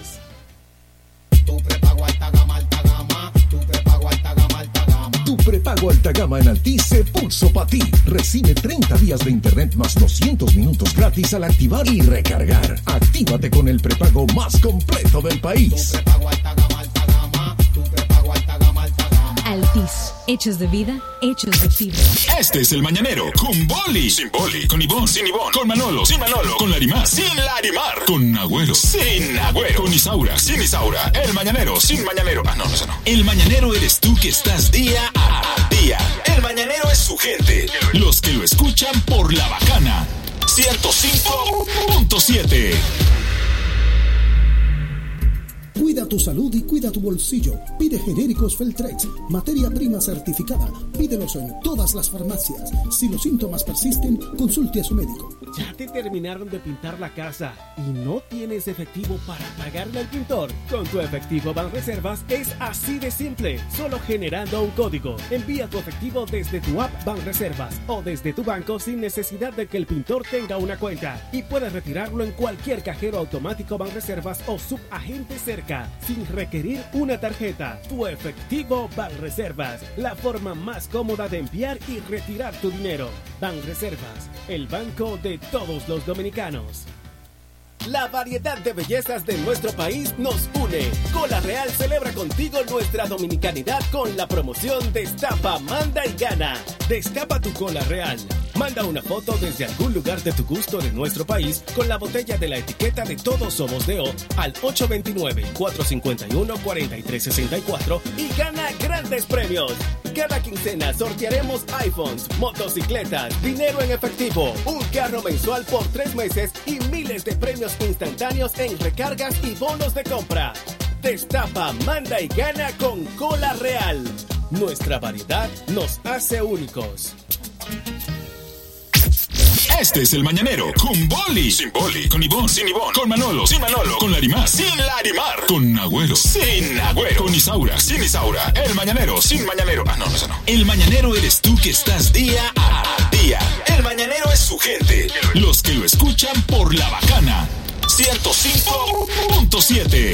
Tu prepago alta gama, alta gama. Tu prepago alta gama, alta gama. Tu prepago alta gama en Altiz se puso para ti. Recibe treinta días de internet más doscientos minutos gratis al activar y recargar. Actívate con el prepago más completo del país. Tu prepago alta gama, alta gama. Tu prepago alta gama, alta gama. Altiz, hechos de vida, hechos de fibra. Este es el mañanero con Boli, sin Boli, con Ivón, sin Ivón, con Manolo, sin Manolo, con Larimar, sin Larimar, con Agüero, sin Agüero, con Isaura, sin Isaura, el mañanero, sin mañanero. Ah, no, no, eso no. El mañanero eres tú que estás día a día. El mañanero es su gente, los que lo escuchan por La Bacana ciento cinco punto siete. Cuida tu salud y cuida tu bolsillo. Pide genéricos Feltrex, materia prima certificada. Pídelos en todas las farmacias. Si los síntomas persisten, consulte a su médico. ¿Ya te terminaron de pintar la casa y no tienes efectivo para pagarle al pintor? Con tu efectivo Banreservas es así de simple, solo generando un código. Envía tu efectivo desde tu app Banreservas o desde tu banco sin necesidad de que el pintor tenga una cuenta y puedes retirarlo en cualquier cajero automático Banreservas o subagente cerca. casa sin requerir una tarjeta. Tu efectivo Banreservas, la forma más cómoda de enviar y retirar tu dinero. Banreservas, el banco de todos los dominicanos. La variedad de bellezas de nuestro país nos une. Cola Real celebra contigo nuestra dominicanidad con la promoción Destapa, Manda y Gana. Destapa tu Cola Real. Manda una foto desde algún lugar de tu gusto de nuestro país con la botella de la etiqueta de Todos Somos de O al ocho dos nueve, cuatro cinco uno, cuatro tres seis cuatro y gana grandes premios. Cada quincena sortearemos iPhones, motocicletas, dinero en efectivo, un carro mensual por tres meses y miles de premios instantáneos en recargas y bonos de compra. Destapa, manda y gana con Cola Real. Nuestra variedad nos hace únicos. Este es El Mañanero, con Boli, sin Boli, con Ivón, sin Ivón, con Manolo, sin Manolo, con Larimar, sin Larimar, con Agüero, sin Agüero, con Isaura, sin Isaura, El Mañanero, sin Mañanero. Ah, no, no, no. El Mañanero eres tú que estás día a día. El Mañanero es su gente, los que lo escuchan por La Bacana ciento cinco punto siete.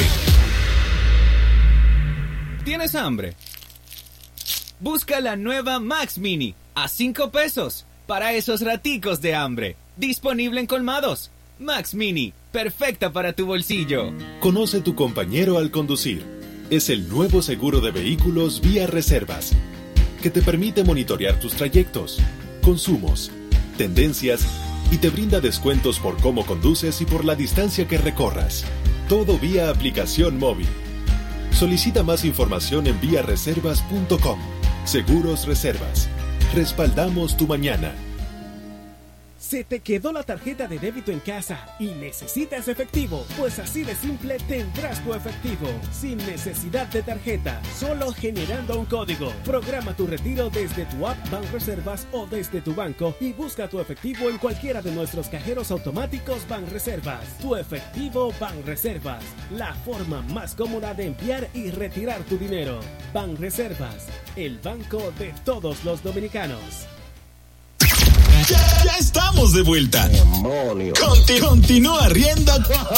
¿Tienes hambre? Busca la nueva Max Mini a cinco pesos. Para esos raticos de hambre. Disponible en colmados. Max Mini, perfecta para tu bolsillo. Conoce tu compañero al conducir. Es el nuevo seguro de vehículos Vía Reservas, que te permite monitorear tus trayectos, consumos, tendencias y te brinda descuentos por cómo conduces y por la distancia que recorras. Todo vía aplicación móvil. Solicita más información en vía reservas punto com. Seguros Reservas. Respaldamos tu mañana. ¿Se te quedó la tarjeta de débito en casa y necesitas efectivo? Pues así de simple tendrás tu efectivo, sin necesidad de tarjeta, solo generando un código. Programa tu retiro desde tu app Banreservas o desde tu banco y busca tu efectivo en cualquiera de nuestros cajeros automáticos Banreservas. Tu efectivo Banreservas, la forma más cómoda de enviar y retirar tu dinero. Banreservas, el banco de todos los dominicanos. Ya, ya estamos de vuelta. Conti- continúa riendo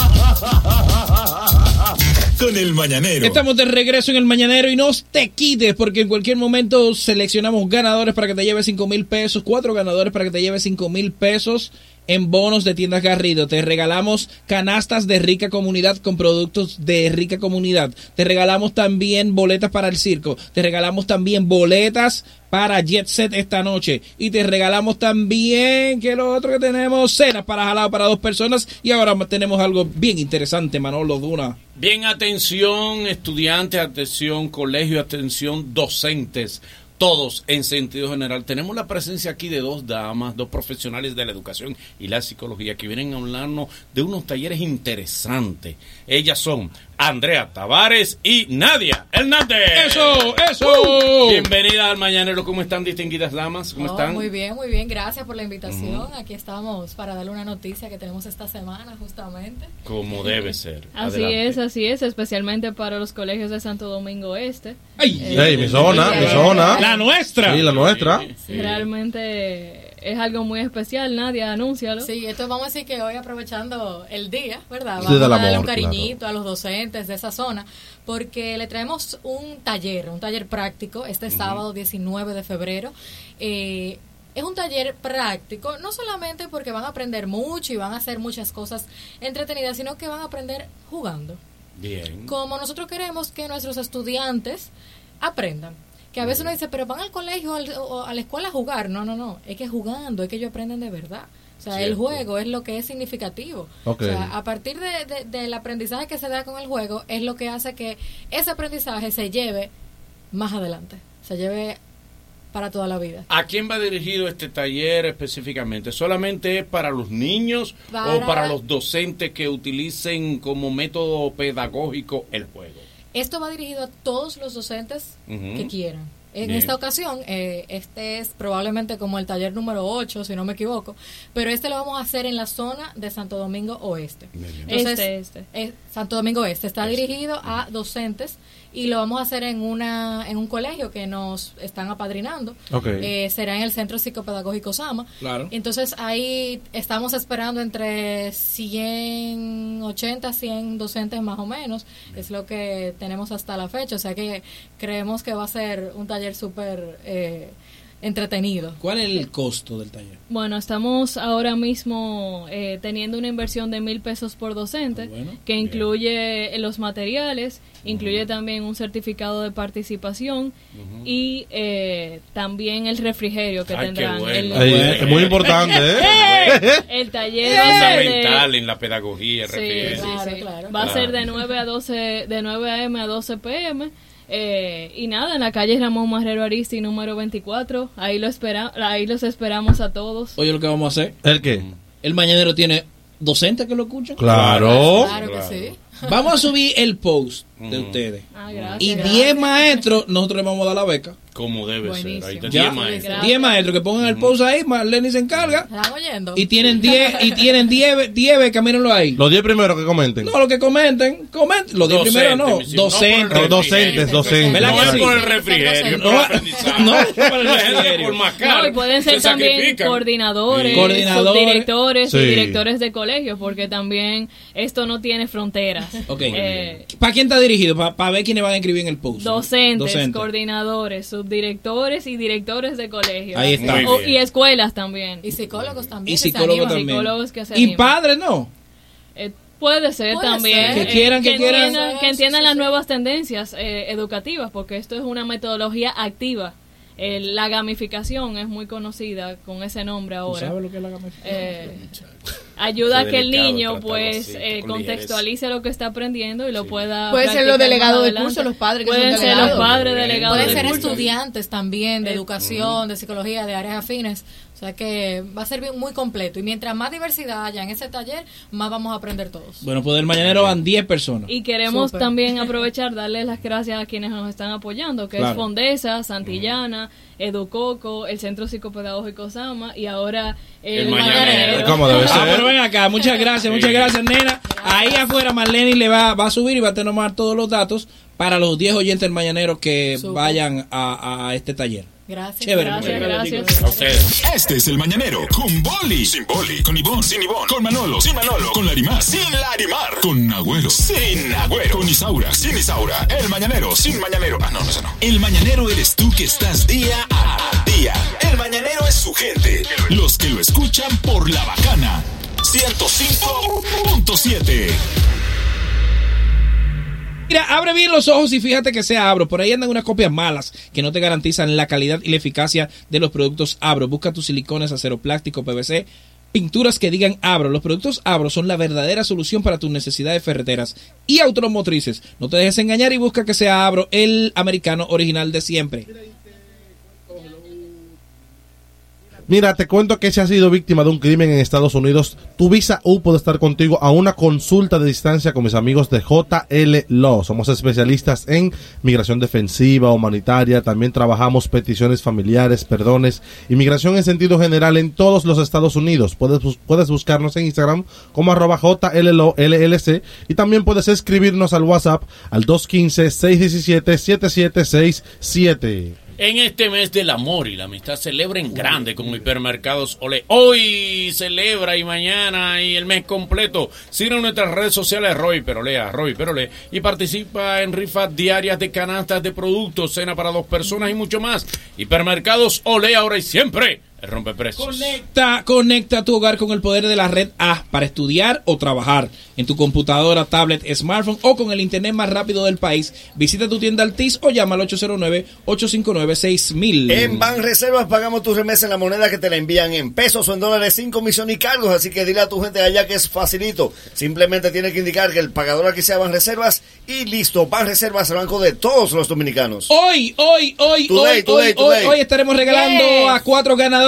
con El Mañanero. Estamos de regreso en El Mañanero y no te quites porque en cualquier momento seleccionamos ganadores para que te lleves cinco mil pesos, cuatro ganadores para que te lleves cinco mil pesos en bonos de Tiendas Garrido. Te regalamos canastas de Rica Comunidad con productos de Rica Comunidad. Te regalamos también boletas para el circo. Te regalamos también boletas para Jet Set esta noche. Y te regalamos también, que lo otro que tenemos, cenas para jalado para dos personas. Y ahora tenemos algo bien interesante, Manolo Duna. Bien, atención estudiantes, atención colegio, atención docentes. Todos en sentido general. Tenemos la presencia aquí de dos damas, dos profesionales de la educación y la psicología que vienen a hablarnos de unos talleres interesantes. Ellas son Andrea Tavares y Nadia Hernández. ¡Eso, eso! Uh, bienvenidas al Mañanero. ¿Cómo están, distinguidas damas? ¿Cómo Oh, están? Muy bien, muy bien. Gracias por la invitación. Uh-huh. Aquí estamos para darle una noticia que tenemos esta semana, justamente. Como debe ser. Así Adelante. es, así es, especialmente para los colegios de Santo Domingo Este. ¡Ey! Eh, ¡Ey, mi zona, mi zona! ¡La nuestra! Sí, la nuestra. Sí. Realmente es algo muy especial, Nadia, anúncialo. Sí, esto vamos a decir que hoy aprovechando el día, ¿verdad? Sí, Vamos del a darle amor, un cariñito a los docentes de esa zona, porque le traemos un taller, un taller práctico, este uh-huh. sábado diecinueve de febrero. Eh, es un taller práctico, no solamente porque van a aprender mucho y van a hacer muchas cosas entretenidas, sino que van a aprender jugando. Bien. Como nosotros queremos que nuestros estudiantes aprendan. Que a veces uno dice, pero van al colegio al, o a la escuela a jugar. No, no, no. Es que jugando, es que ellos aprenden de verdad. O sea, Cierto. El juego es lo que es significativo. Okay. O sea, a partir de, de, del aprendizaje que se da con el juego, es lo que hace que ese aprendizaje se lleve más adelante. Se lleve para toda la vida. ¿A quién va dirigido este taller específicamente? ¿Solamente es para los niños para... o para los docentes que utilicen como método pedagógico el juego? Esto va dirigido a todos los docentes uh-huh. que quieran. En Bien. esta ocasión, eh, este es probablemente como el taller número ocho, si no me equivoco, pero este lo vamos a hacer en la zona de Santo Domingo Oeste. Entonces, Este, este. eh, Santo Domingo Este está dirigido a docentes y lo vamos a hacer en una en un colegio que nos están apadrinando. Ok. Eh, será en el Centro Psicopedagógico Sama. Claro. Entonces ahí estamos esperando entre ciento ochenta, cien docentes más o menos. Es lo que tenemos hasta la fecha. O sea que creemos que va a ser un taller súper eh, entretenido. ¿Cuál es el costo del taller? Bueno, estamos ahora mismo eh, teniendo una inversión de mil pesos por docente, bueno. que incluye eh, los materiales, incluye también un certificado de participación y eh, también el refrigerio que Ay, qué tendrán. bueno. El, Ay, es muy importante, ¿eh? el taller va a ser de- Fundamental en la pedagogía, Sí, refiere. sí, Claro, sí. claro. Va a ser Claro. de nueve a doce, de nueve a eme a doce pe eme. Eh, y nada, en la calle Ramón Marrero Aristi número veinticuatro, ahí lo espera, ahí los esperamos a todos. Oye, lo que vamos a hacer. ¿El qué? El mañanero tiene docentes que lo escuchan. Claro. Claro que sí. Vamos a subir el post de ustedes. Ah, gracias. Y gracias. diez maestros, nosotros le vamos a dar la beca. Como debe Buenísimo. ser. Ahí está Ya, diez maestros. diez maestros que pongan el post ahí, Marlene se encarga. ¿Están oyendo? Y tienen diez, y tienen diez, diez becas, mírenlo ahí. Los diez primeros que comenten. No, los que comenten, comenten. Los diez Docente, primeros no, mi cielo, docentes. no No, docentes, docentes. ¿Verdad No que es sí? por el refrigerio, No, por el aprendizaje. no, por el La gente refrigerio. por más No, caro, y pueden ser se también sacrifican. coordinadores, Sí. Coordinadores. subdirectores Sí. y directores de colegios, porque también esto no tiene fronteras. Ok. Eh, ¿Para quién está dirigido? Para ver quiénes van a escribir en el post. Docentes, Docentes. coordinadores, subdirectores y directores de colegios. Ahí está. Muy O- bien. y escuelas también. Y psicólogos también. Y que se psicólogos animan. también. Psicólogos que se Y animan. padres, no. Eh, puede ser Puede también. ser. Que quieran, que quieran. entiendan, que Sí, entiendan sí, las sí. nuevas tendencias eh, educativas, porque esto es una metodología activa. Eh, la gamificación es muy conocida con ese nombre ¿Tú ahora. sabes lo que es la gamificación? Eh, ayuda a Qué que el delicado niño tratarlo pues así, eh, con contextualice lo que está aprendiendo y lo pueda Puede ser los practicar delegados más de adelante. curso, los padres que pueden son ser delegados. los padres delegados Pueden de ser curso. estudiantes también de Eh, educación, de psicología, de áreas afines. O sea que va a ser bien- muy completo. Y mientras más diversidad haya en ese taller, más vamos a aprender todos. Bueno, pues del mañanero van diez personas. Y queremos Súper. también aprovechar, darles las gracias a quienes nos están apoyando, que Claro. es Fondesa, Santillana, Educoco, el Centro Psicopedagógico Sama y ahora el, El Mañanero. ¿Cómo debe Ah, pero ser? ven acá, muchas gracias, muchas gracias, nena. Ahí afuera Marlene le va, va a subir y va a tener todos los datos para los diez oyentes del mañanero que Súper. vayan a, a este taller. Gracias. Chévere, Gracias, mujer. gracias. A ustedes. Este es el Mañanero con Boli, sin Boli, con Ivón, sin Ivón, con Manolo, sin Manolo, con Larimar, sin Larimar, con Agüero, sin Agüero, con Isaura, sin Isaura, el Mañanero, sin Mañanero. Ah, no, no, ese no. El Mañanero eres tú que estás día a día. El Mañanero es su gente, los que lo escuchan por La Bacana. ciento cinco punto siete. Mira, abre bien los ojos y fíjate que sea Abro. Por ahí andan unas copias malas que no te garantizan la calidad y la eficacia de los productos Abro. Busca tus silicones, acero plástico, P V C, pinturas que digan Abro. Los productos Abro son la verdadera solución para tus necesidades ferreteras y automotrices. No te dejes engañar y busca que sea Abro, el americano original de siempre. Mira, te cuento que si has sido víctima de un crimen en Estados Unidos, tu Visa U puede estar contigo a una consulta de distancia con mis amigos de J L Law. Somos especialistas en migración defensiva, humanitaria, también trabajamos peticiones familiares, perdones, inmigración en sentido general en todos los Estados Unidos. Puedes, bus- puedes buscarnos en Instagram como arroba J L L O L L C y también puedes escribirnos al WhatsApp al dos uno cinco, seis uno siete, siete siete seis siete. En este mes del amor y la amistad celebra en grande con Hipermercados Olé. Hoy celebra y mañana y el mes completo. Sigue en nuestras redes sociales Roy Perolé, Roy Perolé y participa en rifas diarias de canastas de productos, cena para dos personas y mucho más. Hipermercados Olé ahora y siempre. El rompeprecios. Conecta, conecta tu hogar con el poder de la red A para estudiar o trabajar en tu computadora, tablet, smartphone o con el internet más rápido del país. Visita tu tienda Altis o llama al ocho cero nueve, ocho cinco nueve, seis mil. En Banreservas pagamos tus remesas en la moneda que te la envían en pesos o en dólares sin comisión y cargos, así que dile a tu gente allá que es facilito. Simplemente tiene que indicar que el pagador aquí sea Banreservas y listo. Banreservas, el banco de todos los dominicanos. Hoy, hoy, hoy, Today, hoy, today, hoy, today. hoy, hoy estaremos regalando Yes. a cuatro ganadores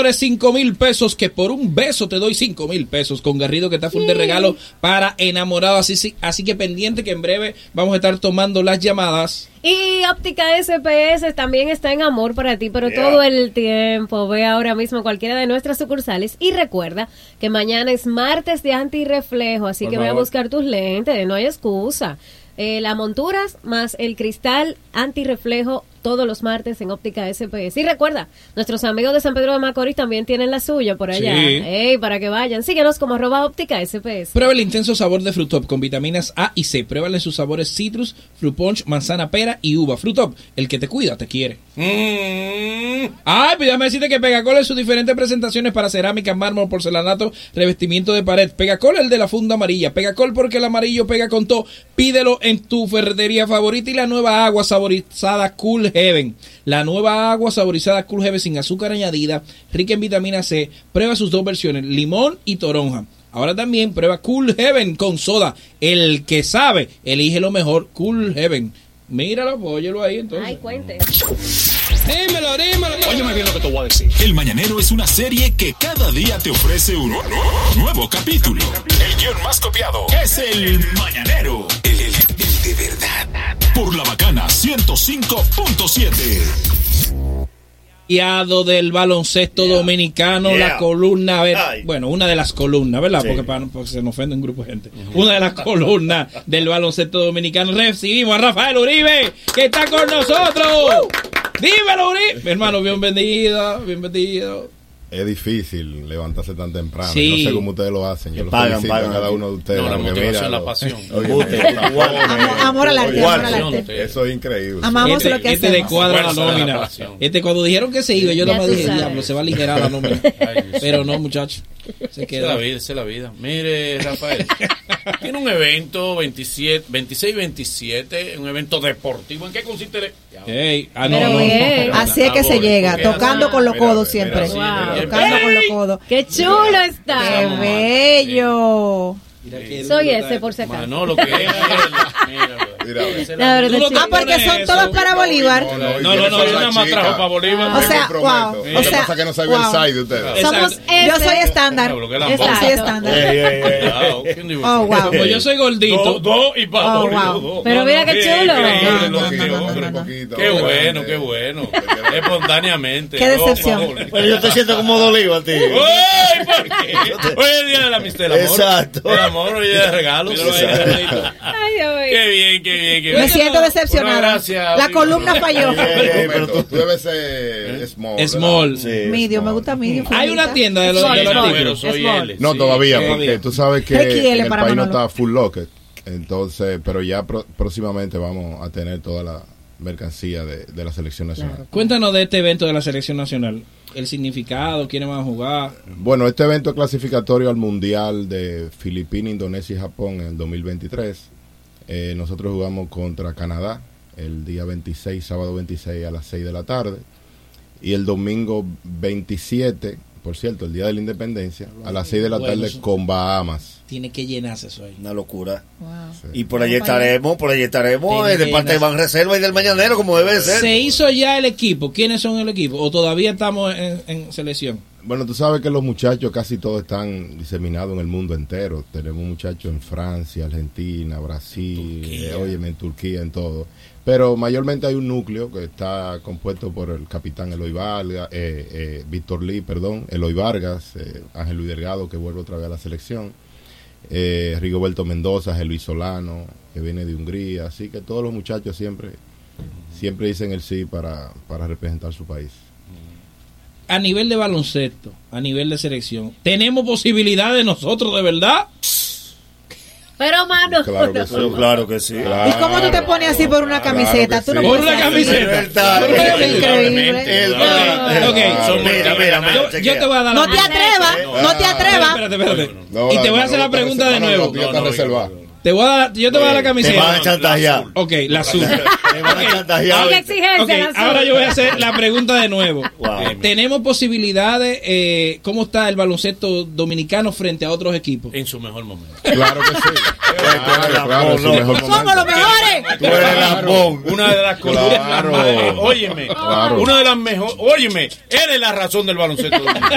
ganador es cinco mil pesos, que por un beso te doy cinco mil pesos con Garrido, que está full de regalo para enamorados. Así, así que pendiente que en breve vamos a estar tomando las llamadas. Y Óptica S P S también está en amor para ti, pero Yeah. todo el tiempo. Ve ahora mismo a cualquiera de nuestras sucursales y recuerda que mañana es martes de antirreflejo, así Por que ve a favor. buscar tus lentes, no hay excusa. Eh, las monturas más el cristal antirreflejo todos los martes en Óptica S P S. Y recuerda, nuestros amigos de San Pedro de Macorís también tienen la suya por allá. Sí. Ey, para que vayan. Síguenos como arroba Óptica S P S. Prueba el intenso sabor de Fruit Top con vitaminas A y C. Pruébale sus sabores citrus, fruit punch, manzana, pera y uva. Fruit Top, el que te cuida, te quiere. Mm. Ay, pues déjame decirte que Pegacol en sus diferentes presentaciones para cerámica, mármol, porcelanato, revestimiento de pared. Pegacol, el de la funda amarilla. Pegacol porque el amarillo pega con todo. Pídelo en tu ferretería favorita. Y la nueva agua saborizada Cool Heaven. La nueva agua saborizada Cool Heaven sin azúcar añadida, rica en vitamina C. Prueba sus dos versiones, limón y toronja. Ahora también prueba Cool Heaven con soda. El que sabe, elige lo mejor. Cool Heaven. Míralo, óyelo ahí entonces. Ay, cuente. Dímelo, dímelo. Óyeme bien lo que te voy a decir. El Mañanero es una serie que cada día te ofrece un nuevo capítulo. El guión más copiado es El Mañanero. El, el, el de verdad. Por La Bacana ciento cinco punto siete. Del baloncesto dominicano, Yeah. la columna, a ver, Ay. bueno, una de las columnas, ¿verdad? Sí. Porque, para, porque se nos ofende un grupo de gente. Una de las columnas del baloncesto dominicano. Recibimos a Rafael Uribe, que está con nosotros. Dímelo, Uribe. Mi hermano, bienvenido, bienvenido. Es difícil levantarse tan temprano. Sí. Yo no sé cómo ustedes lo hacen. Yo Que los pagan, felicito pagan a cada aquí. uno de ustedes. No, la porque motivación, mira, la lo- pasión. Oye, Igual. mira, Igual. amor al arte, Igual. amor al arte. Eso es increíble. Amamos Este, lo que este de hacemos. cuadra la Fuerza de la nómina. pasión. Este, cuando dijeron que se iba, yo Ya nada más tú dije, sabes. diablo, se va a aligerar la nómina. Ay, Dios. Pero no, muchacho. Se Esa es la queda. vida, esa es la vida. Mire, Rafael, tiene un evento veintisiete, veintiséis veintisiete, un evento deportivo. ¿En qué consiste? el- Ey, ah, no, Pero no, bien. no, Así es que se Ahora, llega, porque- tocando con los Mira, codos mira, siempre. sí, Wow. mira, Tocando con los codos. ¡Qué chulo está! ¡Qué bello! Mira qué Soy duro ese, está por si acaso. Manolo, que es. Mira, Mira, esa es La la- verdad, Tú no chico. Ah, porque son eso. todos para Bolívar. No, no, no, yo nada más trajo para Bolívar. O sea, te prometo. wow. Lo O que sea, pasa es que no sabía wow. el side de ustedes. Somos, Exacto. yo soy Ese- estándar. Diablo, que la Yo bomba. soy Exacto. estándar. Ey, ey, ey. Cuidado, ¿quién dijo Oh, eso? wow. Como yo soy gordito. Dos, dos y para Oh, Bolívar, wow. dos. Pero No, mira no, qué qué chulo. increíble, No, lo no, que no, no, hombre. no, no. Poquito, Qué grande. bueno, qué bueno. Espontáneamente. Qué dos decepción. pa' Bolívar. Pero yo te siento como dolido a ti. ¡Uy! ¿Por qué? Hoy es el día de la amistad, el amor. Exacto. El amor, hoy es de regalos. Míralo ahí, gordito. Ay, Dios mío. Qué bien, qué bien, qué bien. Me siento Bueno, decepcionada. gracias, La amigo. columna falló. Ey, ey, ey, pero Pero tú- tú debes ser small. Small. Sí, Medium, me gusta medium. Hay una formita. tienda de los, Small, de los small. artículos. Pero soy Small. L. No, sí. todavía, todavía. porque tú sabes que X L en el para país no Manolo. está full locker. Entonces, pero ya pro- próximamente vamos a tener toda la mercancía de, de la selección nacional. Cuéntanos de este evento de la selección nacional. El significado, quiénes van a jugar. Bueno, este evento es clasificatorio al Mundial de Filipinas, Indonesia y Japón en el dos mil veintitrés. Eh, nosotros jugamos contra Canadá el día veintiséis, sábado veintiséis a las seis de la tarde. Y el domingo veintisiete, por cierto, el día de la independencia, a las seis de la Bueno, tarde eso- con Bahamas. Tiene que llenarse eso ahí. Una locura. Wow. Y por allí estaremos, por allí estaremos, Tiene eh, de que parte de llenar. Banreserva y del Mañanero, como debe de ser. ¿Se hizo ya el equipo? ¿Quiénes son el equipo? ¿O todavía estamos en, en selección? Bueno, tú sabes que los muchachos casi todos están diseminados en el mundo entero. Tenemos muchachos en Francia, Argentina, Brasil, eh, óyeme, en Turquía, en todo. Pero mayormente hay un núcleo que está compuesto por el capitán Eloy Vargas, eh, eh, Víctor Lee, perdón, Eloy Vargas, eh, Ángel Luis Delgado, que vuelve otra vez a la selección, eh, Rigoberto Mendoza, Ángel Luis Solano, que viene de Hungría. Así que todos los muchachos siempre, siempre dicen el sí para, para representar su país. A nivel de baloncesto, a nivel de selección, ¿tenemos posibilidades nosotros de verdad? Pero, mano. Claro que sí. Pero claro que sí. ¿Y cómo tú te pones así por una camiseta? Tú no sí. Por puedes una ser así. camiseta. Por Eso una- es increíble. El- Ok, ok. Son- Mira, mira, mira, Yo, yo chequea. te voy a dar la No te atrevas, no te atrevas. Espérate, espérate. No, y te la- voy a hacer no, la no, pregunta no, de no, nuevo. no, tú ya estás reservado. Te voy a dar, yo te voy a dar la Te van a camiseta. chantajear. Ok, la azul. Te van a chantajear. Qué exigencia, Ok, la azul. ahora yo voy a hacer la pregunta de nuevo. Wow. ¿Tenemos posibilidades? Eh, ¿Cómo está el baloncesto dominicano frente a otros equipos? En su mejor momento. Claro que sí. claro, es su mejor momento. ¡Somos los mejores! Tú eres lambón. Una de las columnas. Claro. eh, óyeme. Claro. Una de las mejores. Óyeme. Eres la razón del baloncesto.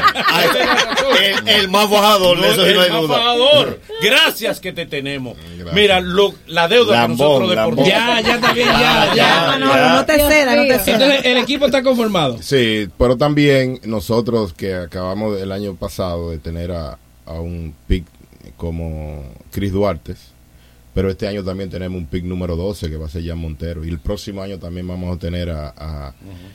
el, el más bajador, de eso sí no hay el más duda. bajador. Gracias que te tenemos. Gracias. Mira, lo, la deuda Lambón, que nosotros lambón. deportistas. Ya, ya está bien, ya, ya. Ya, Manolo, ya. no te cedas, no te cedas. Entonces, el equipo está conformado. Sí, pero también nosotros que acabamos el año pasado de tener a, a un pick como Chris Duarte, pero este año también tenemos un pick número doce que va a ser Jan Montero, y el próximo año también vamos a tener a, a,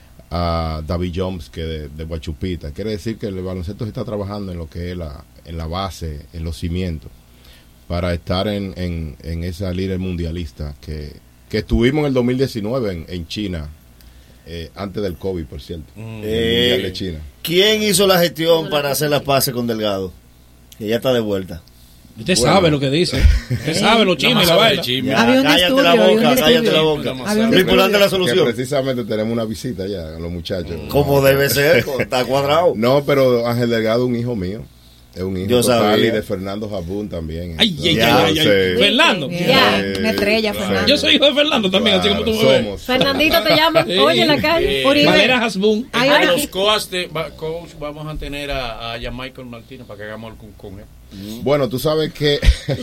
a David Jones, que de, de Guachupita. Quiere decir que el baloncesto se está trabajando en lo que es la, en la base, en los cimientos, para estar en, en, en esa líder mundialista que, que estuvimos en el dos mil diecinueve en, en China. Eh, antes del COVID, por cierto. Mm. El Eh, Mundial de China. ¿Quién hizo la gestión para hacer las paces con Delgado? Que ya está de vuelta. Usted Bueno. sabe lo que dice. Usted sabe los chismes y la vaina. Ya, Había un cállate estudio, la había un boca, cállate estudio. la boca. Había un Lo importante es la Que solución. precisamente tenemos una visita ya a los muchachos. Como debe ser, está cuadrado. No, pero Ángel Delgado es un hijo mío. Es un hijo Yo total, sabía. y de Fernando Jabún también. Ay, ay, Entonces, ay, ay, ay. Fernando. Ya, Eh, una estrella, claro. Fernando. Yo soy hijo de Fernando también, así como tú me ves. somos. Fernandito te llama, Sí. oye en la calle. Eh, Uribe. Valera Hasbun. Hay A una- los coach, de, va- coach vamos a tener a, a Jan Michael Martínez para que hagamos algún con él. Bueno, tú sabes que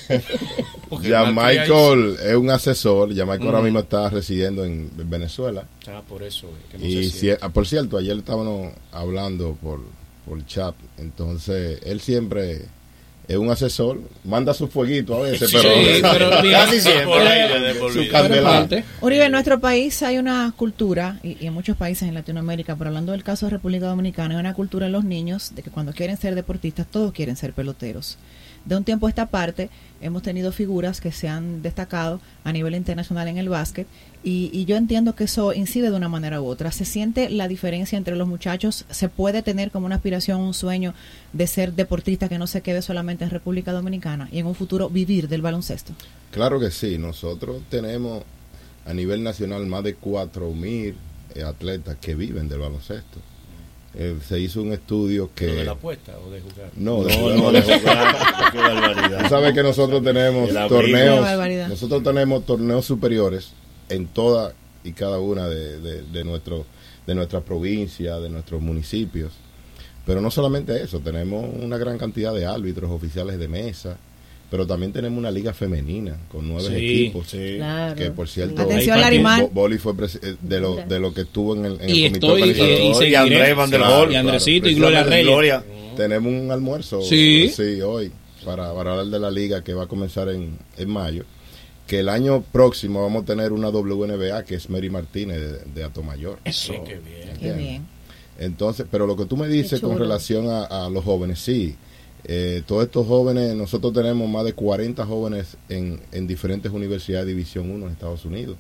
Porque ya Martí Michael es un asesor. Ya Michael ahora Mm. mismo está residiendo en Venezuela. Ah, por eso. eh, que no Y sé si- ah, por cierto, ayer estábamos hablando por, por chat. Entonces, él siempre es un asesor. Manda su fueguito a veces, Sí, pero, pero mira, Casi siempre. por ahí, de por su vida. candela. parte. Uribe, en nuestro país hay una cultura, y, y en muchos países en Latinoamérica, pero hablando del caso de República Dominicana, hay una cultura en los niños de que cuando quieren ser deportistas, todos quieren ser peloteros. De un tiempo a esta parte, hemos tenido figuras que se han destacado a nivel internacional en el básquet, y, y yo entiendo que eso incide de una manera u otra. ¿Se siente la diferencia entre los muchachos? ¿Se puede tener como una aspiración, un sueño de ser deportista que no se quede solamente en República Dominicana y en un futuro vivir del baloncesto? Claro que sí. Nosotros tenemos a nivel nacional más de cuatro mil eh, atletas que viven del baloncesto. Eh, se hizo un estudio que... ¿Lo de la apuesta o de jugar? No, de No, jugar, no, de de jugar. jugar. Qué barbaridad. Tú sabes que nosotros tenemos El abrigo. Qué torneos, barbaridad. nosotros tenemos torneos superiores en toda y cada una de, de, de, nuestro, de nuestras provincias, de nuestros municipios. Pero no solamente eso, tenemos una gran cantidad de árbitros, oficiales de mesa, pero también tenemos una liga femenina con nueve Sí, equipos. sí. Claro. Que por cierto, Atención, Ahí Larimar. Bo- Boli fue presi- eh, de lo, de lo que estuvo en el, en el Y comité estoy, y, organizador. y Y seguiré. Andrés Van der Claro, Gol. Y Andresito claro, y Gloria Precisamente, Reyes. Gloria. Tenemos un almuerzo Sí. sí, hoy para, para hablar de la liga que va a comenzar en, en mayo. Que el año próximo vamos a tener una W N B A que es Mary Martínez de, de Atomayor. Eso. Sí, qué bien. Qué bien. Entonces, pero lo que tú me dices Qué con chulo. relación a, a los jóvenes, sí. Eh, todos estos jóvenes, nosotros tenemos más de cuarenta jóvenes en, en diferentes universidades de División uno en Estados Unidos,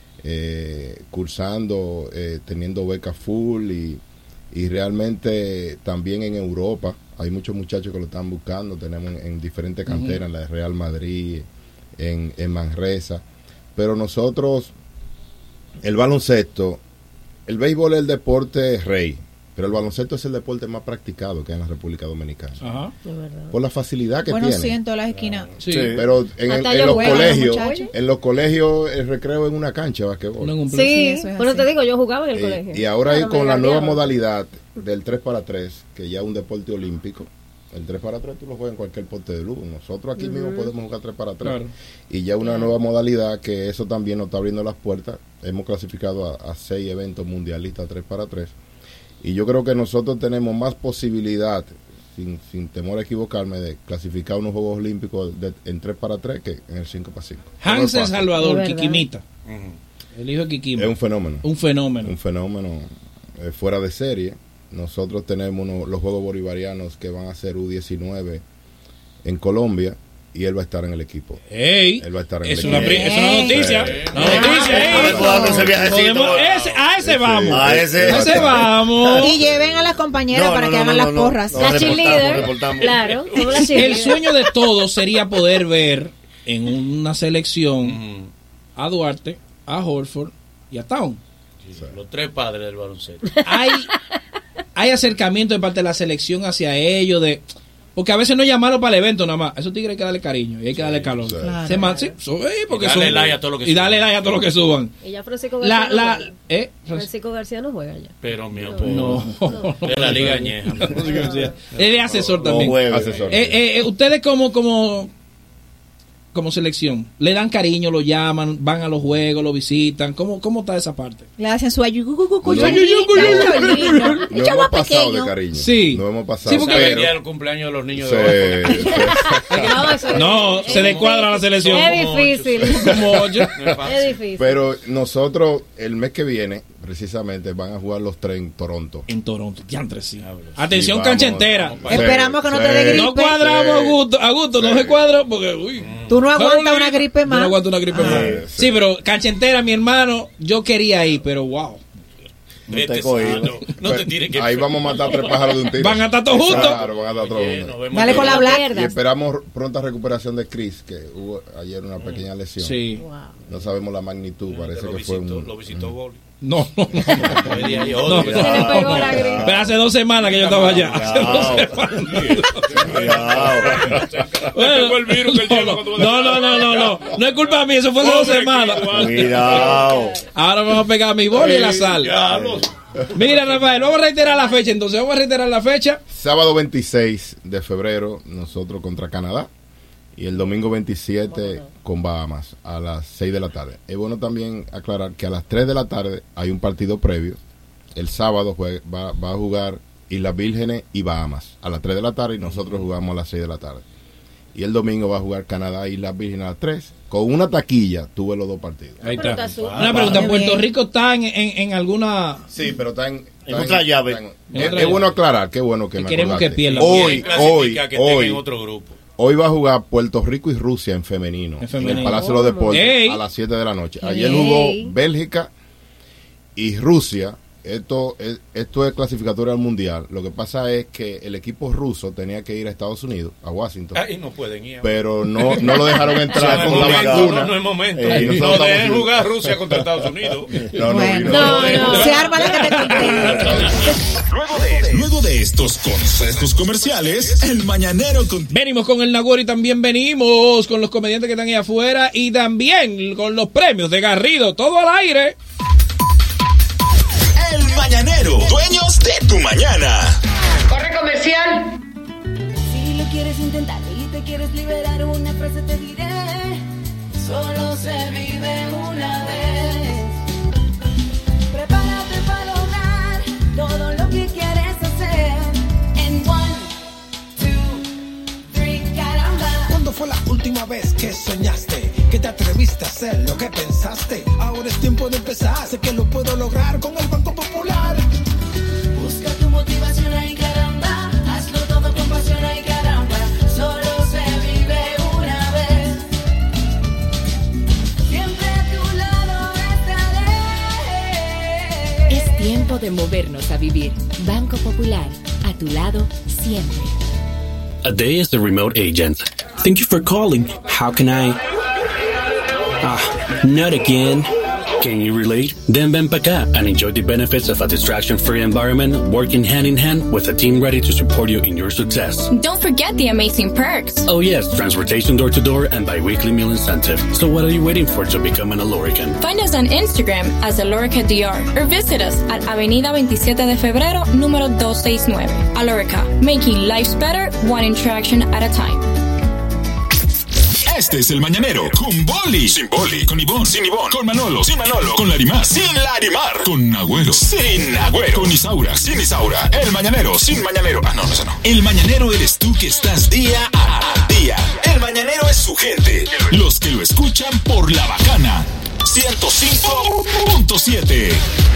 eh, cursando, eh, teniendo becas full y, y realmente también en Europa. Hay muchos muchachos que lo están buscando, tenemos en, en diferentes canteras, en la de Real Madrid, en, en Manresa. Pero nosotros, el baloncesto, el béisbol es el deporte rey, pero el baloncesto es el deporte más practicado que hay en la República Dominicana. Ajá. Por la facilidad que Bueno, tiene. sí, en todas las esquinas. Sí. Pero en, Hasta en yo los juego, colegios, muchachos. en los colegios el recreo en una cancha de basquetbol. No en un Sí, Sí, eso es bueno, así. te digo, yo jugaba en el Eh, colegio. y ahora hay Claro, con me la nueva gateaba. modalidad del tres para tres, que ya es un deporte olímpico. El tres para tres tú lo juegas en cualquier poste de luz. Nosotros aquí mismo podemos jugar tres para tres. Claro. Y ya una nueva modalidad que eso también nos está abriendo las puertas. Hemos clasificado a, a seis eventos mundialistas tres para tres. Y yo creo que nosotros tenemos más posibilidad, sin, sin temor a equivocarme, de clasificar unos Juegos Olímpicos de- en tres para tres que en el cinco para cinco. Hans El Salvador, Es verdad. Kikimita. El hijo de Kikima. Es un fenómeno. Un fenómeno. Un fenómeno eh, fuera de serie. Nosotros tenemos uno- los Juegos Bolivarianos que van a ser U diecinueve en Colombia y él va a estar en el equipo. Ey, Él va a estar en es el una, equipo. pri- es una noticia. Sí. Una noticia. A ver, ¿cuándo ese viajecito? Podemos- ese- a ese Sí. vamos. A ese. A ese vamos. Y lleven a las compañeras No, para no, que no, hagan no, las no, porras. no. La reportamos, cheerleader. reportamos. Claro, somos la El cheerleader. sueño de todos sería poder ver en una selección a Duarte, a Horford y a Town. Sí, los tres padres del baloncesto. Hay, hay acercamiento de parte de la selección hacia ellos de Porque a veces no es llamarlo para el evento nada más. A esos tigres hay que darle cariño y hay que darle calor. Claro. Se man, sí, sube, porque y darle son- like a todo lo que y darle suban. like a todo lo que suban. Y ya Francisco La- García la- no juega. ¿eh? Francisco García no juega ya. Pero mi No. de la Liga Añeja. Él es asesor No también. juega. Asesor. Eh, eh, eh, ustedes como, como, como selección, le dan cariño, lo llaman, van a los juegos, lo visitan. ¿Cómo, cómo está esa parte? Le hacen su ayugucucu, No. cholita, cholita. Nos El chavo hemos pasado pequeño. de cariño. Sí. Nos hemos pasado. Sí, porque ¿Saben pero- ya el cumpleaños de los niños Sí. de No, eso es- No, se descuadra la selección. Es difícil. Como ocho. Es difícil. Pero nosotros, el mes que viene, precisamente, van a jugar los tres en Toronto. En Toronto, diantre, sí. Atención, Sí, cancha vamos. entera. Sí, Esperamos que no te dé gripe. No cuadramos a gusto, a gusto, no se cuadra porque, uy. Tú no aguantas una gripe Yo más. no aguanto una gripe más. Sí, pero cancha entera, mi hermano, yo quería ir, pero wow. Vete sano. No te tires que Ahí vamos a matar tres pájaros de un tiro. Van a estar todos juntos. Claro, van a estar todos juntos. Dale con la black. Y esperamos pronta recuperación de Chris, que hubo ayer una pequeña lesión. Sí. No sabemos la magnitud, parece que fue un... Lo visitó Boli. No, no, no. No, Se le pegó la gripe. Pero hace dos semanas que yo estaba allá. Hace dos semanas. Bueno, no, no, no, no, no. No es culpa mía, eso fue hace dos semanas. Cuidado. Ahora vamos a pegar mi boli y la sal. Mira, Rafael, vamos a reiterar la fecha entonces. Vamos a reiterar la fecha. Sábado veintiséis de febrero, nosotros contra Canadá. Y el domingo veintisiete con Bahamas a las seis de la tarde. Es bueno también aclarar que a las tres de la tarde hay un partido previo. El sábado juega, va, va a jugar Islas Vírgenes y Bahamas a las tres de la tarde y nosotros jugamos a las seis de la tarde. Y el domingo va a jugar Canadá y Islas Vírgenes a las tres. Con una taquilla tuve los dos partidos. Ahí está. Una pregunta, ¿Puerto Rico está en, en, en alguna...? Sí, pero está en... En otra llave. está en- es, es bueno aclarar, qué bueno que Y me queremos acordaste. que pierda. Hoy, Quieren hoy, clasificar que estén hoy, en otro grupo. hoy va a jugar Puerto Rico y Rusia en femenino. En, femenino. el Palacio de los Deportes Ey. a las siete de la noche. Ey. Ayer jugó Bélgica y Rusia. Esto es, esto es clasificatoria al mundial. Lo que pasa es que el equipo ruso tenía que ir a Estados Unidos, a Washington. Ahí no pueden ir. Pero no, no lo dejaron entrar No, con no la es vacuna. momento, no es momento. Eh, y No nosotros dejen estamos- jugar Rusia contra Estados Unidos. No, no, Bueno, no, no, no. Se arma la que te conté. Luego de, luego de estos consejos comerciales, el mañanero con... Venimos con el Nagüero y también venimos con los comediantes que están ahí afuera y también con los premios de Garrido. Todo al aire. El mañanero, dueños de tu mañana. Corre comercial. Si lo quieres intentar y te quieres liberar, una frase te diré: solo se vive una vez. Prepárate para lograr todo lo que quieres hacer. En one, two, three, caramba. ¿Cuándo fue la última vez que soñaste? Que te atreviste a hacer lo que pensaste. Ahora es tiempo de empezar. Sé que lo puedo lograr con el Banco Popular. Busca tu motivación ahí, caramba. Hazlo todo con pasión ahí, caramba. Solo se vive una vez. Siempre a tu lado estaré. Es tiempo de movernos a vivir. Banco Popular, a tu lado siempre. A day as the remote agent. Thank you for calling. How can I? Ah, not again. Can you relate? Then ven pa' acá and enjoy the benefits of a distraction-free environment, working hand-in-hand with a team ready to support you in your success. Don't forget the amazing perks. Oh yes, transportation door-to-door and bi-weekly meal incentive. So what are you waiting for to become an Alorican? Find us on Instagram as Alorica D R or visit us at Avenida veintisiete de Febrero, número doscientos sesenta y nueve. Alorica, making lives better, one interaction at a time. Este es el mañanero con Boli, sin Boli, con Ivón, sin Ivón, con Manolo, sin Manolo, con Larimar, sin Larimar, con Agüero, sin Agüero, con Isaura, sin Isaura, el mañanero, sin mañanero. Ah, no, no, eso no. El mañanero eres tú que estás día a día. El mañanero es su gente, los que lo escuchan por La Bacana ciento cinco punto siete.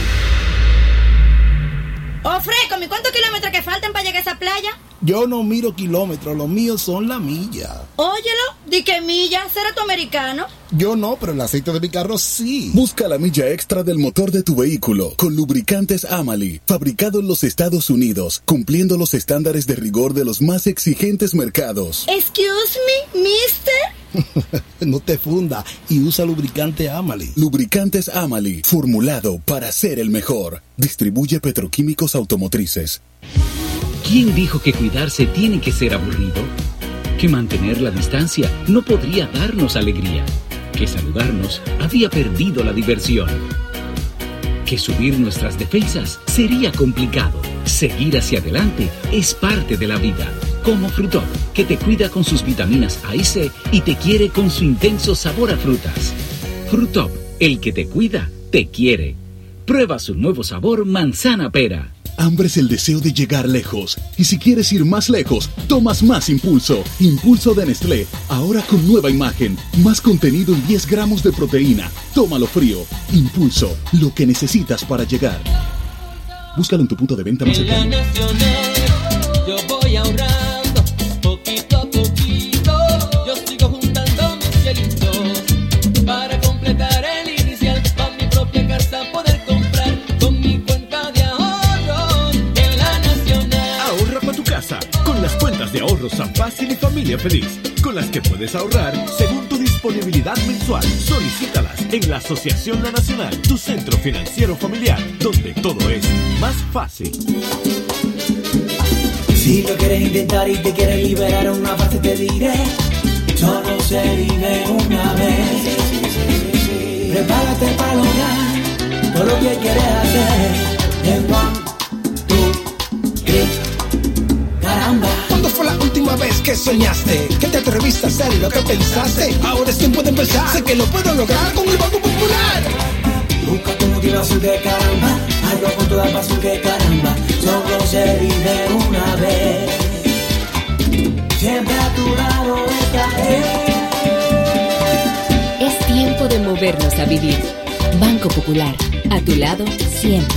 Oh, Freco, ¿y cuántos kilómetros que faltan para llegar a esa playa? Yo no miro kilómetros, los míos son la milla. Óyelo, di que milla, ¿será tu americano? Yo no, pero el aceite de mi carro sí. Busca la milla extra del motor de tu vehículo con lubricantes Amali, fabricado en los Estados Unidos, cumpliendo los estándares de rigor de los más exigentes mercados. Excuse me, mister. No te funda y usa lubricante Amali. Lubricantes Amali, formulado para ser el mejor. Distribuye Petroquímicos Automotrices. ¿Quién dijo que cuidarse tiene que ser aburrido? Que mantener la distancia no podría darnos alegría. Que saludarnos había perdido la diversión. Que subir nuestras defensas sería complicado. Seguir hacia adelante es parte de la vida. Como Frutop, que te cuida con sus vitaminas A y C y te quiere con su intenso sabor a frutas. Frutop, el que te cuida, te quiere. Prueba su nuevo sabor manzana pera. Hambre es el deseo de llegar lejos. Y si quieres ir más lejos, tomas más Impulso. Impulso de Nestlé, ahora con nueva imagen. Más contenido y diez gramos de proteína. Tómalo frío. Impulso, lo que necesitas para llegar. Búscalo en tu punto de venta más cercano. Yo voy ahorrando poquito a poquito. Yo sigo juntando mis chelitos para completar el inicial, para mi propia casa poder comprar con mi cuenta de ahorros en la Nacional. Ahorra para tu casa con las cuentas de ahorros San Fácil y Familia Feliz, con las que puedes ahorrar según tu disponibilidad mensual. Solicítalas en la Asociación La Nacional, tu centro financiero familiar, donde todo es más fácil. Si lo quieres intentar y te quieres liberar una parte te diré, solo se vive una vez. Prepárate para lograr todo lo que quieres hacer. En one, two, three, caramba. ¿Cuándo fue la última vez que soñaste? Que te atreviste a hacer lo que pensaste. Ahora es tiempo de empezar. Sé que lo puedo lograr con el Banco Popular. Busca tu motivación que caramba, hazlo con toda pasión que caramba, solo se vive una vez. Siempre a tu lado estaré. Es tiempo de movernos a vivir. Banco Popular, a tu lado siempre.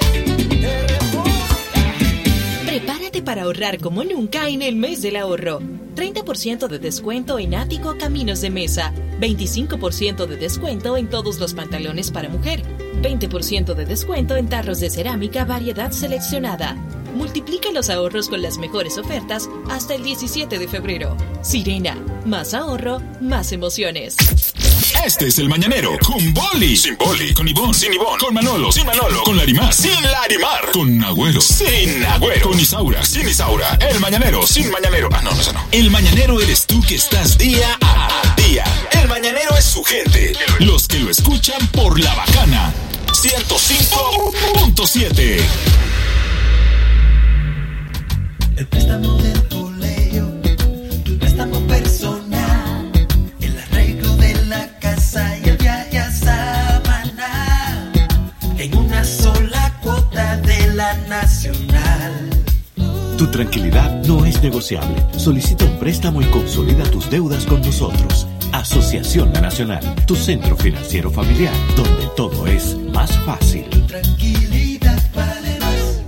Prepárate para ahorrar como nunca en el mes del ahorro. treinta por ciento de descuento en Ático Caminos de Mesa, veinticinco por ciento de descuento en todos los pantalones para mujer, veinte por ciento de descuento en tarros de cerámica variedad seleccionada. Multiplica los ahorros con las mejores ofertas hasta el diecisiete de febrero. Sirena, más ahorro, más emociones. Este es el Mañanero, con Boli, sin Boli, con Ivón, sin Ivón, con Manolo, sin Manolo, con Larimar, sin Larimar, con Agüero, sin Agüero, con Isaura, sin Isaura, el Mañanero, sin Mañanero. Ah, no, no, ese no. El Mañanero eres tú que estás día a día. El Mañanero es su gente, los que lo escuchan por La Bacana, ciento cinco punto siete. El préstamo del colegio, tu préstamo personal, el arreglo de la casa y el viaje a Samaná, en una sola cuota de la Nacional. Tu tranquilidad no es negociable. Solicita un préstamo y consolida tus deudas con nosotros. Asociación La Nacional, tu centro financiero familiar, donde todo es más fácil. Tranquilidad vale más.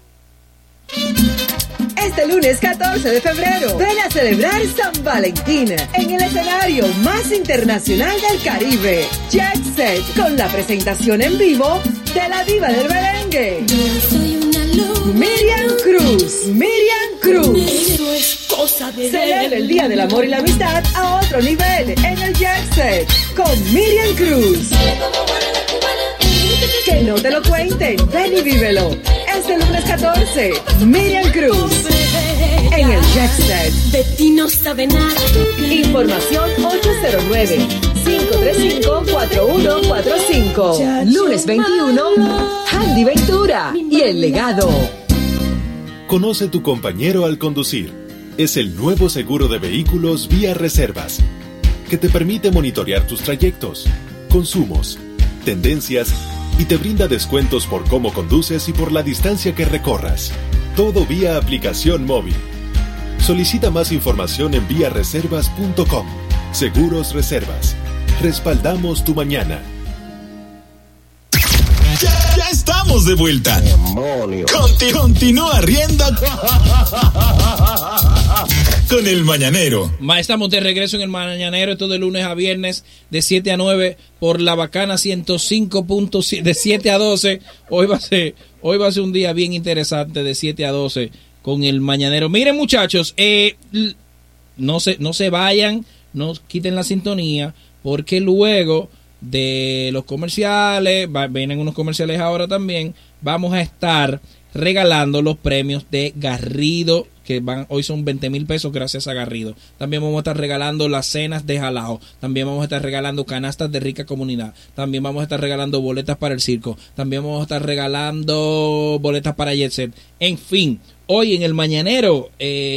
Este lunes catorce de febrero, ven a celebrar San Valentín en el escenario más internacional del Caribe. Jet Set, con la presentación en vivo de la diva del merengue, Miriam Cruz. Miriam Cruz. Eso es cosa de Celebra el Día del Amor y la Amistad a otro nivel en el Jet Set con Miriam Cruz. Que no te lo cuenten, ven y vívelo. Este lunes catorce, Miriam Cruz en el Jet Set. De ti no sabe nada. Información ocho cero nueve, cinco tres cinco, cuatro uno cuatro cinco. Lunes veintiuno, Handy Ventura y El Legado. Conoce tu compañero al conducir. Es el nuevo seguro de vehículos Vía Reservas, que te permite monitorear tus trayectos, consumos, tendencias y te brinda descuentos por cómo conduces y por la distancia que recorras. Todo vía aplicación móvil. Solicita más información en vía reservas punto com. Seguros Reservas. Respaldamos tu mañana. Ya, ya estamos de vuelta. Conti- continúa riendo con el Mañanero. Ma, estamos de regreso en el Mañanero, todo de lunes a viernes de siete a nueve por La Bacana ciento cinco punto siete, de siete a doce. Hoy va a ser hoy va a ser un día bien interesante de siete a doce con el Mañanero. Miren, muchachos, eh, no se no se vayan, no quiten la sintonía, porque luego de los comerciales, va, vienen unos comerciales ahora también, vamos a estar regalando los premios de Garrido, que van hoy son veinte mil pesos gracias a Garrido. También vamos a estar regalando las cenas de Jalao. También vamos a estar regalando canastas de rica comunidad. También vamos a estar regalando boletas para el circo. También vamos a estar regalando boletas para Jet Set. En fin, hoy en el Mañanero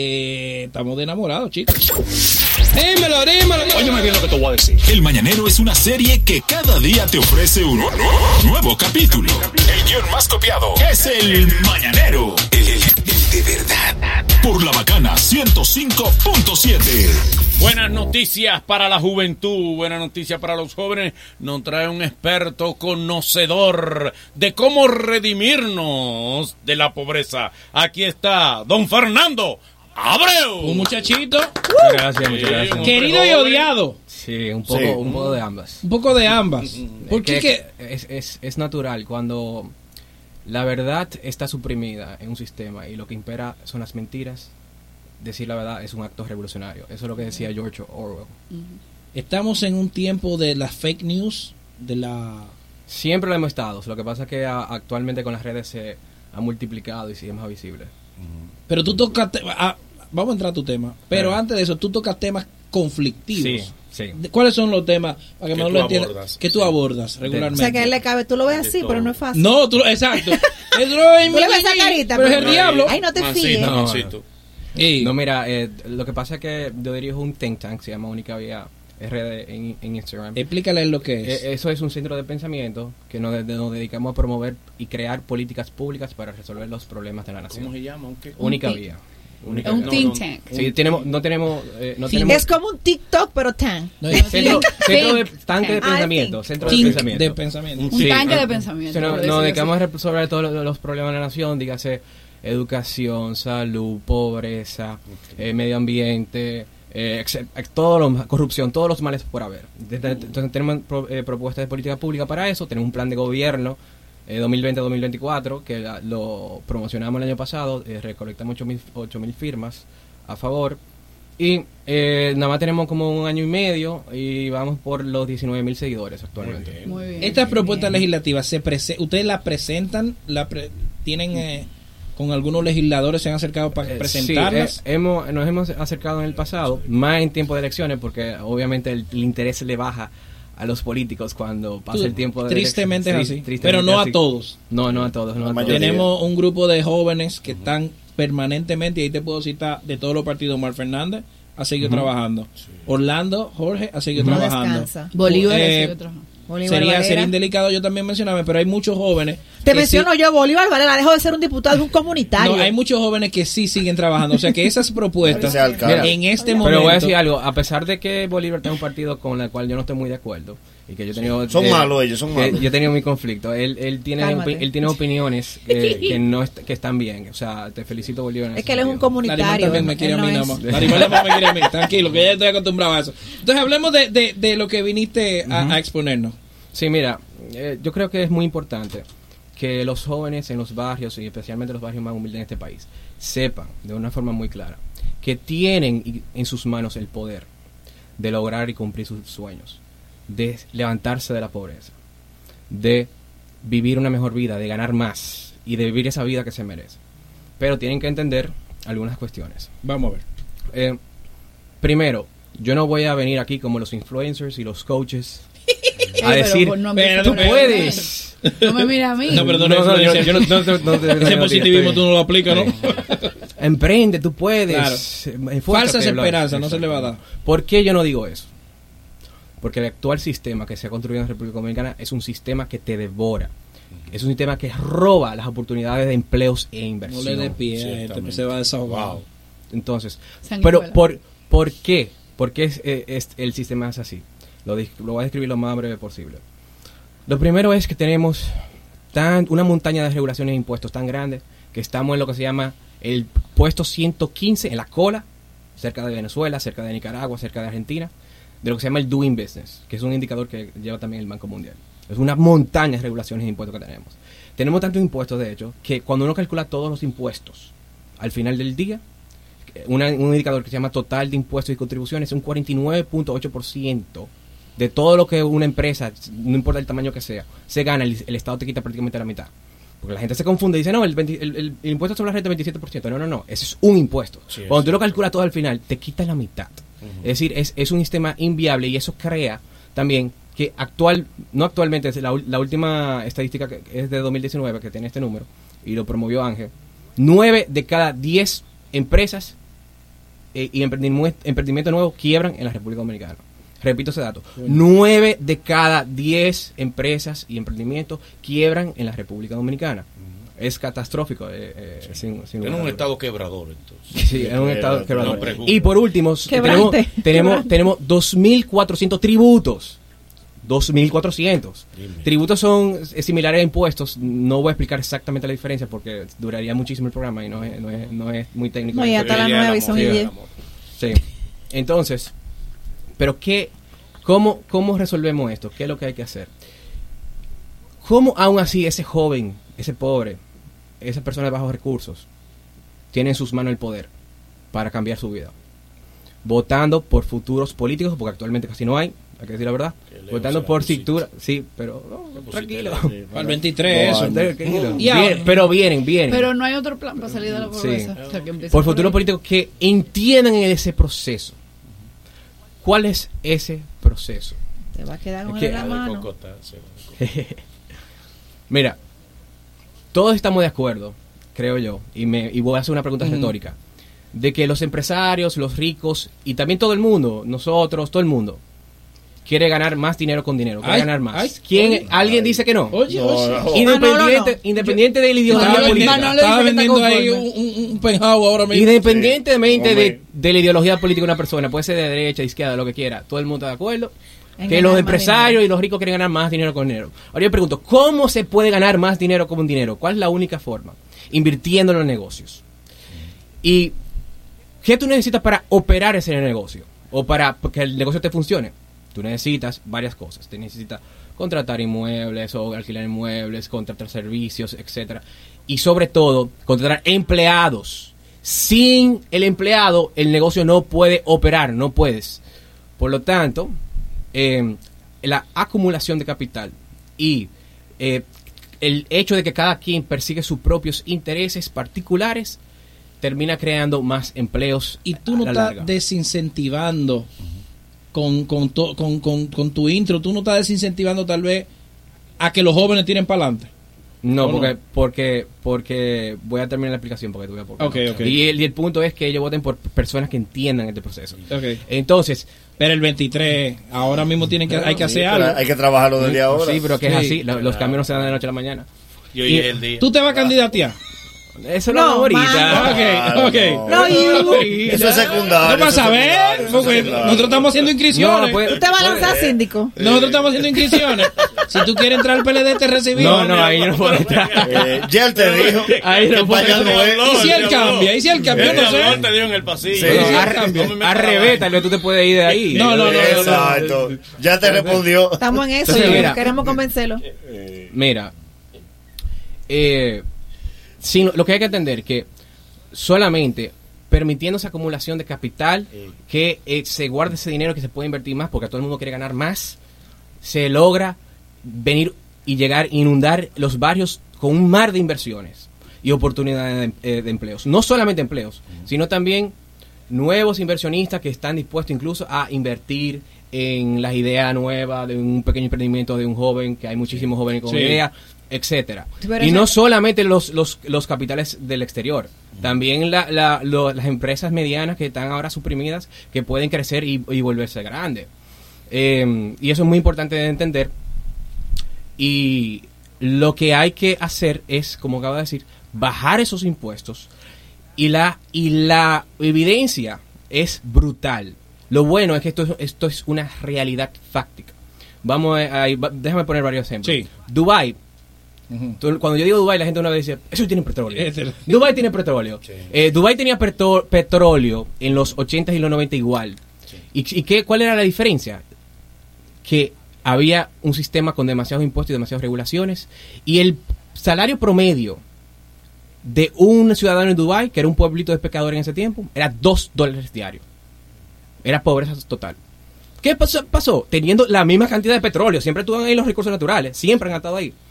eh, estamos de enamorados, chicos. Dímelo, dímelo. Óyeme bien lo que te voy a decir. El Mañanero es una serie que cada día te ofrece un nuevo capítulo. El guión más copiado es El Mañanero. El, el, el de verdad. Por La Bacana ciento cinco punto siete. Buenas noticias para la juventud, buenas noticias para los jóvenes. Nos trae un experto conocedor de cómo redimirnos de la pobreza. Aquí está don Fernando Abreu. Un muchachito. Muchas gracias, muchas gracias. Querido y odiado. Sí, un poco, Sí. un poco de ambas. Un poco de ambas. ¿Por qué? Que es, es, es natural cuando la verdad está suprimida en un sistema y lo que impera son las mentiras. Decir la verdad es un acto revolucionario. Eso es lo que decía George Orwell. Estamos en un tiempo de las fake news, de la... Siempre lo hemos estado. Lo que pasa es que a, actualmente con las redes se ha multiplicado y sigue más visible. Pero tú tocas... te- ah, vamos a entrar a tu tema. Pero Eh. antes de eso, tú tocas temas conflictivos. Sí, sí. ¿De- ¿Cuáles son los temas para que, Que me tú lo entienda? abordas, Que tú sí. abordas O regularmente. sea, que a él le cabe, tú lo ves así, pero no es fácil. No, tú, exacto. Eso es Tú le ves esa mi- carita, pero es pero- el diablo. Ay, no te fíes. No, Mancito. no, mira, eh, lo que pasa es que yo dirijo un think tank, se llama Única Vía R D en, en Instagram. Explícale lo que es. Eh, eso es un centro de pensamiento que nos, de- nos dedicamos a promover y crear políticas públicas para resolver los problemas de la nación. ¿Cómo se llama? ¿Un qué? Única Un Vía. Un Única think Vía. tank. Sí, tenemos, no tenemos, eh, no Sí, tenemos es como un TikTok, pero tan. centro, centro de tanque de Ah, pensamiento, think. centro de Think pensamiento. de pensamiento. Sí, Un tanque ah, de pensamiento, sí, no- por Nos decirlo dedicamos así. a resolver todos los, los problemas de la nación, dígase educación, salud, pobreza, eh, medio ambiente, eh, ex- ex- todo lo- corrupción, todos los males por haber. Desde- Entonces tenemos pro- eh, propuestas de política pública para eso, tenemos un plan de gobierno eh, dos mil veinte a dos mil veinticuatro que la- lo promocionamos el año pasado, eh, recolectamos ocho mil firmas a favor y eh, nada más tenemos como un año y medio y vamos por los diecinueve mil seguidores actualmente. Muy bien. Estas propuestas legislativas, se prese- ¿ustedes las presentan? La pre- ¿Tienen eh, con algunos legisladores se han acercado para Eh, presentarlas? Sí, eh, hemos, nos hemos acercado en el pasado, más en tiempo de elecciones, porque obviamente el, el interés le baja a los políticos cuando pasa Tú, el tiempo de tristemente elecciones. es así, tristemente pero no a así. todos. No, no a todos. No a todos. Tenemos un grupo de jóvenes que están permanentemente, y ahí te puedo citar de todos los partidos, Omar Fernández ha seguido Ujú. trabajando. Orlando, Jorge, ha seguido No trabajando. descansa. Bolívar ha Eh, seguido trabajando. Bolívar sería, Valera. sería indelicado yo también mencionarme, pero hay muchos jóvenes. Te que menciono sí- yo, Bolívar Valera, dejó de ser un diputado, es un comunitario. No, hay muchos jóvenes que sí siguen trabajando. O sea que esas propuestas Mira, en este momento. Pero voy a decir algo, a pesar de que Bolívar tiene un partido con el cual yo no estoy muy de acuerdo y que yo he tenido Son eh, malos ellos, son que malos. Yo he tenido mi conflicto. Él, él tiene Cálmate. opi- él tiene opiniones eh, que no est- que están bien. O sea, te felicito, Bolívar. en Es ese que él es un sentido. comunitario. Larimar también me quiere él a mí no nada es- más. Larimar nada más me quiere a mí. Tranquilo, que ya estoy acostumbrado a eso. Entonces hablemos de, de, de lo que viniste a, Ujú. a exponernos. Sí, mira, eh, yo creo que es muy importante que los jóvenes en los barrios y especialmente los barrios más humildes en este país sepan de una forma muy clara que tienen i- en sus manos el poder de lograr y cumplir sus sueños, de levantarse de la pobreza, de vivir una mejor vida, de ganar más y de vivir esa vida que se merece. Pero tienen que entender algunas cuestiones. Vamos a ver. Eh, primero, yo no voy a venir aquí como los influencers y los coaches a Ey, pero decir, por no me- tú pero- puedes. No me mira a mí. No, pero tú no, No, no, eres yo- influencer. yo no- no te- no te- no te- Ese no te- positivismo estoy- tú no lo aplicas, ¿no? Emprende, tú puedes. Claro. Eh, esfuérzate, Falsas bla. esperanzas, no se le va a dar. ¿Por qué yo no digo eso? Porque el actual sistema que se ha construido en la República Dominicana es un sistema que te devora. Es un sistema que roba las oportunidades de empleos e No inversión. le des pie a este, que se va a desahogar. Wow. Entonces, Sanguijuela. pero por, ¿por qué? ¿Por qué es, eh, es- el sistema es así? Lo, dis- lo voy a describir lo más breve posible. Lo primero es que tenemos tan, una montaña de regulaciones e impuestos tan grande que estamos en lo que se llama el puesto ciento quince en la cola, cerca de Venezuela, cerca de Nicaragua, cerca de Argentina, de lo que se llama el Doing Business, que es un indicador que lleva también el Banco Mundial. Es una montaña de regulaciones e impuestos que tenemos. Tenemos tantos impuestos, de hecho, que cuando uno calcula todos los impuestos, al final del día, una- un indicador que se llama total de impuestos y contribuciones, es un cuarenta y nueve punto ocho por ciento de todo lo que una empresa, no importa el tamaño que sea, se gana, el, el Estado te quita prácticamente la mitad. Porque la gente se confunde y dice, no, el, veinte, el, el, el impuesto sobre la renta es veintisiete por ciento. No, no, no, ese es un impuesto. Sí, Cuando tú lo calculas todo al final, te quita la mitad. Uh-huh. Es decir, es, es un sistema inviable y eso crea también que actual, no actualmente, la, la última estadística que es de dos mil diecinueve que tiene este número y lo promovió Ángel, nueve de cada diez empresas eh, y emprendimiento, emprendimiento nuevo quiebran en la República Dominicana. Repito ese dato. nueve de cada diez empresas y emprendimientos quiebran en la República Dominicana. Uh-huh. Es catastrófico. Eh, eh, sí. sin, sin es un estado quebrador, entonces. Sí, es un estado quebrador. No y por último, tenemos, tenemos, tenemos dos mil cuatrocientos tributos. dos mil cuatrocientos. Dime. Tributos son similares a impuestos. No voy a explicar exactamente la diferencia porque duraría muchísimo el programa y no es, no es, no es muy técnico. No, y hasta la nueva y son sí, sí. Entonces... Pero ¿qué, cómo, ¿cómo resolvemos esto? ¿Qué es lo que hay que hacer? ¿Cómo aún así ese joven, ese pobre, esa persona de bajos recursos, tiene en sus manos el poder para cambiar su vida? Votando por futuros políticos, porque actualmente casi no hay, hay que decir la verdad. Votando por cintura, sí, pero no, tranquilo. Para el veintitrés, no, eso. Tranquilo. Bien, pero vienen, vienen. Pero no hay otro plan para salir de la pobreza. Sí. O sea, que por futuros políticos que entiendan ese proceso. ¿Cuál es ese proceso? Te va a quedar con en la mano. Mira, todos estamos de acuerdo, creo yo, y, me, y voy a hacer una pregunta uh-huh. retórica, de que los empresarios, los ricos y también todo el mundo, nosotros, todo el mundo, quiere ganar más dinero con dinero, quiere ay, ganar más. Ay, ¿Quién? Oye, ¿Alguien ay. dice que no? Oye, oye. No, no. Independiente, no, no, no. independiente de la ideología política. No, no, estaba vendiendo ahí un, un, un penthouse ahora mismo. Independientemente sí. de, de la ideología política de una persona, puede ser de derecha, de izquierda, lo que quiera, todo el mundo está de acuerdo. En que los empresarios y los ricos quieren ganar más dinero con dinero. Ahora yo pregunto, ¿cómo se puede ganar más dinero con dinero? ¿Cuál es la única forma? Invirtiendo en los negocios. ¿Y qué tú necesitas para operar ese negocio? O para que el negocio te funcione. Tú necesitas varias cosas. Te necesitas contratar inmuebles o alquilar inmuebles, contratar servicios, etcétera. Y sobre todo, contratar empleados. Sin el empleado, el negocio no puede operar, no puedes. Por lo tanto, eh, la acumulación de capital y eh, el hecho de que cada quien persigue sus propios intereses particulares termina creando más empleos. Y tú no estás desincentivando con, con, to, con, con, con tu intro, tú no estás desincentivando tal vez a que los jóvenes tiren para adelante. No, porque, no? porque porque voy a terminar la explicación porque te voy a por okay, okay. Y, el, y el punto es que ellos voten por personas que entiendan este proceso. Okay. Entonces, pero el veintitrés, ahora mismo tienen que hay que hacer sí, algo. Hay que trabajarlo desde ahora. Sí, pero que sí. es así, los, los cambios no se dan de la noche a la mañana. Y hoy y, es el día. ¿Tú te vas a candidatear? Eso no, lo ahorita. Ok, ok. No, no, eso es secundario. No pasa a ver, porque nosotros estamos haciendo inscripciones. No, pues, ¿tú te vas a lanzar síndico? Nosotros estamos haciendo inscripciones. Si tú quieres entrar al P L D, te recibimos. No, no, ahí no puedo entrar. Eh, ya él te dijo. Ahí no puedo entrar. ¿Y si él cambia? ¿Y si él cambia? Yo no sé. te dio en el pasillo. Sí, no, al revés, tal vez tú te puedes ir de ahí. No, no, no. Exacto. Ya te respondió. Estamos en eso. Queremos convencerlo. Mira. Eh... Sino, lo que hay que entender que solamente permitiendo esa acumulación de capital, que eh, se guarde ese dinero que se puede invertir más, porque todo el mundo quiere ganar más, se logra venir y llegar a inundar los barrios con un mar de inversiones y oportunidades de, eh, de empleos. No solamente empleos, sino también nuevos inversionistas que están dispuestos incluso a invertir en las ideas nuevas de un pequeño emprendimiento de un joven, que hay muchísimos jóvenes con sí. ideas, etcétera. Y no solamente los, los, los capitales del exterior, también la, la, lo, las empresas medianas que están ahora suprimidas, que pueden crecer y, y volverse grandes. Eh, y eso es muy importante de entender. Y lo que hay que hacer es, como acabo de decir, bajar esos impuestos. Y la, y la evidencia es brutal. Lo bueno es que esto, esto es una realidad fáctica. Vamos a, a, déjame poner varios ejemplos. Sí. Dubái. Uh-huh. Cuando yo digo Dubái, la gente una vez dice, eso tiene petróleo. Dubái tiene petróleo. Sí. Eh, Dubái tenía petro- petróleo en los ochenta y los noventa igual. Sí. ¿Y, y qué, cuál era la diferencia? Que había un sistema con demasiados impuestos y demasiadas regulaciones. Y el salario promedio de un ciudadano en Dubái, que era un pueblito de pescadores en ese tiempo, era dos dólares diarios. Era pobreza total. ¿Qué pasó? pasó? Teniendo la misma cantidad de petróleo. Siempre estuvieron ahí los recursos naturales. Siempre han estado ahí.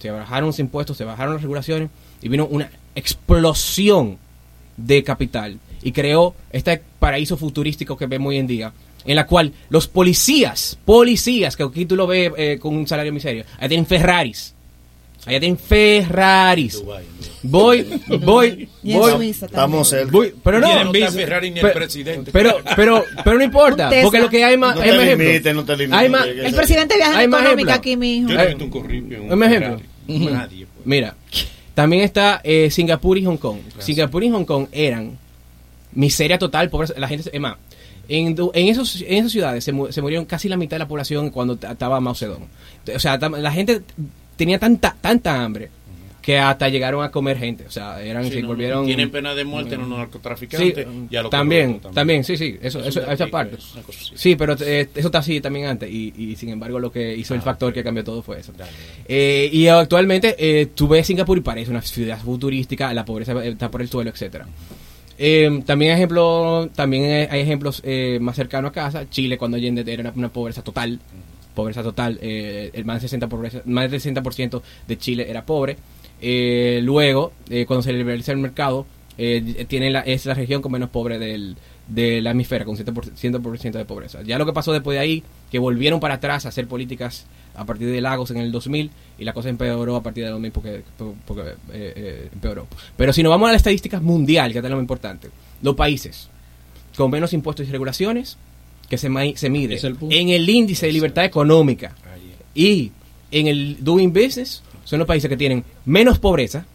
se bajaron los impuestos, se bajaron las regulaciones y vino una explosión de capital y creó este paraíso futurístico que vemos hoy en día, en la cual los policías, policías, que aquí tú lo ves eh, con un salario miserio, allá tienen Ferraris, allá tienen Ferraris. Dubai, Voy, voy, y en voy. Suiza Estamos también. el Voy, pero no, Tienen visa Ferrari ni el pero, presidente. pero, pero, pero no importa, Un porque lo que hay más, No hay te más ejemplos. limites, no te limites. Hay más, El presidente viaja hay en más económica ejemplos. aquí, mijo. Yo no he visto un corripio en un Un ejemplo. Ferrari. Nadie. Pues. Mira, también está eh, Singapur y Hong Kong. Singapur y Hong Kong eran miseria total, pobreza. La gente, es más, en, en, esos, en esas ciudades se, mu- se murieron casi la mitad de la población cuando t- estaba Mao Zedong. O sea, tam- la gente tenía tanta tanta hambre que hasta llegaron a comer gente. O sea, eran, Sí, se no, volvieron... tienen pena de muerte, no narcotraficantes. Sí, y a los también, corruptos también, sí, sí, eso, Es eso, un esa datico, parte. es una cosa así. Sí, pero eh, eso está así también antes y, y sin embargo lo que hizo el Ah, factor ok. que cambió todo fue eso. Dale. Eh, y actualmente eh, tú ves Singapur y parece una ciudad futurística, la pobreza está por el suelo, etcétera. Eh, también ejemplo, también hay hay ejemplos eh, más cercanos a casa. Chile, cuando Allende era una, una pobreza total, pobreza total, eh, el más del sesenta por ciento, más del sesenta por ciento de Chile era pobre. Eh, luego, eh, cuando se liberaliza el mercado, eh, tiene la, es la región con menos pobre del, de la hemisfera, con cien por ciento de pobreza. Ya lo que pasó después de ahí, que volvieron para atrás a hacer políticas a partir de Lagos en el dos mil, y la cosa empeoró a partir del dos mil porque, porque eh, eh, empeoró. Pero si nos vamos a las estadísticas mundial, que es lo más importante, los países con menos impuestos y regulaciones, que se, ma- se mide Es el punto. en el índice de libertad económica y en el doing business, son los países que tienen menos pobreza,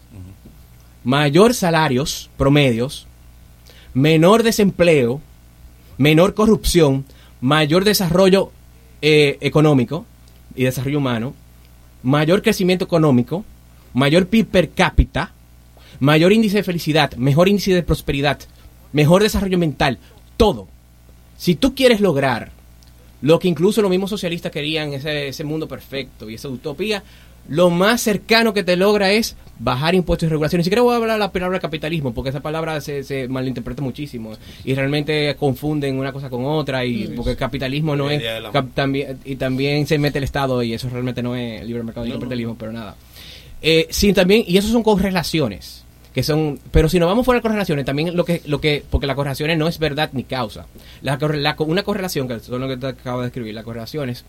mayor salarios promedios, menor desempleo, menor corrupción, mayor desarrollo eh, económico y desarrollo humano, mayor crecimiento económico, mayor P I B per cápita, mayor índice de felicidad, mejor índice de prosperidad, mejor desarrollo mental, todo. Si tú quieres lograr lo que incluso los mismos socialistas querían, ese, ese mundo perfecto y esa utopía, lo más cercano que te logra es bajar impuestos y regulaciones. Ni siquiera voy a hablar la palabra capitalismo, porque esa palabra se, se malinterpreta muchísimo y realmente confunden una cosa con otra, y porque el capitalismo no La es idea de la- cap- también, y también se mete el Estado, y eso realmente no es libre mercado ni No, no. capitalismo, pero nada. Eh, sí, también, y eso son correlaciones, que son, pero si nos vamos fuera de correlaciones, también lo que, lo que, porque las correlaciones no es verdad ni causa. La, corre- la- una correlación, que son lo que te acabo de escribir, las correlaciones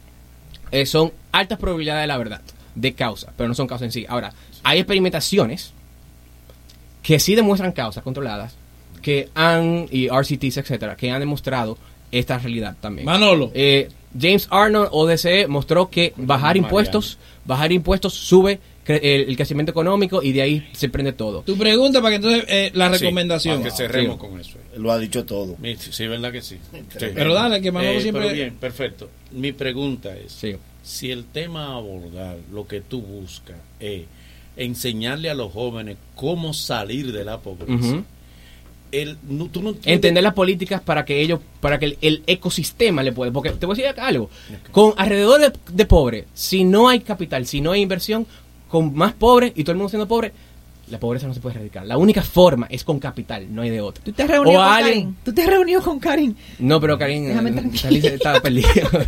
eh, son altas probabilidades de la verdad, de causa, pero no son causa en sí. Ahora, hay experimentaciones que sí demuestran causas controladas, que han, y R C Ts, etcétera, que han demostrado esta realidad también. Manolo. Eh, James Arnold, O D C E, mostró que bajar Mariano. impuestos, bajar impuestos sube cre- el, el crecimiento económico, y de ahí se prende todo. Tu pregunta para que entonces eh, la Sí, recomendación. para que cerremos Sí. con eso. Lo ha dicho todo. Mi- Sí, ¿verdad que sí? Sí. Pero dale, que Manolo Eh, siempre- pero bien, perfecto. Mi pregunta es, Sí. si el tema a abordar, lo que tú buscas es enseñarle a los jóvenes cómo salir de la pobreza, Ujú. el, no- tú no Entender las políticas para que ellos, para que el, el ecosistema le pueda, porque te voy a decir algo, con alrededor de, de pobre, si no hay capital, si no hay inversión, con más pobres y todo el mundo siendo pobre, la pobreza no se puede erradicar. La única forma es con capital, no hay de otra. ¿Tú te has reunido O con alguien- Karin? ¿Tú te has reunido con Karin? No, pero Karin, Déjame eh, tranquila. Karin estaba perdida.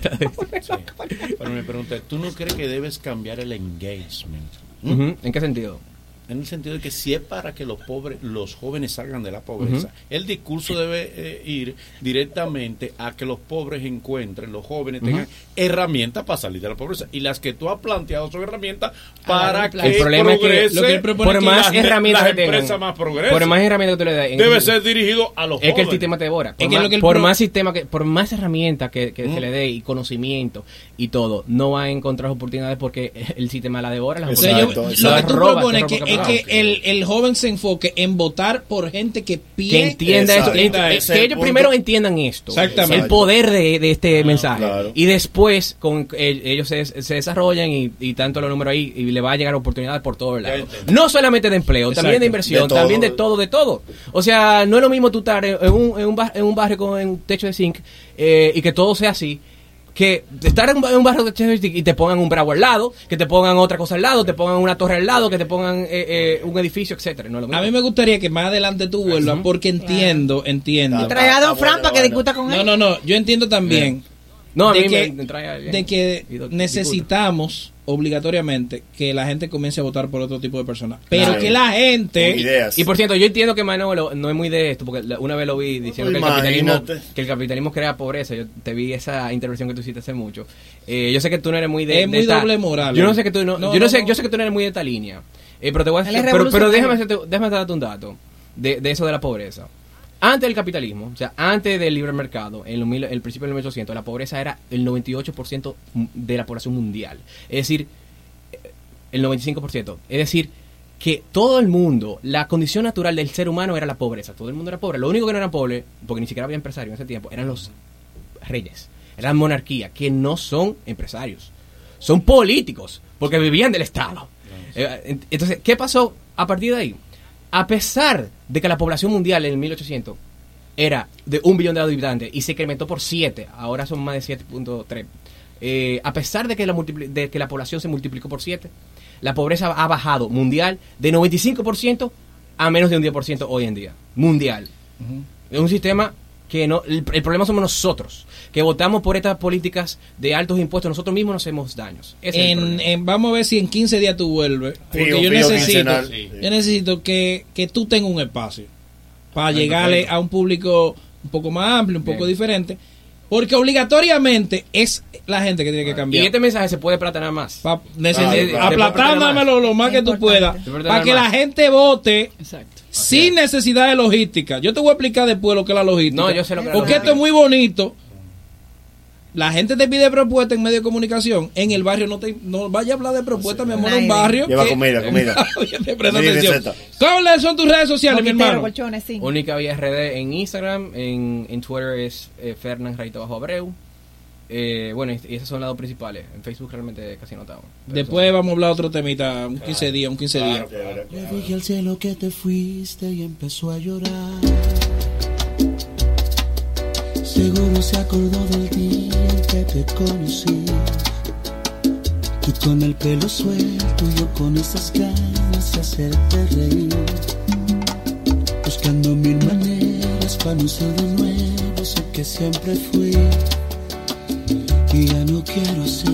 Pero me pregunta, ¿tú no crees que debes cambiar el engagement? Ujú, ¿en qué sentido? En el sentido de que si es para que los pobres, los jóvenes salgan de la pobreza, Ujú. el discurso debe eh, ir directamente a que los pobres encuentren, los jóvenes tengan Ujú. herramientas para salir de la pobreza, y las que tú has planteado son herramientas para que El problema es que progrese, lo que él propone por es que más las herramientas las que tengan, empresas más progresen. por más herramientas que tú le das, en- debe ser dirigido a los es que el jóvenes. sistema te devora. Por, Es que más, lo que el por pro- más sistema que, por más herramientas que, que Mm. se le dé y conocimiento y todo, no va a encontrar oportunidades porque el sistema la devora. Las O sea, yo- oportunidades. lo Las que tú roba, propones te que, roba es capital. que el, el joven se enfoque en votar por gente que pie, Que entienda Exacto. esto, ent- entienda eh, eso. que ellos primero entiendan esto, Exactamente. el poder de, de este mensaje, claro. y después con eh, ellos se, se desarrollan y, y tanto los números ahí, y le va a llegar oportunidades por todos lados, entiendo. no solamente de empleo, Exacto. también de inversión, De todo. también de todo, de todo. O sea, no es lo mismo tú estar en un, en un, bar- en un barrio con en un techo de zinc eh, y que todo sea así, que estar en un, en un barrio de techo de zinc y te pongan un bravo al lado, que te pongan otra cosa al lado, te pongan una torre al lado, que te pongan eh, eh, un edificio, etcétera. No es lo mismo. A mí me gustaría que más adelante tú vuelvas, porque entiendo, entiendo. Trae a Don Ah, Fran bueno, para que bueno. discuta con No, él. no, no, yo entiendo también No, a de mí que, me, me trae bien. de que Y do- necesitamos obligatoriamente que la gente comience a votar por otro tipo de personas. Pero claro, que la gente... Y, y por cierto, yo entiendo que Manolo no es muy de esto, porque una vez lo vi diciendo que el, capitalismo, que el capitalismo crea pobreza. Yo te vi esa intervención que tú hiciste hace mucho. Eh, yo sé que tú no eres muy de... Es muy de esta, doble moral. Yo no sé que tú no, no, yo no, no sé, no. Yo sé que tú no eres muy de esta línea. Eh, pero te voy a decir, pero, pero déjame, hacerte, déjame darte un dato de, de eso de la pobreza. Antes del capitalismo, o sea, antes del libre mercado, en el, el principio del mil ochocientos, la pobreza era el noventa y ocho por ciento de la población mundial. Es decir, el noventa y cinco por ciento. Es decir, que todo el mundo, la condición natural del ser humano era la pobreza. Todo el mundo era pobre. Lo único que no eran pobres, porque ni siquiera había empresarios en ese tiempo, eran los reyes. Eran monarquía, que no son empresarios. Son políticos, porque vivían del Estado. Entonces, ¿qué pasó a partir de ahí? A pesar de que la población mundial en el mil ochocientos era de un billón de habitantes y se incrementó por siete, ahora son más de siete punto tres. Eh, a pesar de que, la de que la población se multiplicó por siete, la pobreza ha bajado mundial de noventa y cinco por ciento a menos de un diez por ciento hoy en día. Mundial. Uh-huh. Es un sistema que no... El, el problema somos nosotros, que votamos por estas políticas de altos impuestos. Nosotros mismos nos hacemos daños. Ese en, es el en, vamos a ver si en quince días tú vuelves. Porque fío, yo, fío, necesito, sí. yo necesito que, que tú tengas un espacio para Ay, llegarle perfecto. a un público un poco más amplio, un Bien. poco diferente. Porque obligatoriamente es la gente que tiene que cambiar. Y este mensaje se puede platanar más. Pa, neces- ah, Aplatánamelo lo más es que tú puedas. Para que más. la gente vote Exacto. sin necesidad de logística. Yo te voy a explicar después lo que es la logística. No, yo sé lo que es Porque esto es muy bonito. La gente te pide propuestas en medio de comunicación. En el barrio no te no vaya a hablar de propuestas, mi amor, en un barrio. Lleva que, comida, comida. te presta atención. ¿Cuáles son tus redes sociales, mi hermano? Colchones, sí. Única Vía R D en Instagram, en, en Twitter es eh, Fernan Raito Bajo Abreu. Eh, bueno, y esos son las dos principales. En Facebook realmente casi no estamos. Después vamos a hablar otro temita, un quince días, un quince días. Le dije al cielo que te fuiste y empezó a llorar. Seguro se acordó del día en que te conocí. Tú con el pelo suelto y yo con esas ganas de hacerte reír. Buscando mil maneras para no ser de nuevo, sé que siempre fui y ya no quiero ser.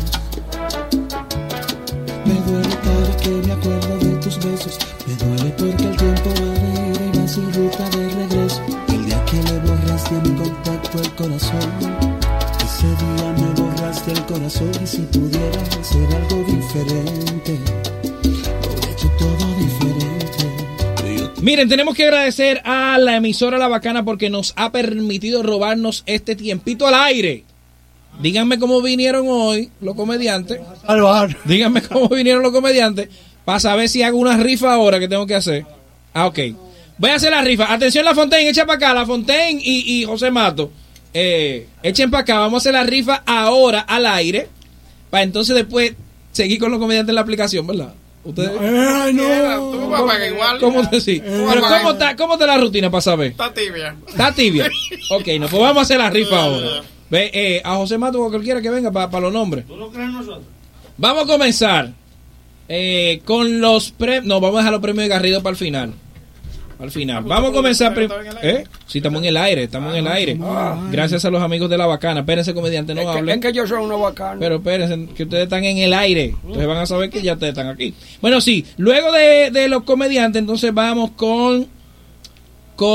Me duele cada que me acuerdo de tus besos. Me duele porque el tiempo va a ir y va sin ruta de regreso. El día que le borraste mi contacto el corazón, ese día me borraste el corazón. Y si pudiera hacer algo diferente, lo he hecho todo diferente. Miren, tenemos que agradecer a la emisora La Bacana porque nos ha permitido robarnos este tiempito al aire. Díganme cómo vinieron hoy los comediantes. Díganme cómo vinieron los comediantes para saber si hago una rifa ahora que tengo que hacer. Ah, ok. Voy a hacer la rifa. Atención, La Fontaine, echa para acá. La Fontaine y, y José Mato. Eh, echen para acá. Vamos a hacer la rifa ahora al aire. Para entonces después seguir con los comediantes en la aplicación, ¿verdad? Ustedes. No, no. ¿Tú vas a pagar igual? ¿Cómo te sí? Pero ¿cómo está, ¿cómo está la rutina para saber? Está tibia. Está tibia. Ok, no, pues vamos a hacer la rifa ahora. Ve, eh, a José Mato o cualquiera que venga para pa los nombres. ¿Tú lo crees nosotros? Vamos a comenzar eh, con los premios. No, vamos a dejar los premios de Garrido para el final. Al final. Vamos a comenzar. Prim- ¿Eh? Sí, estamos en el aire. Estamos en el aire. Gracias a los amigos de La Bacana. Espérense, comediante, no es hablen. Que, es que yo soy una bacana. Pero espérense, que ustedes están en el aire. Entonces van a saber que ya ustedes están aquí. Bueno, sí. Luego de, de los comediantes, entonces vamos con. Con.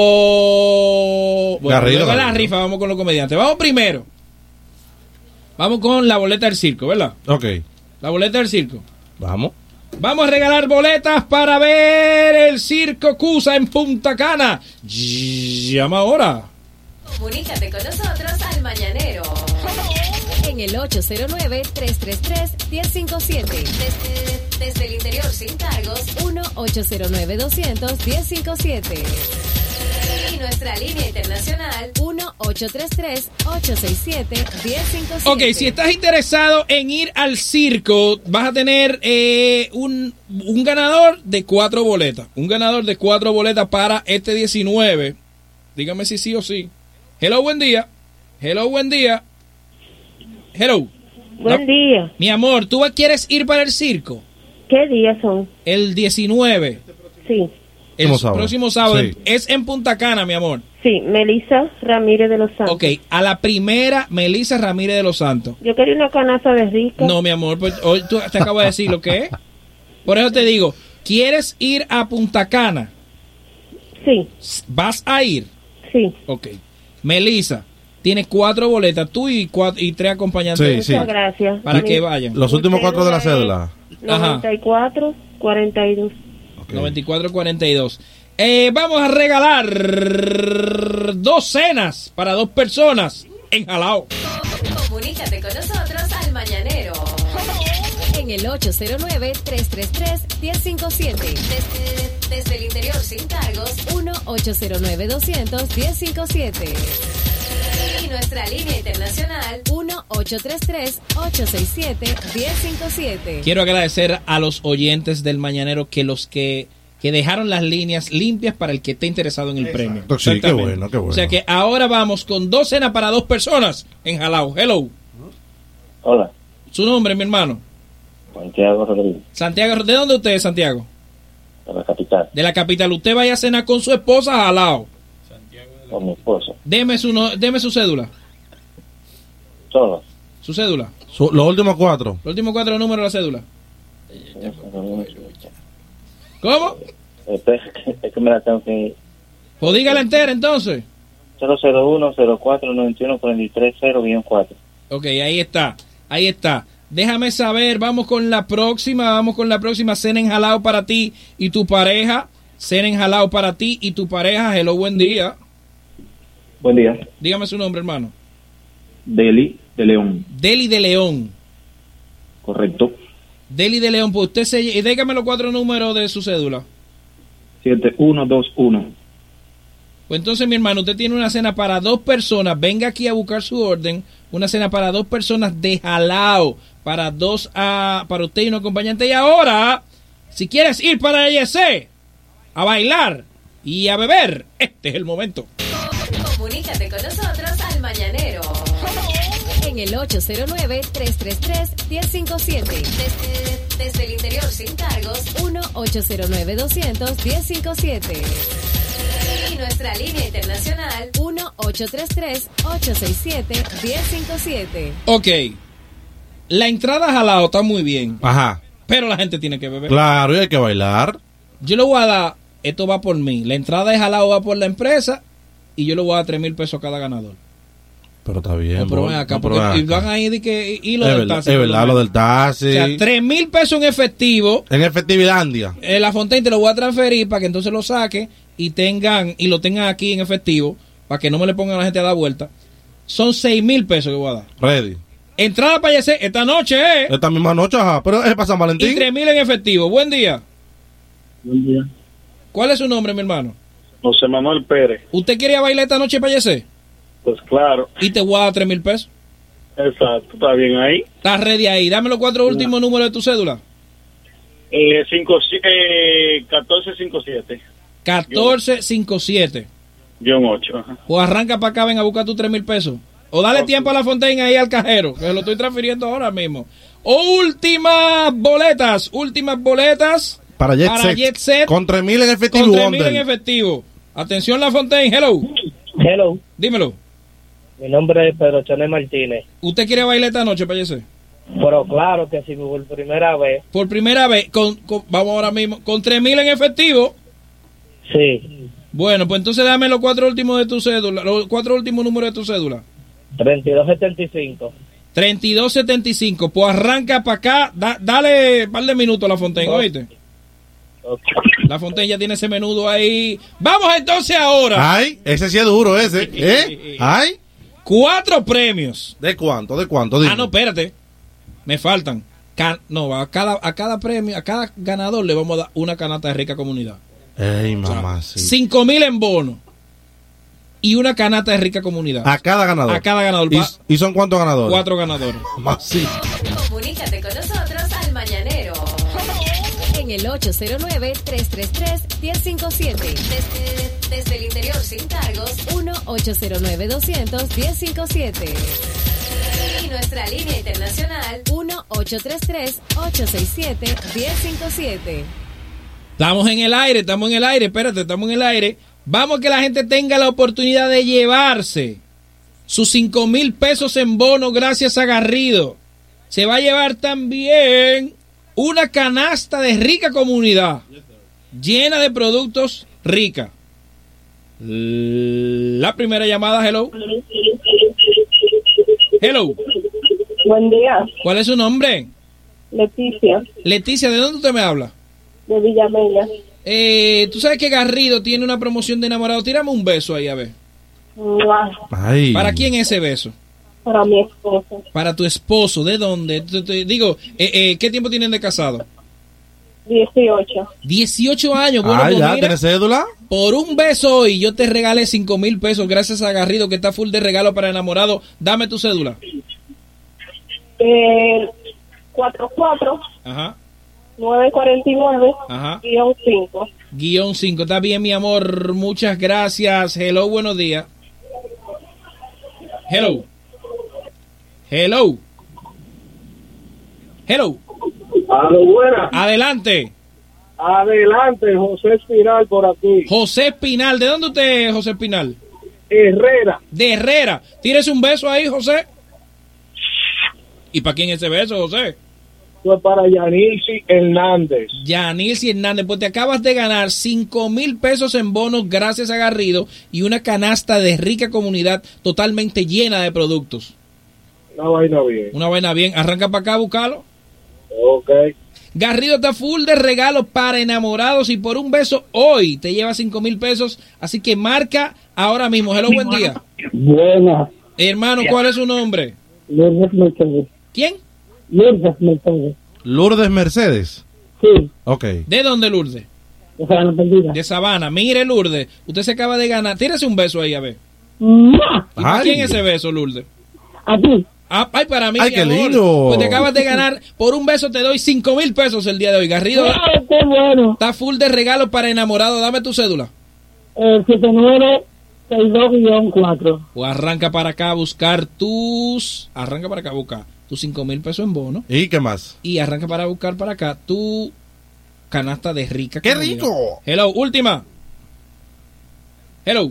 Bueno, Garrido, luego de la Garrido. rifa, vamos con los comediantes. Vamos primero. Vamos con la boleta del circo, ¿verdad? Ok. La boleta del circo. Vamos. Vamos a regalar boletas para ver el Circo Cusa en Punta Cana. Llama ahora. Comunícate con nosotros al Mañanero en el ocho cero nueve, tres tres tres, uno cero cinco siete. Desde, desde el interior sin cargos, uno ocho cero nueve, doscientos, uno cero cinco siete. Y nuestra línea internacional, uno ocho tres tres, ocho seis siete, uno cero cinco siete. Ok, si estás interesado en ir al circo, vas a tener eh, un, un ganador de cuatro boletas. Un ganador de cuatro boletas para este diecinueve. Dígame si sí o sí. Hello, buen día. Hello, buen día. Hello. Buen no. día. Mi amor, ¿tú quieres ir para el circo? ¿Qué días son? El diecinueve. Sí. El próximo sábado. próximo sábado. Sí. Es en Punta Cana, mi amor. Sí, Melissa Ramírez de los Santos. Ok, a la primera, Melissa Ramírez de los Santos. Yo quería una canasta de rica. No, mi amor, pues hoy tú te acabo de decir lo que es. Por eso te digo, ¿quieres ir a Punta Cana? Sí. ¿Vas a ir? Sí. Ok. Melissa, tienes cuatro boletas, tú y cuatro, y tres acompañantes. Sí, Muchas sí. gracias. Para Mi- que vayan. Los últimos cuatro de la cédula. noventa y cuatro cuarenta y dos. noventa y cuatro cuarenta y dos. Eh, vamos a regalar dos cenas para dos personas en Jalao. Comunícate con nosotros al Mañanero. En el ocho cero nueve, tres tres tres, uno cero cinco siete. Desde, desde el interior sin cargos, uno ocho cero nueve, dos cero cero, uno cero cinco siete. Y nuestra línea internacional, uno ocho tres tres, ocho seis siete, uno cero cinco siete. Quiero agradecer a los oyentes del Mañanero que los que, que dejaron las líneas limpias para el que esté interesado en el premio. Sí, qué Exactamente. bueno, qué bueno. O sea que ahora vamos con dos cenas para dos personas en Jalao. Hello. Hola, Su nombre, mi hermano. Santiago Rodríguez, Santiago. ¿De dónde usted es, Santiago? de la capital, De la capital. Usted vaya a cenar con su esposa a Jalao. con mi esposa. Deme su, no, deme su cédula. Todos. Su cédula. Su- los últimos cuatro. Los últimos cuatro números de la cédula. ¿Cómo? Espera, es que me la tengo que... O dígala entera entonces. cero cero uno, cero cuatro, noventa y uno, cuarenta y tres, cero, cuatro. Ok, ahí está. Ahí está. Déjame saber, vamos con la próxima, vamos con la próxima cena en Jalao para ti y tu pareja. Cena en Jalao para ti y tu pareja. Hello, buen día. Buen día. Dígame su nombre, hermano. Deli de León. Deli de León. Correcto. Deli de León, pues usted se... Y dígame los cuatro números de su cédula. siete uno dos uno. Pues entonces, mi hermano, usted tiene una cena para dos personas. Venga aquí a buscar su orden. Una cena para dos personas de Jalao. Para dos, a para usted y un acompañante. Y ahora, si quieres ir para I S E a bailar y a beber, este es el momento. Comunícate con nosotros al Mañanero. En el ocho cero nueve, tres tres tres, uno cero cinco siete. Desde, desde el interior sin cargos, uno ocho cero nueve, dos cero cero, uno cero cinco siete. Y nuestra línea internacional, uno ocho tres tres, ocho seis siete, uno cero cinco siete. Ok. La entrada a Jalao está muy bien. Ajá. Pero la gente tiene que beber. Claro, y hay que bailar. Yo le voy a dar, esto va por mí. La entrada de Jalao va por la empresa y yo le voy a dar tres mil pesos a cada ganador. Pero está bien. No, pero Bol. ven acá, No, pero porque ven y acá. van ahí de que, y lo Es del verdad, taxi. es por verdad, menos. lo del taxi. O sea, tres mil pesos en efectivo. En efectivilandia. En la Fontaine te lo voy a transferir para que entonces lo saque y tengan y lo tengan aquí en efectivo para que no me le pongan a la gente a dar vuelta. Son seis mil pesos que voy a dar. Ready. Entrada para allá esta noche, ¿eh? Esta misma noche, ajá. Pero es para San Valentín. Y tres mil en efectivo. Buen día. Buen día. ¿Cuál es su nombre, mi hermano? José Manuel Pérez. ¿Usted quería bailar esta noche para allá? Pues claro. Y te voy a dar tres mil pesos. Exacto, está bien ahí. Estás ready ahí. Dame los cuatro últimos números de tu cédula. Eh, cinco, eh, catorce cincuenta y siete. catorce cincuenta y siete. Guión ocho. Ajá. Pues arranca para acá, ven a buscar tus tres mil pesos. O dale Okay. tiempo a la Fontaine ahí al cajero, que se lo estoy transfiriendo ahora mismo. Últimas boletas, últimas boletas Para Jet, para Set. Jet Set. Con tres mil en efectivo. Con tres mil Wonder. en efectivo. Atención la Fontaine, hello. Hello. Dímelo. Mi nombre es Pedro Chanel Martínez. ¿Usted quiere bailar esta noche, Payese? Pero claro que sí, por primera vez. Por primera vez, con, con- vamos ahora mismo, con tres mil en efectivo. Sí. Bueno, pues entonces dame los cuatro últimos de tu cédula, los cuatro últimos números de tu cédula. treinta y dos setenta y cinco. treinta y dos setenta y cinco. Pues arranca para acá, da- dale un par de minutos a la Fontaine, ¿oíste? La Fontaine ya tiene ese menudo ahí. Vamos entonces ahora. Ay, ese sí es duro, ese. ¿Eh? Ay. Cuatro premios. ¿De cuánto? ¿De cuánto? Dime. Ah, no, espérate. Me faltan. Ca- no, a cada, a cada premio, a cada ganador le vamos a dar una canasta de Rica Comunidad. Ey, mamá, sí. Cinco mil en bono. Y una canasta de Rica Comunidad. A cada ganador. A cada ganador. ¿Y, Va- y son cuántos ganadores? Cuatro ganadores. Mamá, sí. Comunícate con nosotros al Mañanero. En el ocho cero nueve, tres tres tres, uno cero cinco siete. Desde, desde el interior sin cargos, uno ocho cero nueve, dos cero cero, uno cero cinco siete. Y nuestra línea internacional, uno ocho tres tres, ocho seis siete, uno cero cinco siete. Estamos en el aire, estamos en el aire, espérate, estamos en el aire. Vamos que la gente tenga la oportunidad de llevarse sus cinco mil pesos en bono gracias a Garrido. Se va a llevar también una canasta de Rica Comunidad, llena de productos Rica. La primera llamada, hello. Hello. Buen día. ¿Cuál es su nombre? Leticia, Leticia, ¿de dónde usted me habla? de Villamella. Eh, tú sabes que Garrido tiene una promoción de enamorado. Tírame un beso ahí, a ver. Mua. Ay. ¿Para quién es ese beso? Para mi esposo. Para tu esposo. ¿De dónde? Te, te digo, eh, eh, ¿qué tiempo tienen de casado? dieciocho. dieciocho años. Bueno, Ah, pues ya, mira, ¿tienes cédula? por un beso hoy yo te regalé cinco mil pesos gracias a Garrido, que está full de regalo para enamorado. Dame tu cédula. Eh, cuatro cuatro Ajá, nueve cuatro nueve ajá. guión cinco. Guión cinco. Está bien, mi amor. Muchas gracias. Hello, buenos días. Hello. Hello. Hello. A lo buena. Adelante. Adelante, José Espinal por aquí. José Espinal. ¿De dónde usted es, José Espinal? Herrera. De Herrera. Tírese un beso ahí, José. ¿Y para quién ese beso, José? Fue para Yanilsi Hernández. Yanilsi Hernández, pues te acabas de ganar cinco mil pesos en bonos gracias a Garrido y una canasta de Rica Comunidad totalmente llena de productos. Una vaina bien. Una vaina bien. Arranca para acá a buscarlo. Ok. Garrido está full de regalos para enamorados y por un beso hoy te lleva cinco mil pesos. Así que marca ahora mismo. Hello, buen día. Buena. Hermano, ¿cuál es su nombre? Lourdes Mercedes. ¿Quién? Lourdes Mercedes. Lourdes Mercedes. Sí. Ok. ¿De dónde, Lourdes? De Sabana Perdida. De Sabana. Mire, Lourdes, usted se acaba de ganar. Tírese un beso ahí, a ver. ¡Mua! ¿Y para Ay. quién ese beso, Lourdes? A ti. Ah, ay, para mí, Ay, mi qué amor. lindo. Pues te acabas de ganar. Por un beso te doy cinco mil pesos el día de hoy. Garrido ¡Ah, qué bueno! está full de regalos para enamorados. Dame tu cédula. Eh, siete nueve seis dos guión cuatro. O arranca para acá a buscar tus... Arranca para acá a buscar tus cinco mil pesos en bono. ¿Y qué más? Y arranca para buscar para acá tu canasta de Rica. ¡Qué Comunidad. rico! Hello, última. Hello.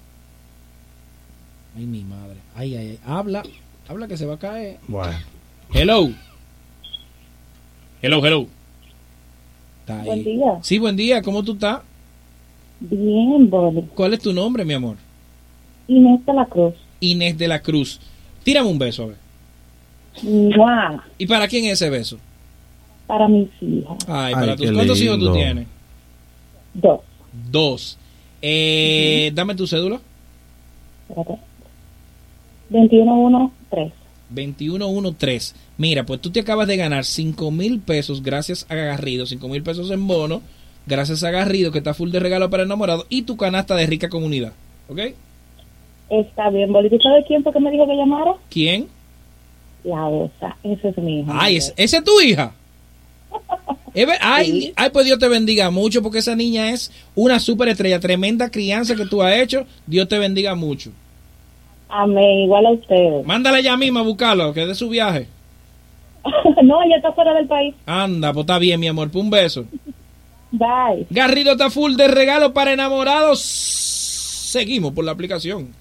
Ay, mi madre. Ay, ay, ay. Habla. Habla que se va a caer. Bueno. Hello. Hello, hello. Está ahí. Buen día. Sí, buen día. ¿Cómo tú estás? Bien, Boli. ¿Cuál es tu nombre, mi amor? Inés de la Cruz. Inés de la Cruz. Tírame un beso, a ver. Mua. ¿Y para quién es ese beso? Para mis hijas. Ay, Ay, para qué tus. ¿Cuántos hijos tú lindo. tienes? Dos. Dos. Eh, Dame tu cédula. Espérate. veintiuno uno tres. veintiuno trece. Mira, pues tú te acabas de ganar cinco mil pesos gracias a Garrido. cinco mil pesos en bono. Gracias a Garrido, que está full de regalo para enamorados. Y tu canasta de Rica Comunidad. ¿Ok? Está bien, Boli. ¿Tú sabes quién fue que me dijo que llamara? ¿Quién? La Osa. Esa es mi hija. Ay, ¿es- ¿esa es tu hija? Es ver- Ay, ay, pues Dios te bendiga mucho, porque esa niña es una superestrella, tremenda crianza que tú has hecho. Dios te bendiga mucho. Amén. Igual a ustedes. Mándale ya mismo a buscarlo, que es de su viaje. No, ella está fuera del país. Anda, pues está bien, mi amor, pues un beso. Bye. Garrido está full de regalo para enamorados. Seguimos por la aplicación.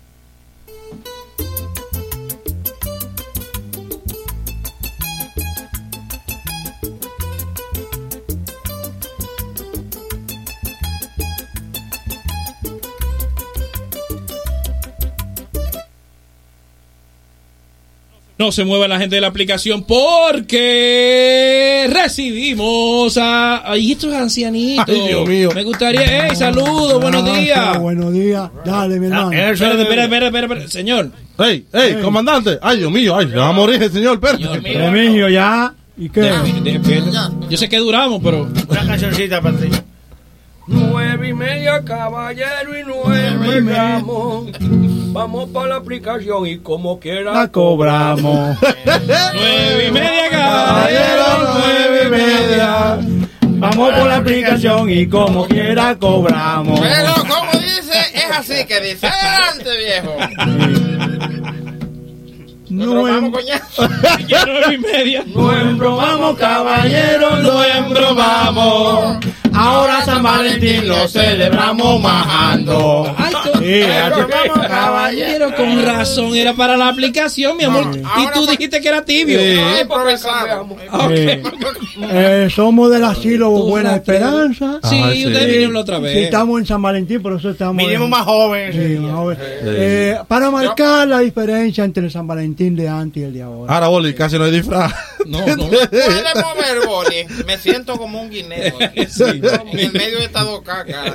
No se mueva la gente de la aplicación porque recibimos a... Ay, estos ancianitos. Ay, Dios mío. Me gustaría... ¡Ey, saludos! ¡Buenos días! Buenos días. Dale, mi hermano. Ah, espérate, espérate, espérate, espérate, espérate. Señor. ¡Ey, ey, comandante! ¡Ay, Dios mío! ¡Ay, se va a morir el señor! ¡Espérate! Remigio, ya. ¿Y qué? De- de- de- yo sé que duramos, pero... Una cancioncita, Patricia. Nueve y media, caballero, y nueve gramos. Vamos para la aplicación y como quiera La cobramos. Nueve y media, caballero, nueve y media. Vamos por la aplicación y como quiera cobramos. Pero, como dice, es así que dice. Adelante, viejo. No vamos, coñazo. Nueve y media. No embromamos, caballero, no embromamos. Ahora San Valentín lo celebramos majando. Ay, tú- Sí, así- caballero, con razón, era para la aplicación, mi amor. Y tú dijiste que era tibio. Sí. Ay, porque cambiamos. Eh, eh, somos del asilo Buena Esperanza. Sí, Ajá, ustedes vinieron la otra vez. Sí, estamos en San Valentín, por eso estamos. Vinimos en- más jóvenes. Sí, más jóvenes. Eh, para marcar la diferencia entre el San Valentín de antes y el de ahora. Ahora, Boli, casi no hay disfraz. No, no. Puede mover, Boli. Me siento como un guineo aquí. Sí. Como en el medio de esta dos cacas.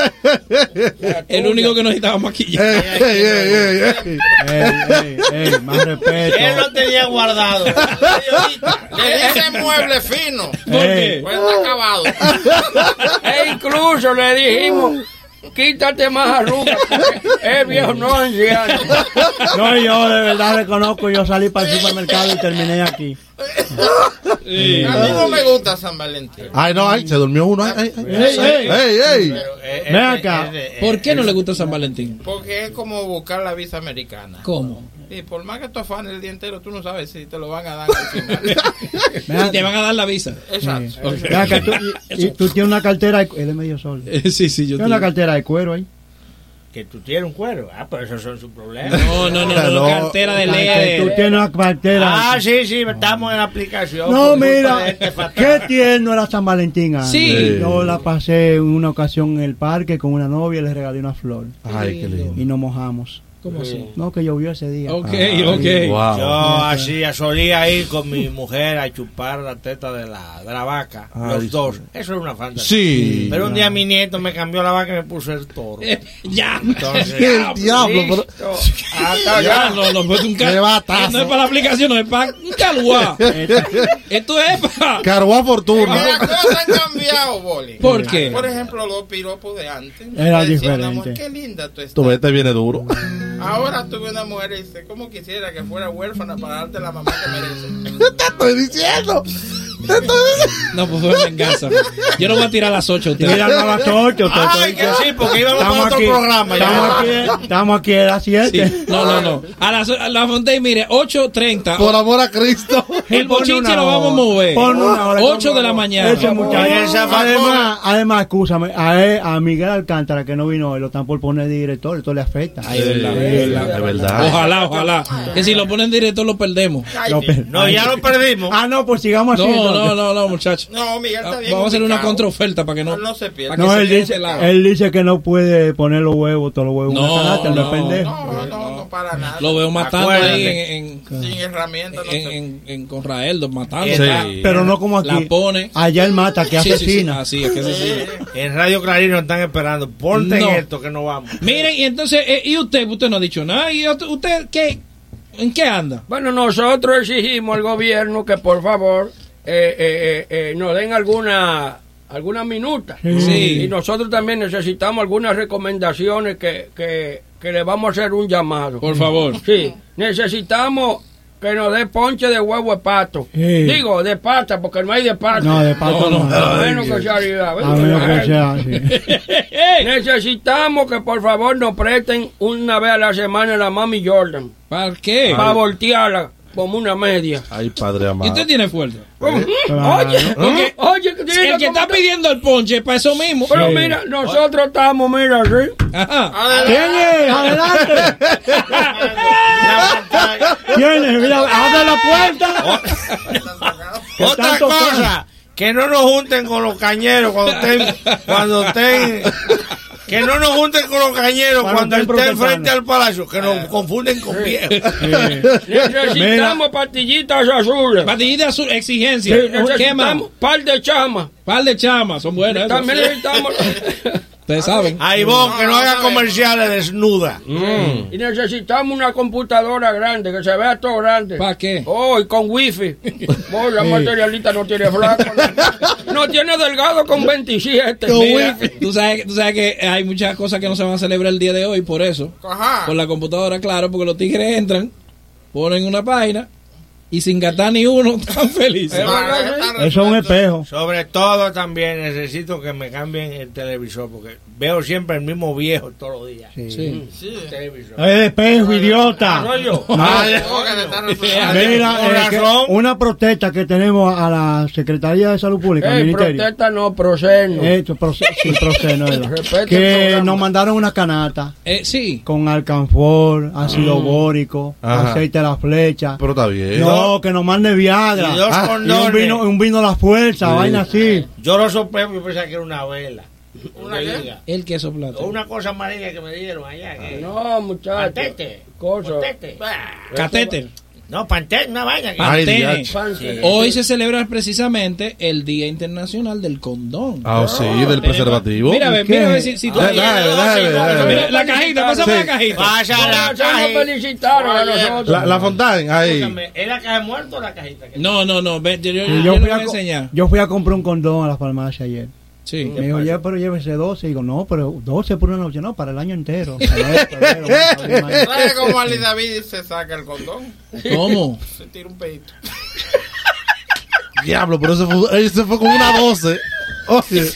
El único que no necesitaba maquillaje. Ey, ey, ey, ey. Ey, ey, ey, más respeto. Él lo tenía guardado. Le dice mueble fino. ¿Por qué? Pues está acabado. E incluso le dijimos, quítate más arrugas. Es viejo, no anciano. No, yo de verdad reconozco, yo salí para el supermercado y terminé aquí. Sí. A mí no me gusta San Valentín. Ay, no, ay, se durmió uno. Ay, ay, ay. Ey, ey. Ey, ey. Ven acá. ¿Por qué no le gusta San Valentín? Porque es como buscar la visa americana. ¿Cómo? Y por más que tú afanes el día entero, tú no sabes si te lo van a dar al final. Y te van a dar la visa. Exacto. Sí. Ven acá, tú, y, y tú tienes una cartera de, es de medio sol. Sí, sí, yo Tienes una cartera de cuero ahí. Que tú tienes un cuero. Ah, pues esos son sus problemas. No, no, no, no, No. cartera de Tú ley. tienes una cartera. Ah, sí, sí, estamos en la aplicación. No, por culpa de mira, este fatal. qué tierno era San Valentín antes. Sí. Yo la pasé en una ocasión en el parque con una novia y le regalé una flor. Ay, qué lindo. Y nos mojamos. ¿Cómo así? No, que llovió ese día. Ok, Ay, ok. wow. Yo así solía ir con mi mujer a chupar la teta de la, de la vaca, Ay, los sí. dos. Eso es una fantasía. Sí. Pero un día mi nieto me cambió la vaca y me puso el toro. Eh, Ya. Entonces, El diablo, pero- Listo. Hasta Ya, allá. no, no, pues un Qué cal... batazo. No es para la aplicación, no es para un caluá. Esto es para... Carguá Fortuna. Las cosas han cambiado, Boli. ¿Por qué? Por ejemplo, los piropos de antes. Era Le decían a la diferente. mujer, qué linda tú estás. Tu vete viene duro. Ahora tuve una mujer y dice, ¿cómo quisiera que fuera huérfana para darte la mamá que merece? Te estoy diciendo. Te estoy diciendo. No, pues fue venganza. Yo no voy a tirar a las ocho. Ustedes. Mira, no a las ocho. Ay, que sí, porque íbamos para otro programa. ya. Estamos aquí, estamos aquí a las siete. Sí. No, no, no. A las a la Fontaine, mire, ocho treinta. Por amor a Cristo. El Pon bochinche una lo vamos a hora. mover. Pon una hora. ocho de la mañana. Ese muchacho. Oye, esa Además, además, escúchame, a, él- a Miguel Alcántara que no vino hoy, lo están por poner de director, esto le afecta. Ay, es verdad, es verdad. Es verdad. Ojalá, ojalá. Que si lo ponen directo lo perdemos. Lo per- No, ya lo perdimos. Ah, no, pues sigamos así. No, entonces. no, no, no, muchachos. No, Miguel está bien. Vamos a hacer una ubicado. contraoferta para que no. No se pierda. para que No, se él quede dice, pelado. él dice que no puede poner los huevos, todos los huevos en No, una canasta, él no es no. pendejo. No, no, no para nada. Lo veo matando Acuérdate. ahí en, en, Sin herramientas no en, se en, en Conraeldo, matando. Sí. Pero no como aquí. La pone. Allá él mata, que Sí, sí, sí. asesina. Así es que asesina. En Radio Clarín nos están esperando. Ponte No. en esto que no vamos. Miren, y entonces, eh, ¿y usted? Usted no ha dicho nada. ¿Y usted, usted qué? ¿En qué anda? Bueno, nosotros exigimos al gobierno que por favor eh, eh, eh, eh, nos den alguna alguna minuta. Sí. Y nosotros también necesitamos algunas recomendaciones que, que, que le vamos a hacer un llamado. Por favor. Sí, necesitamos que nos dé ponche de huevo de pato. Sí. Digo, de pata, porque no hay de pata. No, de pato no. A menos que sea realidad. A menos que sea así. Necesitamos que por favor nos presten una vez a la semana la Mami Jordan. ¿Para qué? Para voltearla como una media. Ay, padre ¿Y amado. usted tiene fuerza? Claro. Oye, oye, oye, El que está pidiendo el ponche es para eso mismo. pero mira, nosotros estamos, mira, así. Ajá. ¿Quién es? Adelante. ¿Quién es? Mira, abre la puerta. ¿Qué Otra tanto cosa, que no nos junten con los cañeros cuando estén, cuando estén, que no nos junten con los cañeros Cuando cuando estén estén protestando. frente al palacio, que nos confunden con viejos. Necesitamos pastillitas azules. Patillita azul, exigencia. Sí, ¿Qué más? necesitamos par de chamas. Par de chamas, son buenas. esas. También necesitamos. Ustedes saben. Ahí vos, que no haga comerciales desnuda. Y necesitamos una computadora grande, que se vea todo grande. ¿Para qué? Oh, y con wifi. Oh, la materialista no tiene flaco. No, no tiene delgado con veintisiete. Mira, tú sabes, tú sabes que hay muchas cosas que no se van a celebrar el día de hoy por eso. Ajá. Por la computadora, claro, porque los tigres entran, ponen una página y sin gastar ni uno, tan felices. Eso es un espejo. Sobre todo también necesito que me cambien el televisor porque veo siempre el mismo viejo todos los días. Sí. Sí. Sí. Televisor. Es espejo, idiota. Ah, soy yo. No. Ah, Mira, con eh, que razón. una protesta que tenemos a la Secretaría de Salud Pública, al Ey, Ministerio. protesta no, proceno. Esto, proce- sí, proceno, era. Respeta el Que programa. nos mandaron una canasta. Eh, sí. Con alcanfor, ácido Mm. bórico, Ajá. aceite de la flecha. Pero está bien. No, que nos mande Viagra. Y dos Ah, y condones. un vino, un vino La Fuerza, Sí. vaina así. Yo lo soplé y pensaba que era una vela. Una liga. El queso plata. O una cosa amarilla que me dieron allá. Que... No, muchacho. Pantete. Cosa. Pantete. Catéter. No, pantete, una vaina. Que... Ay, Pantene. diache. Sí. Hoy se celebra precisamente el Día Internacional del Condón. Ah, sí, del preservativo. Mira, a ver, ¿Y mira a qué? ver si, si tú... Dale, dale, dale, dale. Mira, la cajita, pásame Sí. la cajita. Pasa la No, caja. nos felicitaron a nosotros. La, la Fontana, ahí. Escúchame, ¿es la caja de muerto o la cajita? Que... No, no, no, ve, yo, yo, Y yo yo, le fui voy a, a co- enseñar. yo fui a comprar un condón a la farmacia ayer. Sí. Me dijo, ya, pero llévese doce. Y digo, no, pero doce por una noche, no, para el año entero. Enero, febrero, marzo, abril, mayo. ¿Sabes cómo Ali David se saca el condón? ¿Cómo? Se tira un pedito. Diablo, pero eso fue, eso fue como una doce. Oye,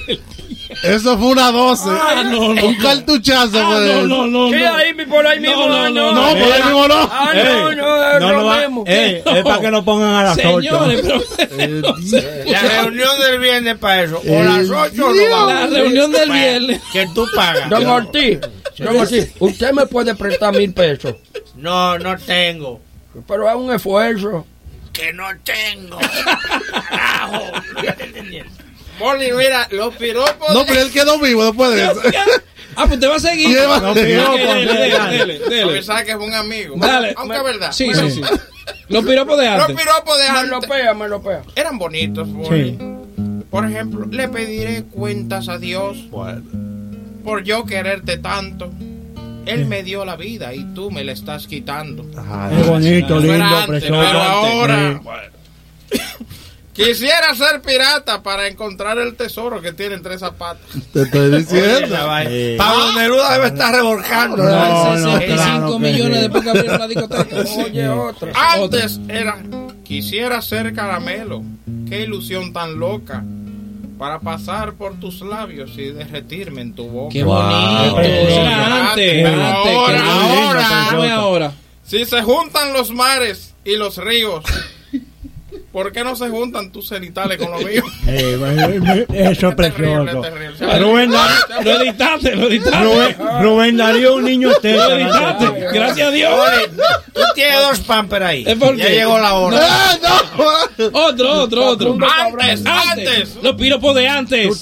eso fue una doce. Ah, no, no, un no. cartuchazo Ah, fue no, eso. no, no, ¿Qué no. ahí por ahí mismo? No, no, no, No, por ahí mismo no. Ah, no, Ey, no, es no, no lo va- mismo. ey, es para que lo pongan a las Señores, ocho. pero... La reunión del viernes para eso. O las ocho o no vamos. La reunión del Bueno, viernes. Que tú pagas. Don Ortiz, don Ortiz, usted me puede prestar mil pesos. No, no tengo. Pero es un esfuerzo. Que no tengo. Carajo. Ya te entendiendo. Molly, mira, los piropos. No, pero él quedó vivo después de eso. Ah, pues te va a seguir. Lleva- No, No, dele, piropos, dele, dele, dale. dele, dele. Porque sabes que es un amigo. Dale. Aunque es verdad. Sí, Bueno, sí, sí. Los piropos de Los antes. piropos de Me lo antes pega, me lo pega. eran bonitos, Molly. Sí. Por ejemplo, le pediré cuentas a Dios Bueno. por yo quererte tanto. Él me dio la vida y tú me la estás quitando. Ay, Es bonito, Eso era lindo, antes, precioso. pero ahora Sí. bueno. Quisiera ser pirata para encontrar el tesoro que tiene entre zapatos. Te estoy diciendo. Sí. Pablo Neruda debe estar revolcando. No, no, sesenta y cinco claro que millones sí. después que abrieron la discoteca. Oye, otra. Antes era, quisiera ser caramelo. Qué ilusión tan loca. Para pasar por tus labios y derretirme en tu boca. Qué Wow. bonito. Qué Eso era antes. Pero antes, ahora, qué lindo, ahora. ¿cómo es ahora? Si se juntan los mares y los ríos, ¿por qué no se juntan tus genitales con los míos? Eh, bueno, eso es precioso. Terrible, terrible. Rubén, Dar- Lo editaste, lo editaste. Rubén, Rubén Darío, un niño Lo teta. editaste. Gracias a Dios. Tú tienes dos pampers ahí. ¿Es por Ya qué? llegó la hora. ¡Ah, no! Otro, otro, otro. Antes, antes. Los piropos de antes.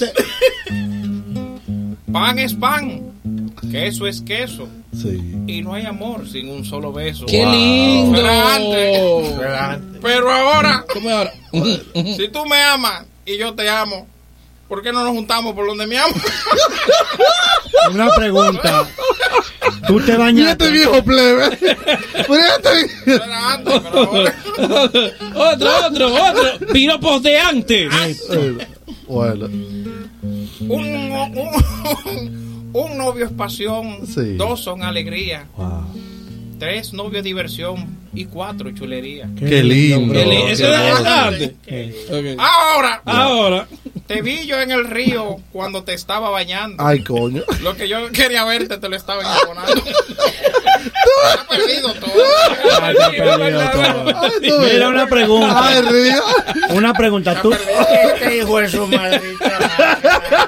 Pan es pan, queso es queso. Sí. Y no hay amor sin un solo beso. Qué Wow. lindo. Era antes. Era antes. Pero ahora, ¿Cómo es ahora? si tú me amas y yo te amo, ¿por qué no nos juntamos por donde me amo? Una pregunta. ¿Tú te Mira bañaste? este viejo plebe. Mira este viejo. Era antes, pero ahora. Otro, otro, otro. Piropos de antes. Bueno. Un, un, un novio es pasión, Sí. dos son alegría, Wow. tres novios diversión y cuatro chulería. Qué lindo. Qué li- qué Eso era lindo. antes. Ok. Ahora, Ahora. te vi yo en el río cuando te estaba bañando. Ay, coño. Lo que yo quería verte te lo estaba enjabonando. Ha perdido todo. Ah, te has perdido todo. Ay, tú ves. Mira, una pregunta. Ay, Río. Una pregunta. ¿Tú, Este hijo de su maldita.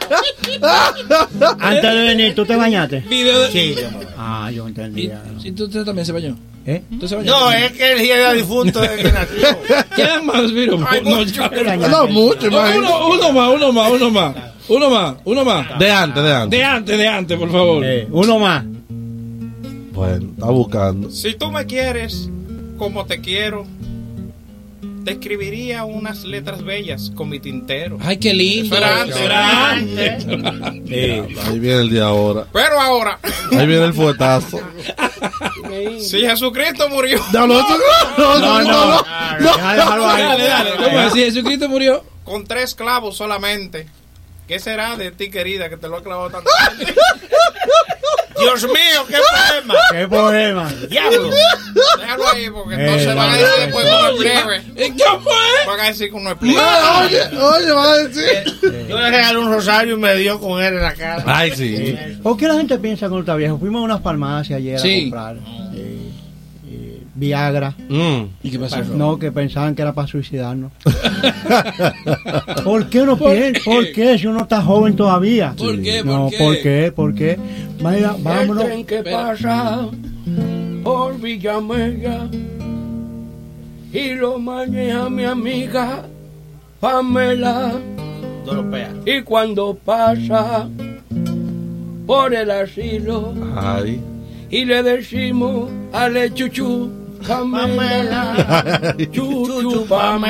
antes de venir, ¿tú te bañaste? Video de... Sí, yo me- Ah, yo entendía. ¿Y tú, usted también se bañó? ¿Eh? ¿Tú se bañó? No, es que el día era difunto desde que nació. ¿Quedan más piropos? Ay, No, mucho. ya. No, mucho, imagínate. Uno, uno más, uno más, uno más. Uno más, uno más. De antes, de antes. De antes, de antes, por favor. Eh, uno más. Bueno, está buscando. Si tú me quieres como te quiero, te escribiría unas letras bellas con mi tintero. Ay, qué lindo. Eso era antes. Eso era antes. Eh, ahí viene el día ahora. Pero ahora, Ahí viene el fuetazo. si Jesucristo murió, No, no, no, no, no, no. Deja dejarlo ahí. Dale, dale. ¿Cómo es? Si Jesucristo murió. con tres clavos solamente, ¿qué será de ti, querida, que te lo ha clavado tanto? Dios mío, qué problema. ¿Qué problema? Diablo. Déjalo ahí, porque entonces Eh, van a decir después que uno es plebe. ¿Qué fue? Van a decir que uno es plebe. No, oye, oye, va a decir. Yo le regalé un rosario y me dio con él en la cara. Ay, sí. ¿Por qué la gente piensa que uno está viejo? Fuimos a unas farmacias ayer Sí. a comprar eh, eh, Viagra. Mm. ¿Y qué pasó? No, que pensaban que era para suicidarnos. ¿Por qué uno piensa? ¿Por qué? Si uno está joven todavía. ¿Por qué? No, ¿Por qué? ¿por qué? ¿Por qué? Vaya, vámonos. El tren que pasa por Villamella y lo maneja mi amiga Pamela. Y cuando pasa por el asilo Ay. y le decimos ale chuchu Pamela, chuchu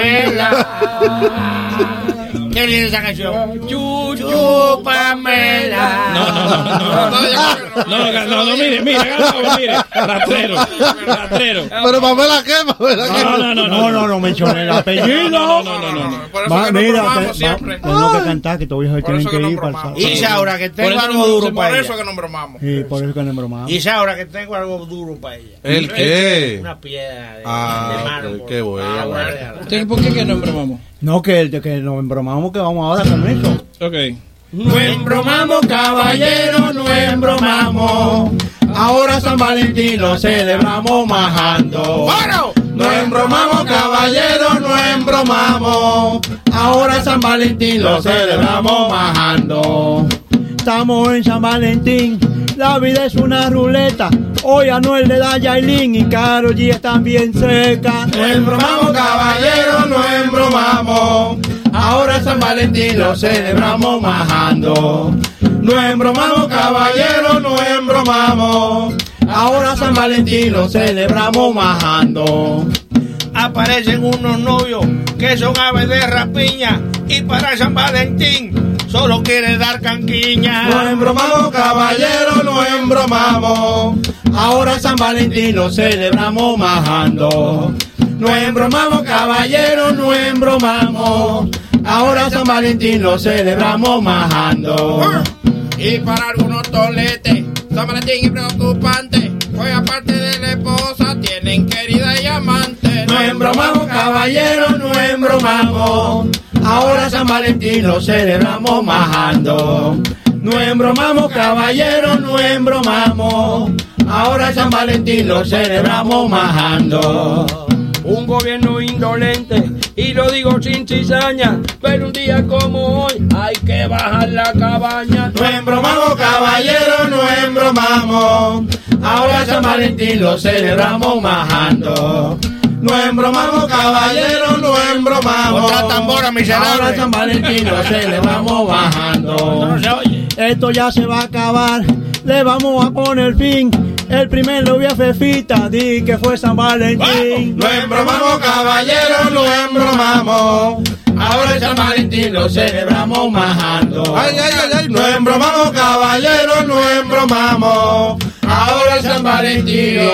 Pamela. Qué linda esa canción. Chuchu Pamela. No, no, no, no. No, no, no, no, mire, mire, hágalo, mire. Ratrero, ratrero. Pero Pamela, ¿qué? Pamela, ¿qué? No, no, no, No, no, no mencioné el apellido. No, no, no, no, no. Por eso Va, que nos mira, bromamos te- siempre. va- tengo que cantar, que todavía hoy Por tienen eso que que nos ir para el bromamos. sábado. Y Isaura, que tengo eso algo no- duro por para eso ella. que nos bromamos. Sí, por eso que nos bromamos. Y Isaura, que tengo algo duro para ella. ¿El qué? Una piedra de, de Ah, mármol. qué bueno. Ah, bueno. ¿Usted ¿Por qué que no embromamos? No, que, que nos embromamos que vamos ahora con eso. Ok. No embromamos, caballero, no embromamos. Ahora San Valentín lo celebramos majando. ¡Bueno! No embromamos, caballero, no embromamos. Ahora San Valentín lo celebramos majando. Estamos en San Valentín, la vida es una ruleta. Hoy Anuel le da a Yailin y Karol G están bien secas. No embromamos, caballero, no embromamos. Ahora San Valentín lo celebramos majando. No embromamos, caballero, no embromamos. Ahora San Valentín lo celebramos majando. Aparecen unos novios que son aves de rapiña y para San Valentín solo quiere dar canquiña. No embromamos, caballero, no embromamos. Ahora San Valentín lo celebramos majando. No embromamos, caballero, no embromamos. Ahora San Valentín lo celebramos majando. Y para algunos toletes, San Valentín es preocupante, pues aparte de la esposa tienen querida y amante. No embromamos, caballero, no embromamos. Ahora San Valentín lo celebramos majando. No embromamos, caballero, no embromamos. Ahora San Valentín lo celebramos majando. Un gobierno indolente, y lo digo sin cizaña, pero un día como hoy hay que bajar la cabaña. No embromamos, caballero, no embromamos. Ahora San Valentín lo celebramos majando. No embromamos, caballero, no embromamos. Otra tambora miserable. Ahora San Valentín lo celebramos bajando. No se oye. Esto ya se va a acabar, le vamos a poner fin. El primer novio a Fefita, di que fue San Valentín. No embromamos, caballero, no embromamos. Ahora San Valentín lo celebramos majando. Ay, ay, ay, ay. No embromamos, caballero, no embromamos. Ahora San Valentín lo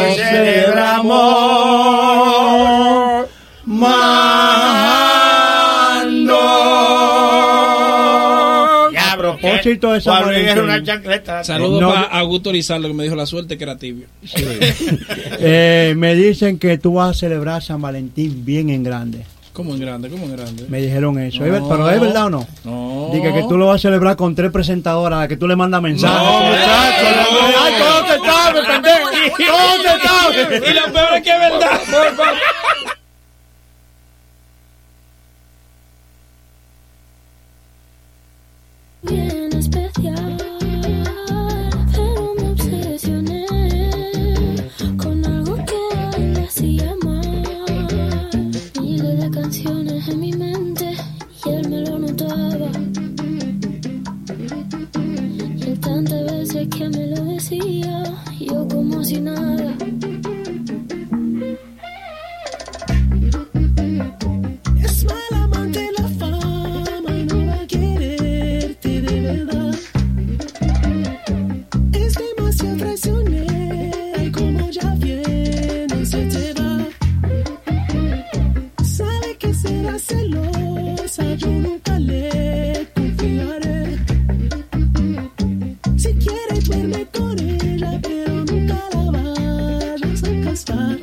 celebramos majando. Ya, A propósito de San Juan Luis era una Valentín. chancleta. Saludos No, para yo- Augusto Lizardo que me dijo la suerte que era tibio. Eh, me dicen que tú vas a celebrar San Valentín bien en grande. ¿Cómo en grande? ¿Cómo en grande? Me dijeron eso. No. ¿Es ver- ¿Pero es verdad o no? No. Dije que tú lo vas a celebrar con tres presentadoras a las que tú le mandas mensajes. No, muchacho. no. Ay, todo se sabe, pendejo. Todo se sabe. Y lo peor es que es verdad. Bien especial, pero me obsesioné con algo que a él le hacía mal. Miles de canciones en mi mente y él me lo notaba. Y él tantas veces que me lo decía, yo como si nada. olvidar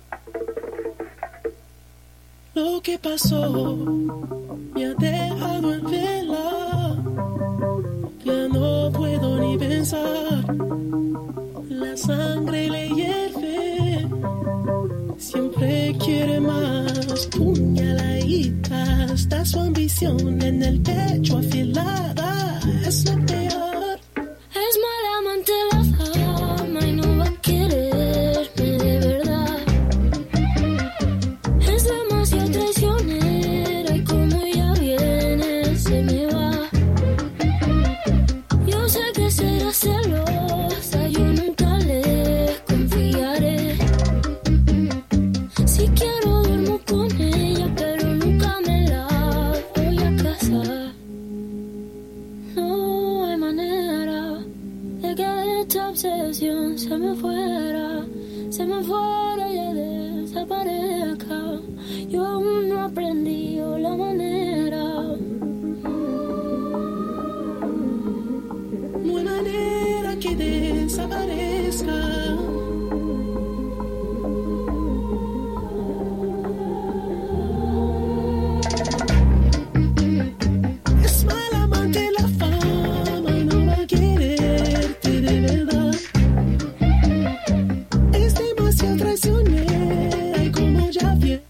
lo que pasó, me ha dejado en vela, ya no puedo ni pensar, la sangre le hierve, siempre quiere más, puñaladita, está su ambición en el pecho afilada, es lo peor. Es mala amante la fama y no va a quererme de verdad. Es demasiado traicionera y como ella viene se me va. Yo sé que será celosa, yo nunca le confiaré. Si quiero duermo con ella, pero nunca me la voy a casar. No hay manera de que esta obsesión se me fuera, se me fuera y ya desaparezca. Yo aún no aprendí la manera. No hay manera que desaparezca. Es mala amante la fama y no va a quererte de verdad. Es demasiado traicionera y como ya viene.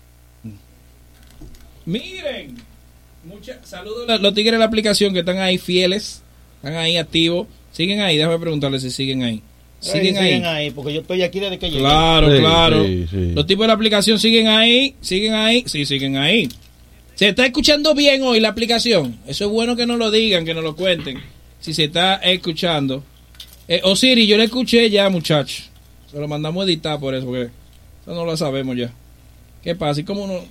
Miren, mucha, saludos a los tigres de la aplicación que están ahí fieles, están ahí activos. Siguen ahí, déjame preguntarles si siguen ahí. Siguen Sí, ahí. siguen ahí, porque yo estoy aquí desde que llegué. Claro, Sí, claro. sí, sí. Los tipos de la aplicación siguen ahí, siguen ahí, sí, siguen ahí. ¿Se está escuchando bien hoy la aplicación? Eso es bueno que nos lo digan, que nos lo cuenten. Si se está escuchando. Eh, Osiris, yo le escuché ya, muchacho. Se lo mandamos a editar por eso, porque eso no lo sabemos ya. ¿Qué pasa? ¿Y cómo no?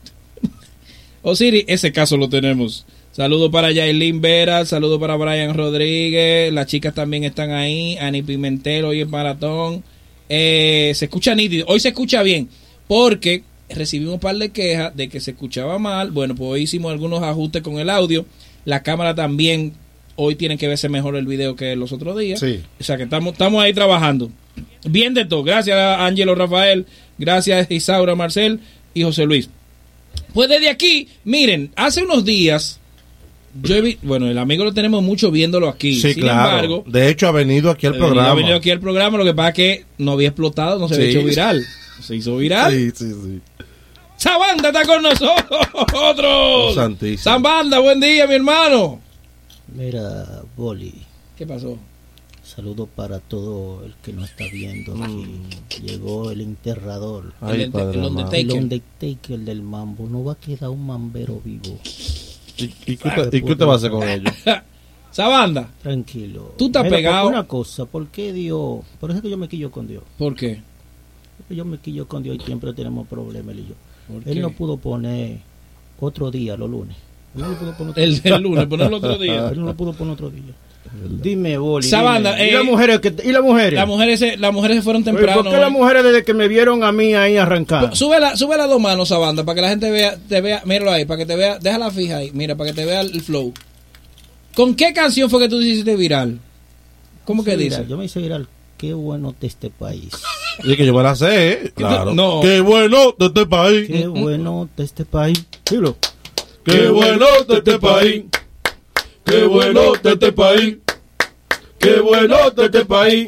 Osiris, ese caso lo tenemos. Saludos para Yailin Vera, saludos para Brian Rodríguez, las chicas también están ahí, Ani Pimentel, hoy es maratón. Eh, se escucha nítido, hoy se escucha bien, porque recibimos un par de quejas de que se escuchaba mal. Bueno, pues hoy hicimos algunos ajustes con el audio, la cámara también, hoy tiene que verse mejor el video que los otros días. Sí. O sea que estamos, estamos ahí trabajando. Bien de todo, gracias a Ángelo Rafael, gracias a Isaura Marcel y José Luis. Pues desde aquí, miren, hace unos días, yo he vi, bueno, el amigo lo tenemos mucho viéndolo aquí. Sí, Sin claro. embargo, De hecho, ha venido aquí al eh, programa. ha venido aquí al programa, lo que pasa es que no había explotado, no se había Sí. hecho viral. Se hizo viral. Sí, sí, sí. Sabanda está con nosotros. Oh, santísimo. Sabanda, buen día, mi hermano. Mira, Boli. ¿Qué pasó? Saludos para todo el que nos está viendo aquí. Llegó el enterrador. Ay, el, padre el, amado. Undertaker. el Undertaker del mambo. No va a quedar un mambero vivo. ¿Y, y qué usted, ¿y qué usted va a hacer con ellos? Sabanda. Tranquilo. Tú estás Mira, pegado. Una cosa, ¿por qué Dios? Por eso es que yo me quillo con Dios. ¿Por qué? Porque yo me quillo con Dios y siempre tenemos problemas, él y yo. ¿Por Él qué? no pudo poner otro día los lunes. Él no lo pudo poner otro El, día. el lunes, ponerlo otro día. Él no lo pudo poner otro día. Dime, Boli. Sabanda, dime. ¿Y eh, las mujeres? Que, ¿Y las mujeres? Las mujeres se, las mujeres se fueron Oye, temprano. ¿por qué las hoy. mujeres desde que me vieron a mí ahí arrancar? Sube, la, sube las dos manos, Sabanda, para que la gente vea, te vea, míralo ahí, para que te vea, déjala fija ahí, mira, para que te vea el flow. ¿Con qué canción fue que tú hiciste viral? ¿Cómo que Sí, dice? mira, yo me hice viral. Qué bueno de este país. Y que yo me la sé, ¿eh? Claro. No. Qué bueno de este país. Qué bueno de este país. Dilo. Qué bueno de este país. Qué bueno de este país. Qué bueno de este país.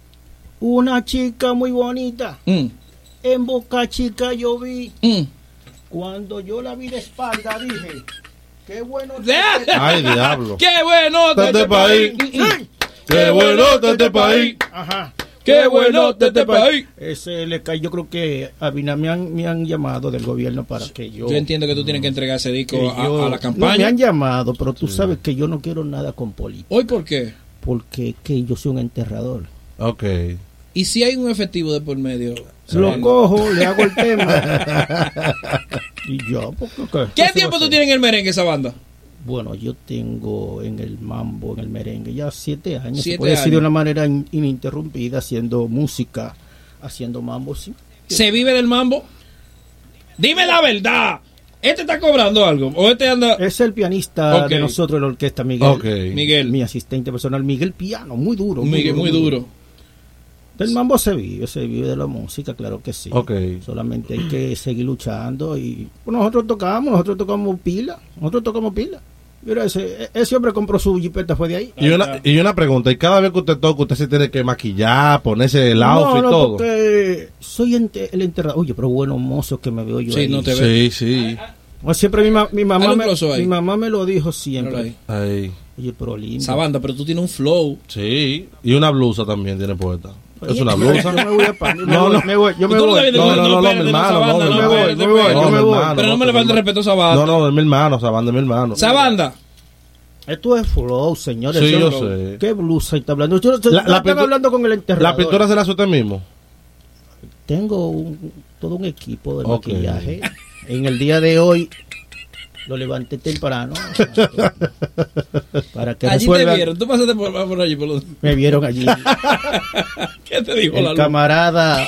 Una chica muy bonita. Mm. En Boca Chica yo vi. Mm. Cuando yo la vi de espalda dije. Qué bueno. Ay, diablo. ¡Qué bueno de este país! Sí. Qué bueno de este país. Ajá. ¡Qué bueno de este país! Ese le cae, yo creo que a Bina me han, me han llamado del gobierno para que yo... Yo entiendo que tú tienes que entregar ese disco que a, yo- a la No, campaña. me han llamado, pero tú sabes que yo no quiero nada con política. ¿Hoy por qué? Porque que yo soy un enterrador. Ok. ¿Y si hay un efectivo de por medio? Lo Sabanda? cojo, le hago el tema. Y yo, ¿por qué? ¿Qué ¿Qué se tiempo va a tú hacer? tienes en el merengue, esa banda? Bueno, yo tengo en el mambo, en el merengue, ya siete años. Siete se puede decir años. de una manera in- ininterrumpida, haciendo música, haciendo mambo, sí. ¿Se vive del mambo? Dime la verdad. ¿Este está cobrando algo? ¿O este anda...? Es el pianista Ok. de nosotros de la orquesta, Miguel. Ok. Miguel. Mi asistente personal, Miguel Piano, muy duro. Miguel, muy duro. El mambo se vive, se vive de la música, claro que sí. Ok. Solamente hay que seguir luchando y pues, nosotros tocamos, nosotros tocamos pila, nosotros tocamos pila. Mira, ese, ese hombre compró su jipeta, fue de ahí. Y una, y una pregunta, ¿y cada vez que usted toca, usted se tiene que maquillar, ponerse el outfit y no, no, todo? porque soy ente- el enterrador. Oye, pero bueno mozo que me veo yo Sí, ahí. no te veo. Sí, sí. Pues siempre mi, ma- mi mamá Dale un me, close ahí. mi mamá me lo dijo siempre. Ahí. Oye, pero lindo. Esa banda, pero tú tienes un flow. Sí, y una blusa también tiene puesta. Oye, Es una yo- blusa. yo me voy a pa- yo me No, voy, no. me voy, yo me Tú no voy. debes de- No, no, no, no, mi hermano, no, mi me hermano. voy, me voy, yo No, me mi voy. hermano, Pero no me le falta respeto a esa banda. No, no, es mi hermano, esa banda es mi hermano. Esa banda. Esto es flow, señores. Sí, Eso- yo sé. ¿Qué blusa está hablando? Yo, La- la están pintu- hablando con el enterrador. ¿La pintura se la hace usted mismo? Tengo un- todo un equipo de Ok. maquillaje. En el día de hoy lo levanté temprano para que Allí te resuelvan. vieron. Tú pasaste por, por allí. Por los... Me vieron allí. ¿Qué te dijo la El luz? camarada.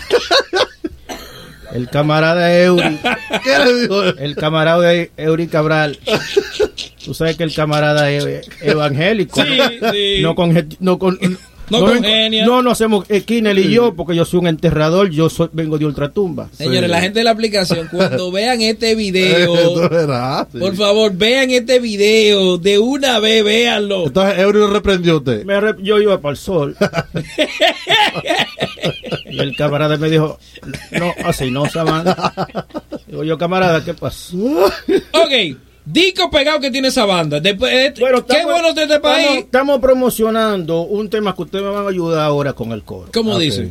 El camarada Eury. ¿Qué le dijo? El camarada de Eury Cabral. Tú sabes que el camarada es evangélico. Sí, sí. No con no con No congenia. no, no hacemos eh, Kinel y yo, porque yo soy un enterrador, yo soy, vengo de ultratumba. Señores, la gente de la aplicación, cuando vean este Eso video, es verdad, sí. por favor, vean este video. De una vez, véanlo. Entonces, Eury lo reprendió a usted. Me re- yo iba para el sol. Y el camarada me dijo, no, así no, Sabana. Digo yo, camarada, ¿qué pasó? Ok, disco pegado que tiene esa banda. Después, eh, qué bueno de este país. Estamos, estamos promocionando un tema que ustedes me van a ayudar ahora con el coro. ¿Cómo Ok. dice?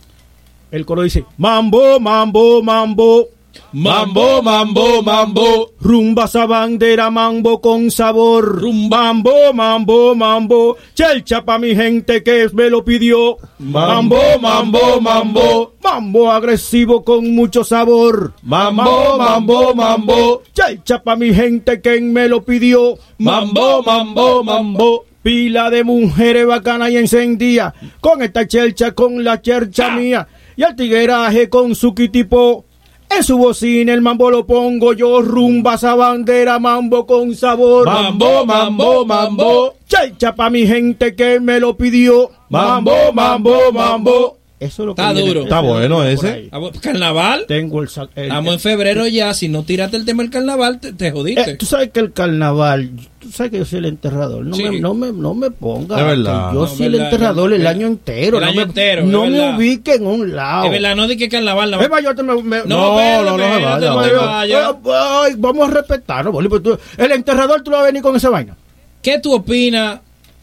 El coro dice, mambo, mambo, mambo. Mambo, mambo, mambo. Rumba esa bandera, mambo con sabor. Mambo, mambo, mambo. Chelcha pa' mi gente que me lo pidió. Mambo, mambo, mambo. Mambo agresivo con mucho sabor. Mambo, mambo, mambo. Chelcha pa' mi gente que me lo pidió. Mambo, mambo, mambo. Pila de mujeres bacanas y encendía. Con esta chelcha, con la chercha mía. Y el tigueraje con su kitipo. En su bocina el mambo lo pongo yo, rumba esa bandera, mambo con sabor. Mambo, mambo, mambo. Chelcha pa' mi gente que me lo pidió. Mambo, mambo, mambo. Eso es lo que Está viene. duro. Está bueno por ese. ahí. Ah, bueno, ¿Carnaval? Tengo el, sa- el- Estamos en febrero ya. Si no tiraste el tema del carnaval, te, te jodiste. Eh, tú sabes que el carnaval, tú sabes que yo soy el enterrador. No, Sí. me, no, me, no me ponga. Es verdad. que yo No, soy el verdad, enterrador verdad, el verdad. año entero. El no año me, entero, No es me verdad. ubique en un lado. Es verdad, no di que carnaval. No, Es más, yo te me, me- no, espérate, no, no se espérate, vaya, no te vaya. vayas. Ay, vamos a respetarlo, Boli, pues tú- el enterrador tú lo vas a venir con esa vaina. ¿Qué tú opinas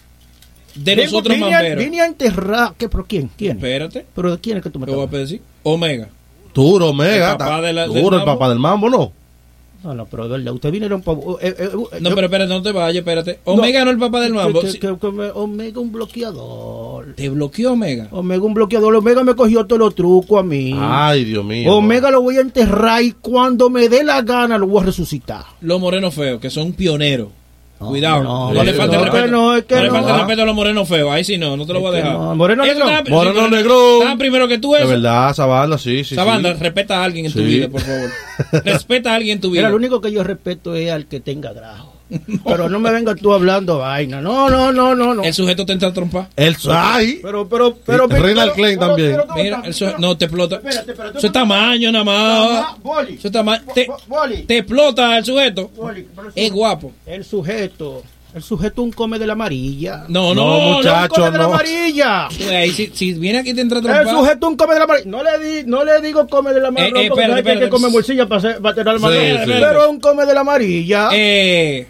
de Vengo- nosotros vine a- mamberos? Vine a enterrar. ¿Qué, ¿Pero quién? ¿Quién? Espérate. ¿Pero de quién es que tú me ¿Qué voy a estás decir? Omega. Duro, Omega. El papá ta- de la- del Duro, el mambo. papá del mambo, ¿no? No, no, pero de verdad, usted vinieron para... Eh, eh, No, yo- pero espérate, no te vayas, espérate. Omega no, es el papá del mambo. Que, Sí. que- que me- Omega un bloqueador. ¿Te bloqueó Omega? Omega un bloqueador. Omega me cogió todos los trucos a mí. Ay, Dios mío. Omega lo voy a enterrar y cuando me dé la gana lo voy a resucitar. Los morenos feos, que son pioneros. Cuidado, no, no, le no, falta no, el respeto. que no, es que no le no. falta el respeto a los morenos feos. Ahí sí no, no te lo voy a dejar. no, moreno Ellos negro. estaban- Moreno sí, pero negro. Estaban primero que tú Es eso. verdad, esa banda, sí, sí. Esa sí. banda, respeta a alguien en tu Sí. vida, por favor. Respeta a alguien en tu vida. Mira, lo único que yo respeto es al que tenga grajo. Pero no me vengas tú hablando vaina. No, no, no, no, no. El sujeto te entra a trompar. El ay. Pero, pero, pero. Sí, Reynald pero- Klein pero- también. pero- pero- Mira, el suje- no te explota. Espérate, espérate. Eso es tamaño nada más. Boli. Eso es tamaño. Te, Boli. te explota el sujeto. Boli, pero el Es suje- guapo. El sujeto. El sujeto un come de la amarilla. No, No, no, muchacho, Un come de la no. amarilla. no. Ahí, si, si viene aquí te entra a El trompar. sujeto un come de la amarilla. No le, di, no le digo come de la amarilla. Eh, eh, porque espérate, sabes que hay que espérate. come bolsilla para, hacer- para tener la Sí, amarilla. sí. Pero un come de la amarilla. Eh,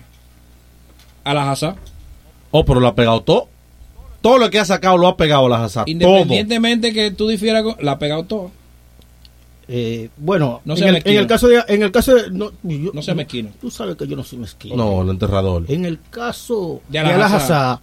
a la Hazá. Oh, pero lo ha pegado todo. Todo lo que ha sacado lo ha pegado la Hazard. Todo. Independientemente que tú difieras con. La ha pegado todo. Eh, bueno, No en, sea el, mezquino. en el caso de, en el caso de, no, yo- No sea mezquino. Tú sabes que yo no soy mezquino. No, el enterrador. En el caso De de Alhazá. Alhazá,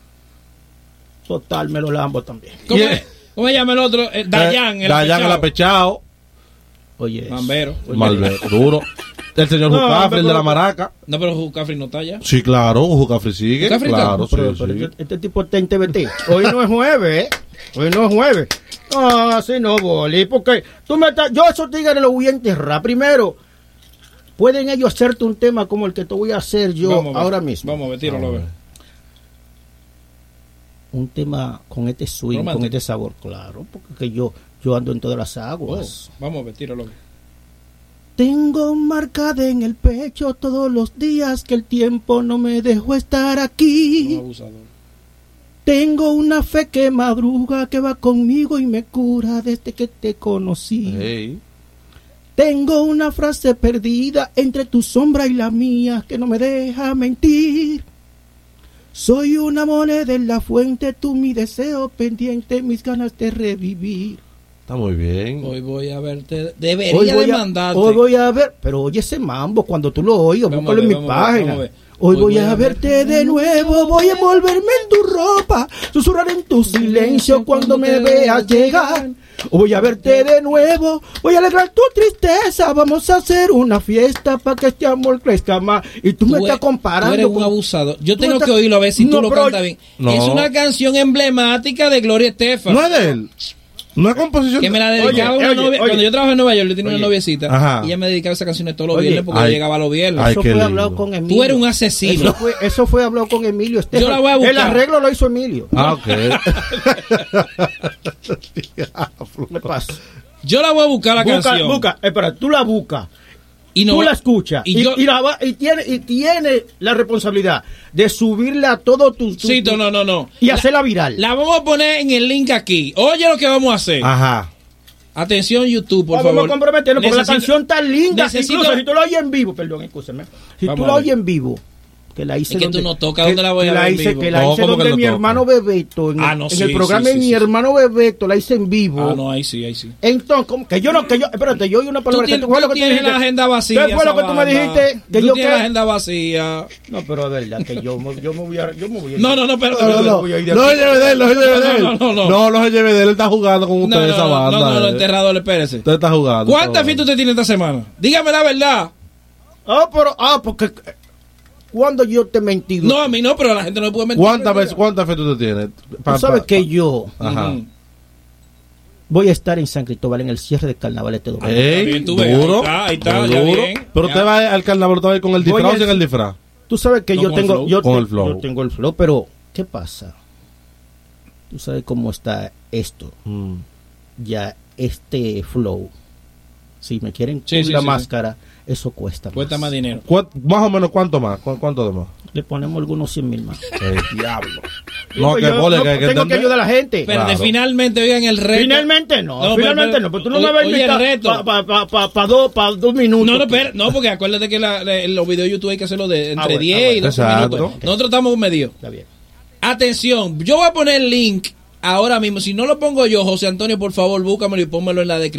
total me lo lambo también. ¿Cómo, Yeah. es? ¿Cómo se llama el otro? Eh, Dayan, el Dayan el apechado. apechado. Oye, Mambero. Malvero, duro. El señor No, Jucafri, el pero- de la maraca. No, pero Jucafri no está allá. Sí, claro, Jucafri sigue. ¿Jucafri está? Claro, sí, pero, pero sí. este, este tipo está en T V T. Hoy no es jueves, ¿eh? Hoy no es jueves. No, así no, Boli, porque tú me estás, yo a esos tigres los voy a enterrar. Primero, pueden ellos hacerte un tema como el que te voy a hacer yo Vamos a ver. ahora mismo. Vamos a ver, tíralo a ver. un tema con este swing, Romántico. con este sabor, claro, porque que yo, yo ando en todas las aguas. Oh, vamos a ver, tíralo. Tengo marcada en el pecho todos los días que el tiempo no me dejó estar aquí. No, abusador. Tengo una fe que madruga, que va conmigo y me cura desde que te conocí. Hey. Tengo una frase perdida entre tu sombra y la mía que no me deja mentir. Soy una moneda en la fuente, tú mi deseo pendiente, mis ganas de revivir. Está muy bien. Hoy voy a verte. Debería Hoy voy, a, demandarte. hoy voy a ver, pero oye ese mambo cuando tú lo oigas, Vamos búscalo a en ver, mi vamos a ver, página. vamos a ver. Hoy, hoy voy a verte de nuevo, voy a envolverme en tu ropa, susurrar en tu silencio cuando me veas llegar. Voy a verte de nuevo, voy a alegrar tu tristeza, vamos a hacer una fiesta para que este amor crezca más. Y tú, tú me estás comparando. Tú eres un con... abusador. Yo tú tengo estás... que oírlo a ver si no, tú lo pero... cantas bien. No. Es una canción emblemática de Gloria Estefan. No es de él. No es composición. Que me la dedicaba Oye, una oye, novia. oye. Cuando yo trabajaba en Nueva York, yo tenía Oye. una noviecita. Ajá. Y ella me dedicaba esas canciones todos los Oye. viernes porque Ay. yo llegaba los viernes. Ay, Eso qué fue lindo. hablado con Emilio. Tú eres un asesino. Eso fue, eso fue hablado con Emilio Estefan. Yo la voy a buscar. El arreglo lo hizo Emilio. Ah, ok. ¿Qué pasa? Yo la voy a buscar la Busca, canción. busca, espera, tú la buscas. Y no tú va- la escuchas y y, yo- y la va- y tiene y tiene la responsabilidad de subirla a todo tu, tu- Sí, tu- no, no, no. y La- hacerla viral. La vamos a poner en el link aquí. Oye lo que vamos a hacer. Ajá. Atención YouTube, por Vamos favor. a comprometernos porque la Necesito- canción está linda. necesito- Incluso si tú la oyes en vivo, perdón, escúchame. Si Vamos tú a la ver. oyes en vivo, que la hice Es que donde, tú no tocas, que- ¿dónde la voy a que ver en hice, vivo? que la No, hice ¿cómo que donde no mi toca? hermano Bebeto, en, Ah, el- no, en sí, el programa sí, de sí, mi sí. hermano Bebeto, la hice en vivo. Ah, no, ahí sí, ahí sí. Entonces, ¿cómo? Que yo no, que yo, espérate, yo oí una palabra. tienes- que fue lo tú que tú tienes dijiste. la agenda vacía, ¿Qué fue lo que tú me Sabana. dijiste? Que Tú yo tienes qué? la agenda vacía. No, pero es verdad que yo, me- yo me voy a, yo me voy a No, no, no, pero. No, no, no. voy a ir de No aquí. se lleve de él, no se lleve de él. No, no, no. No, no se lleve de él. Él está jugando con No, ustedes no, esa no, banda. no, no, no, eh. enterrador, espérese. Usted está jugando. ¿Cuántas todo. fiestas usted tiene esta semana? Dígame la verdad. Ah, pero, ah, porque cuando yo te he mentido. No, a mí no, pero a la gente no le puede mentir. ¿Cuántas veces, cuántas fiestas usted tiene? Pa- Tú sabes pa- que yo Ajá. Ujú. voy a estar en San Cristóbal en el cierre del carnaval este domingo. Ey, bien, tú ves, duro. ahí está, ahí está, muy ya duro. bien, Pero ya. usted va al carnaval, usted va a ir con el Voy disfraz o a- sin el disfraz. Tú sabes que No, yo con el tengo, flow. yo, Con te- el flow. yo tengo el flow, pero ¿qué pasa? Tú sabes cómo está esto. Mm. Ya este flow, si me quieren Sí, con sí, la sí, máscara, eso cuesta más. Cuesta más dinero. ¿Cuán- Más o menos, ¿cuánto más? ¿Cu- ¿Cuánto de más? Le ponemos algunos cien mil más. El diablo. Digo, No, que yo pole, no, que hay que tengo que entender. ayudar a la gente. Espérate, Claro. finalmente, oigan el reto. Finalmente no, No, finalmente pero- no, pero tú no oye, me vas a oye, el invitar reto. para pa, pa, pa, pa dos, pa dos minutos. No, no, espera, no, porque acuérdate que la, la- los videos de YouTube hay que hacerlo de entre bueno, diez ah, bueno. y doce Exacto. minutos. Nosotros estamos medios. Está bien. Atención, yo voy a poner el link ahora mismo. Si no lo pongo yo, José Antonio, por favor, búscamelo y pónmelo en la descripción.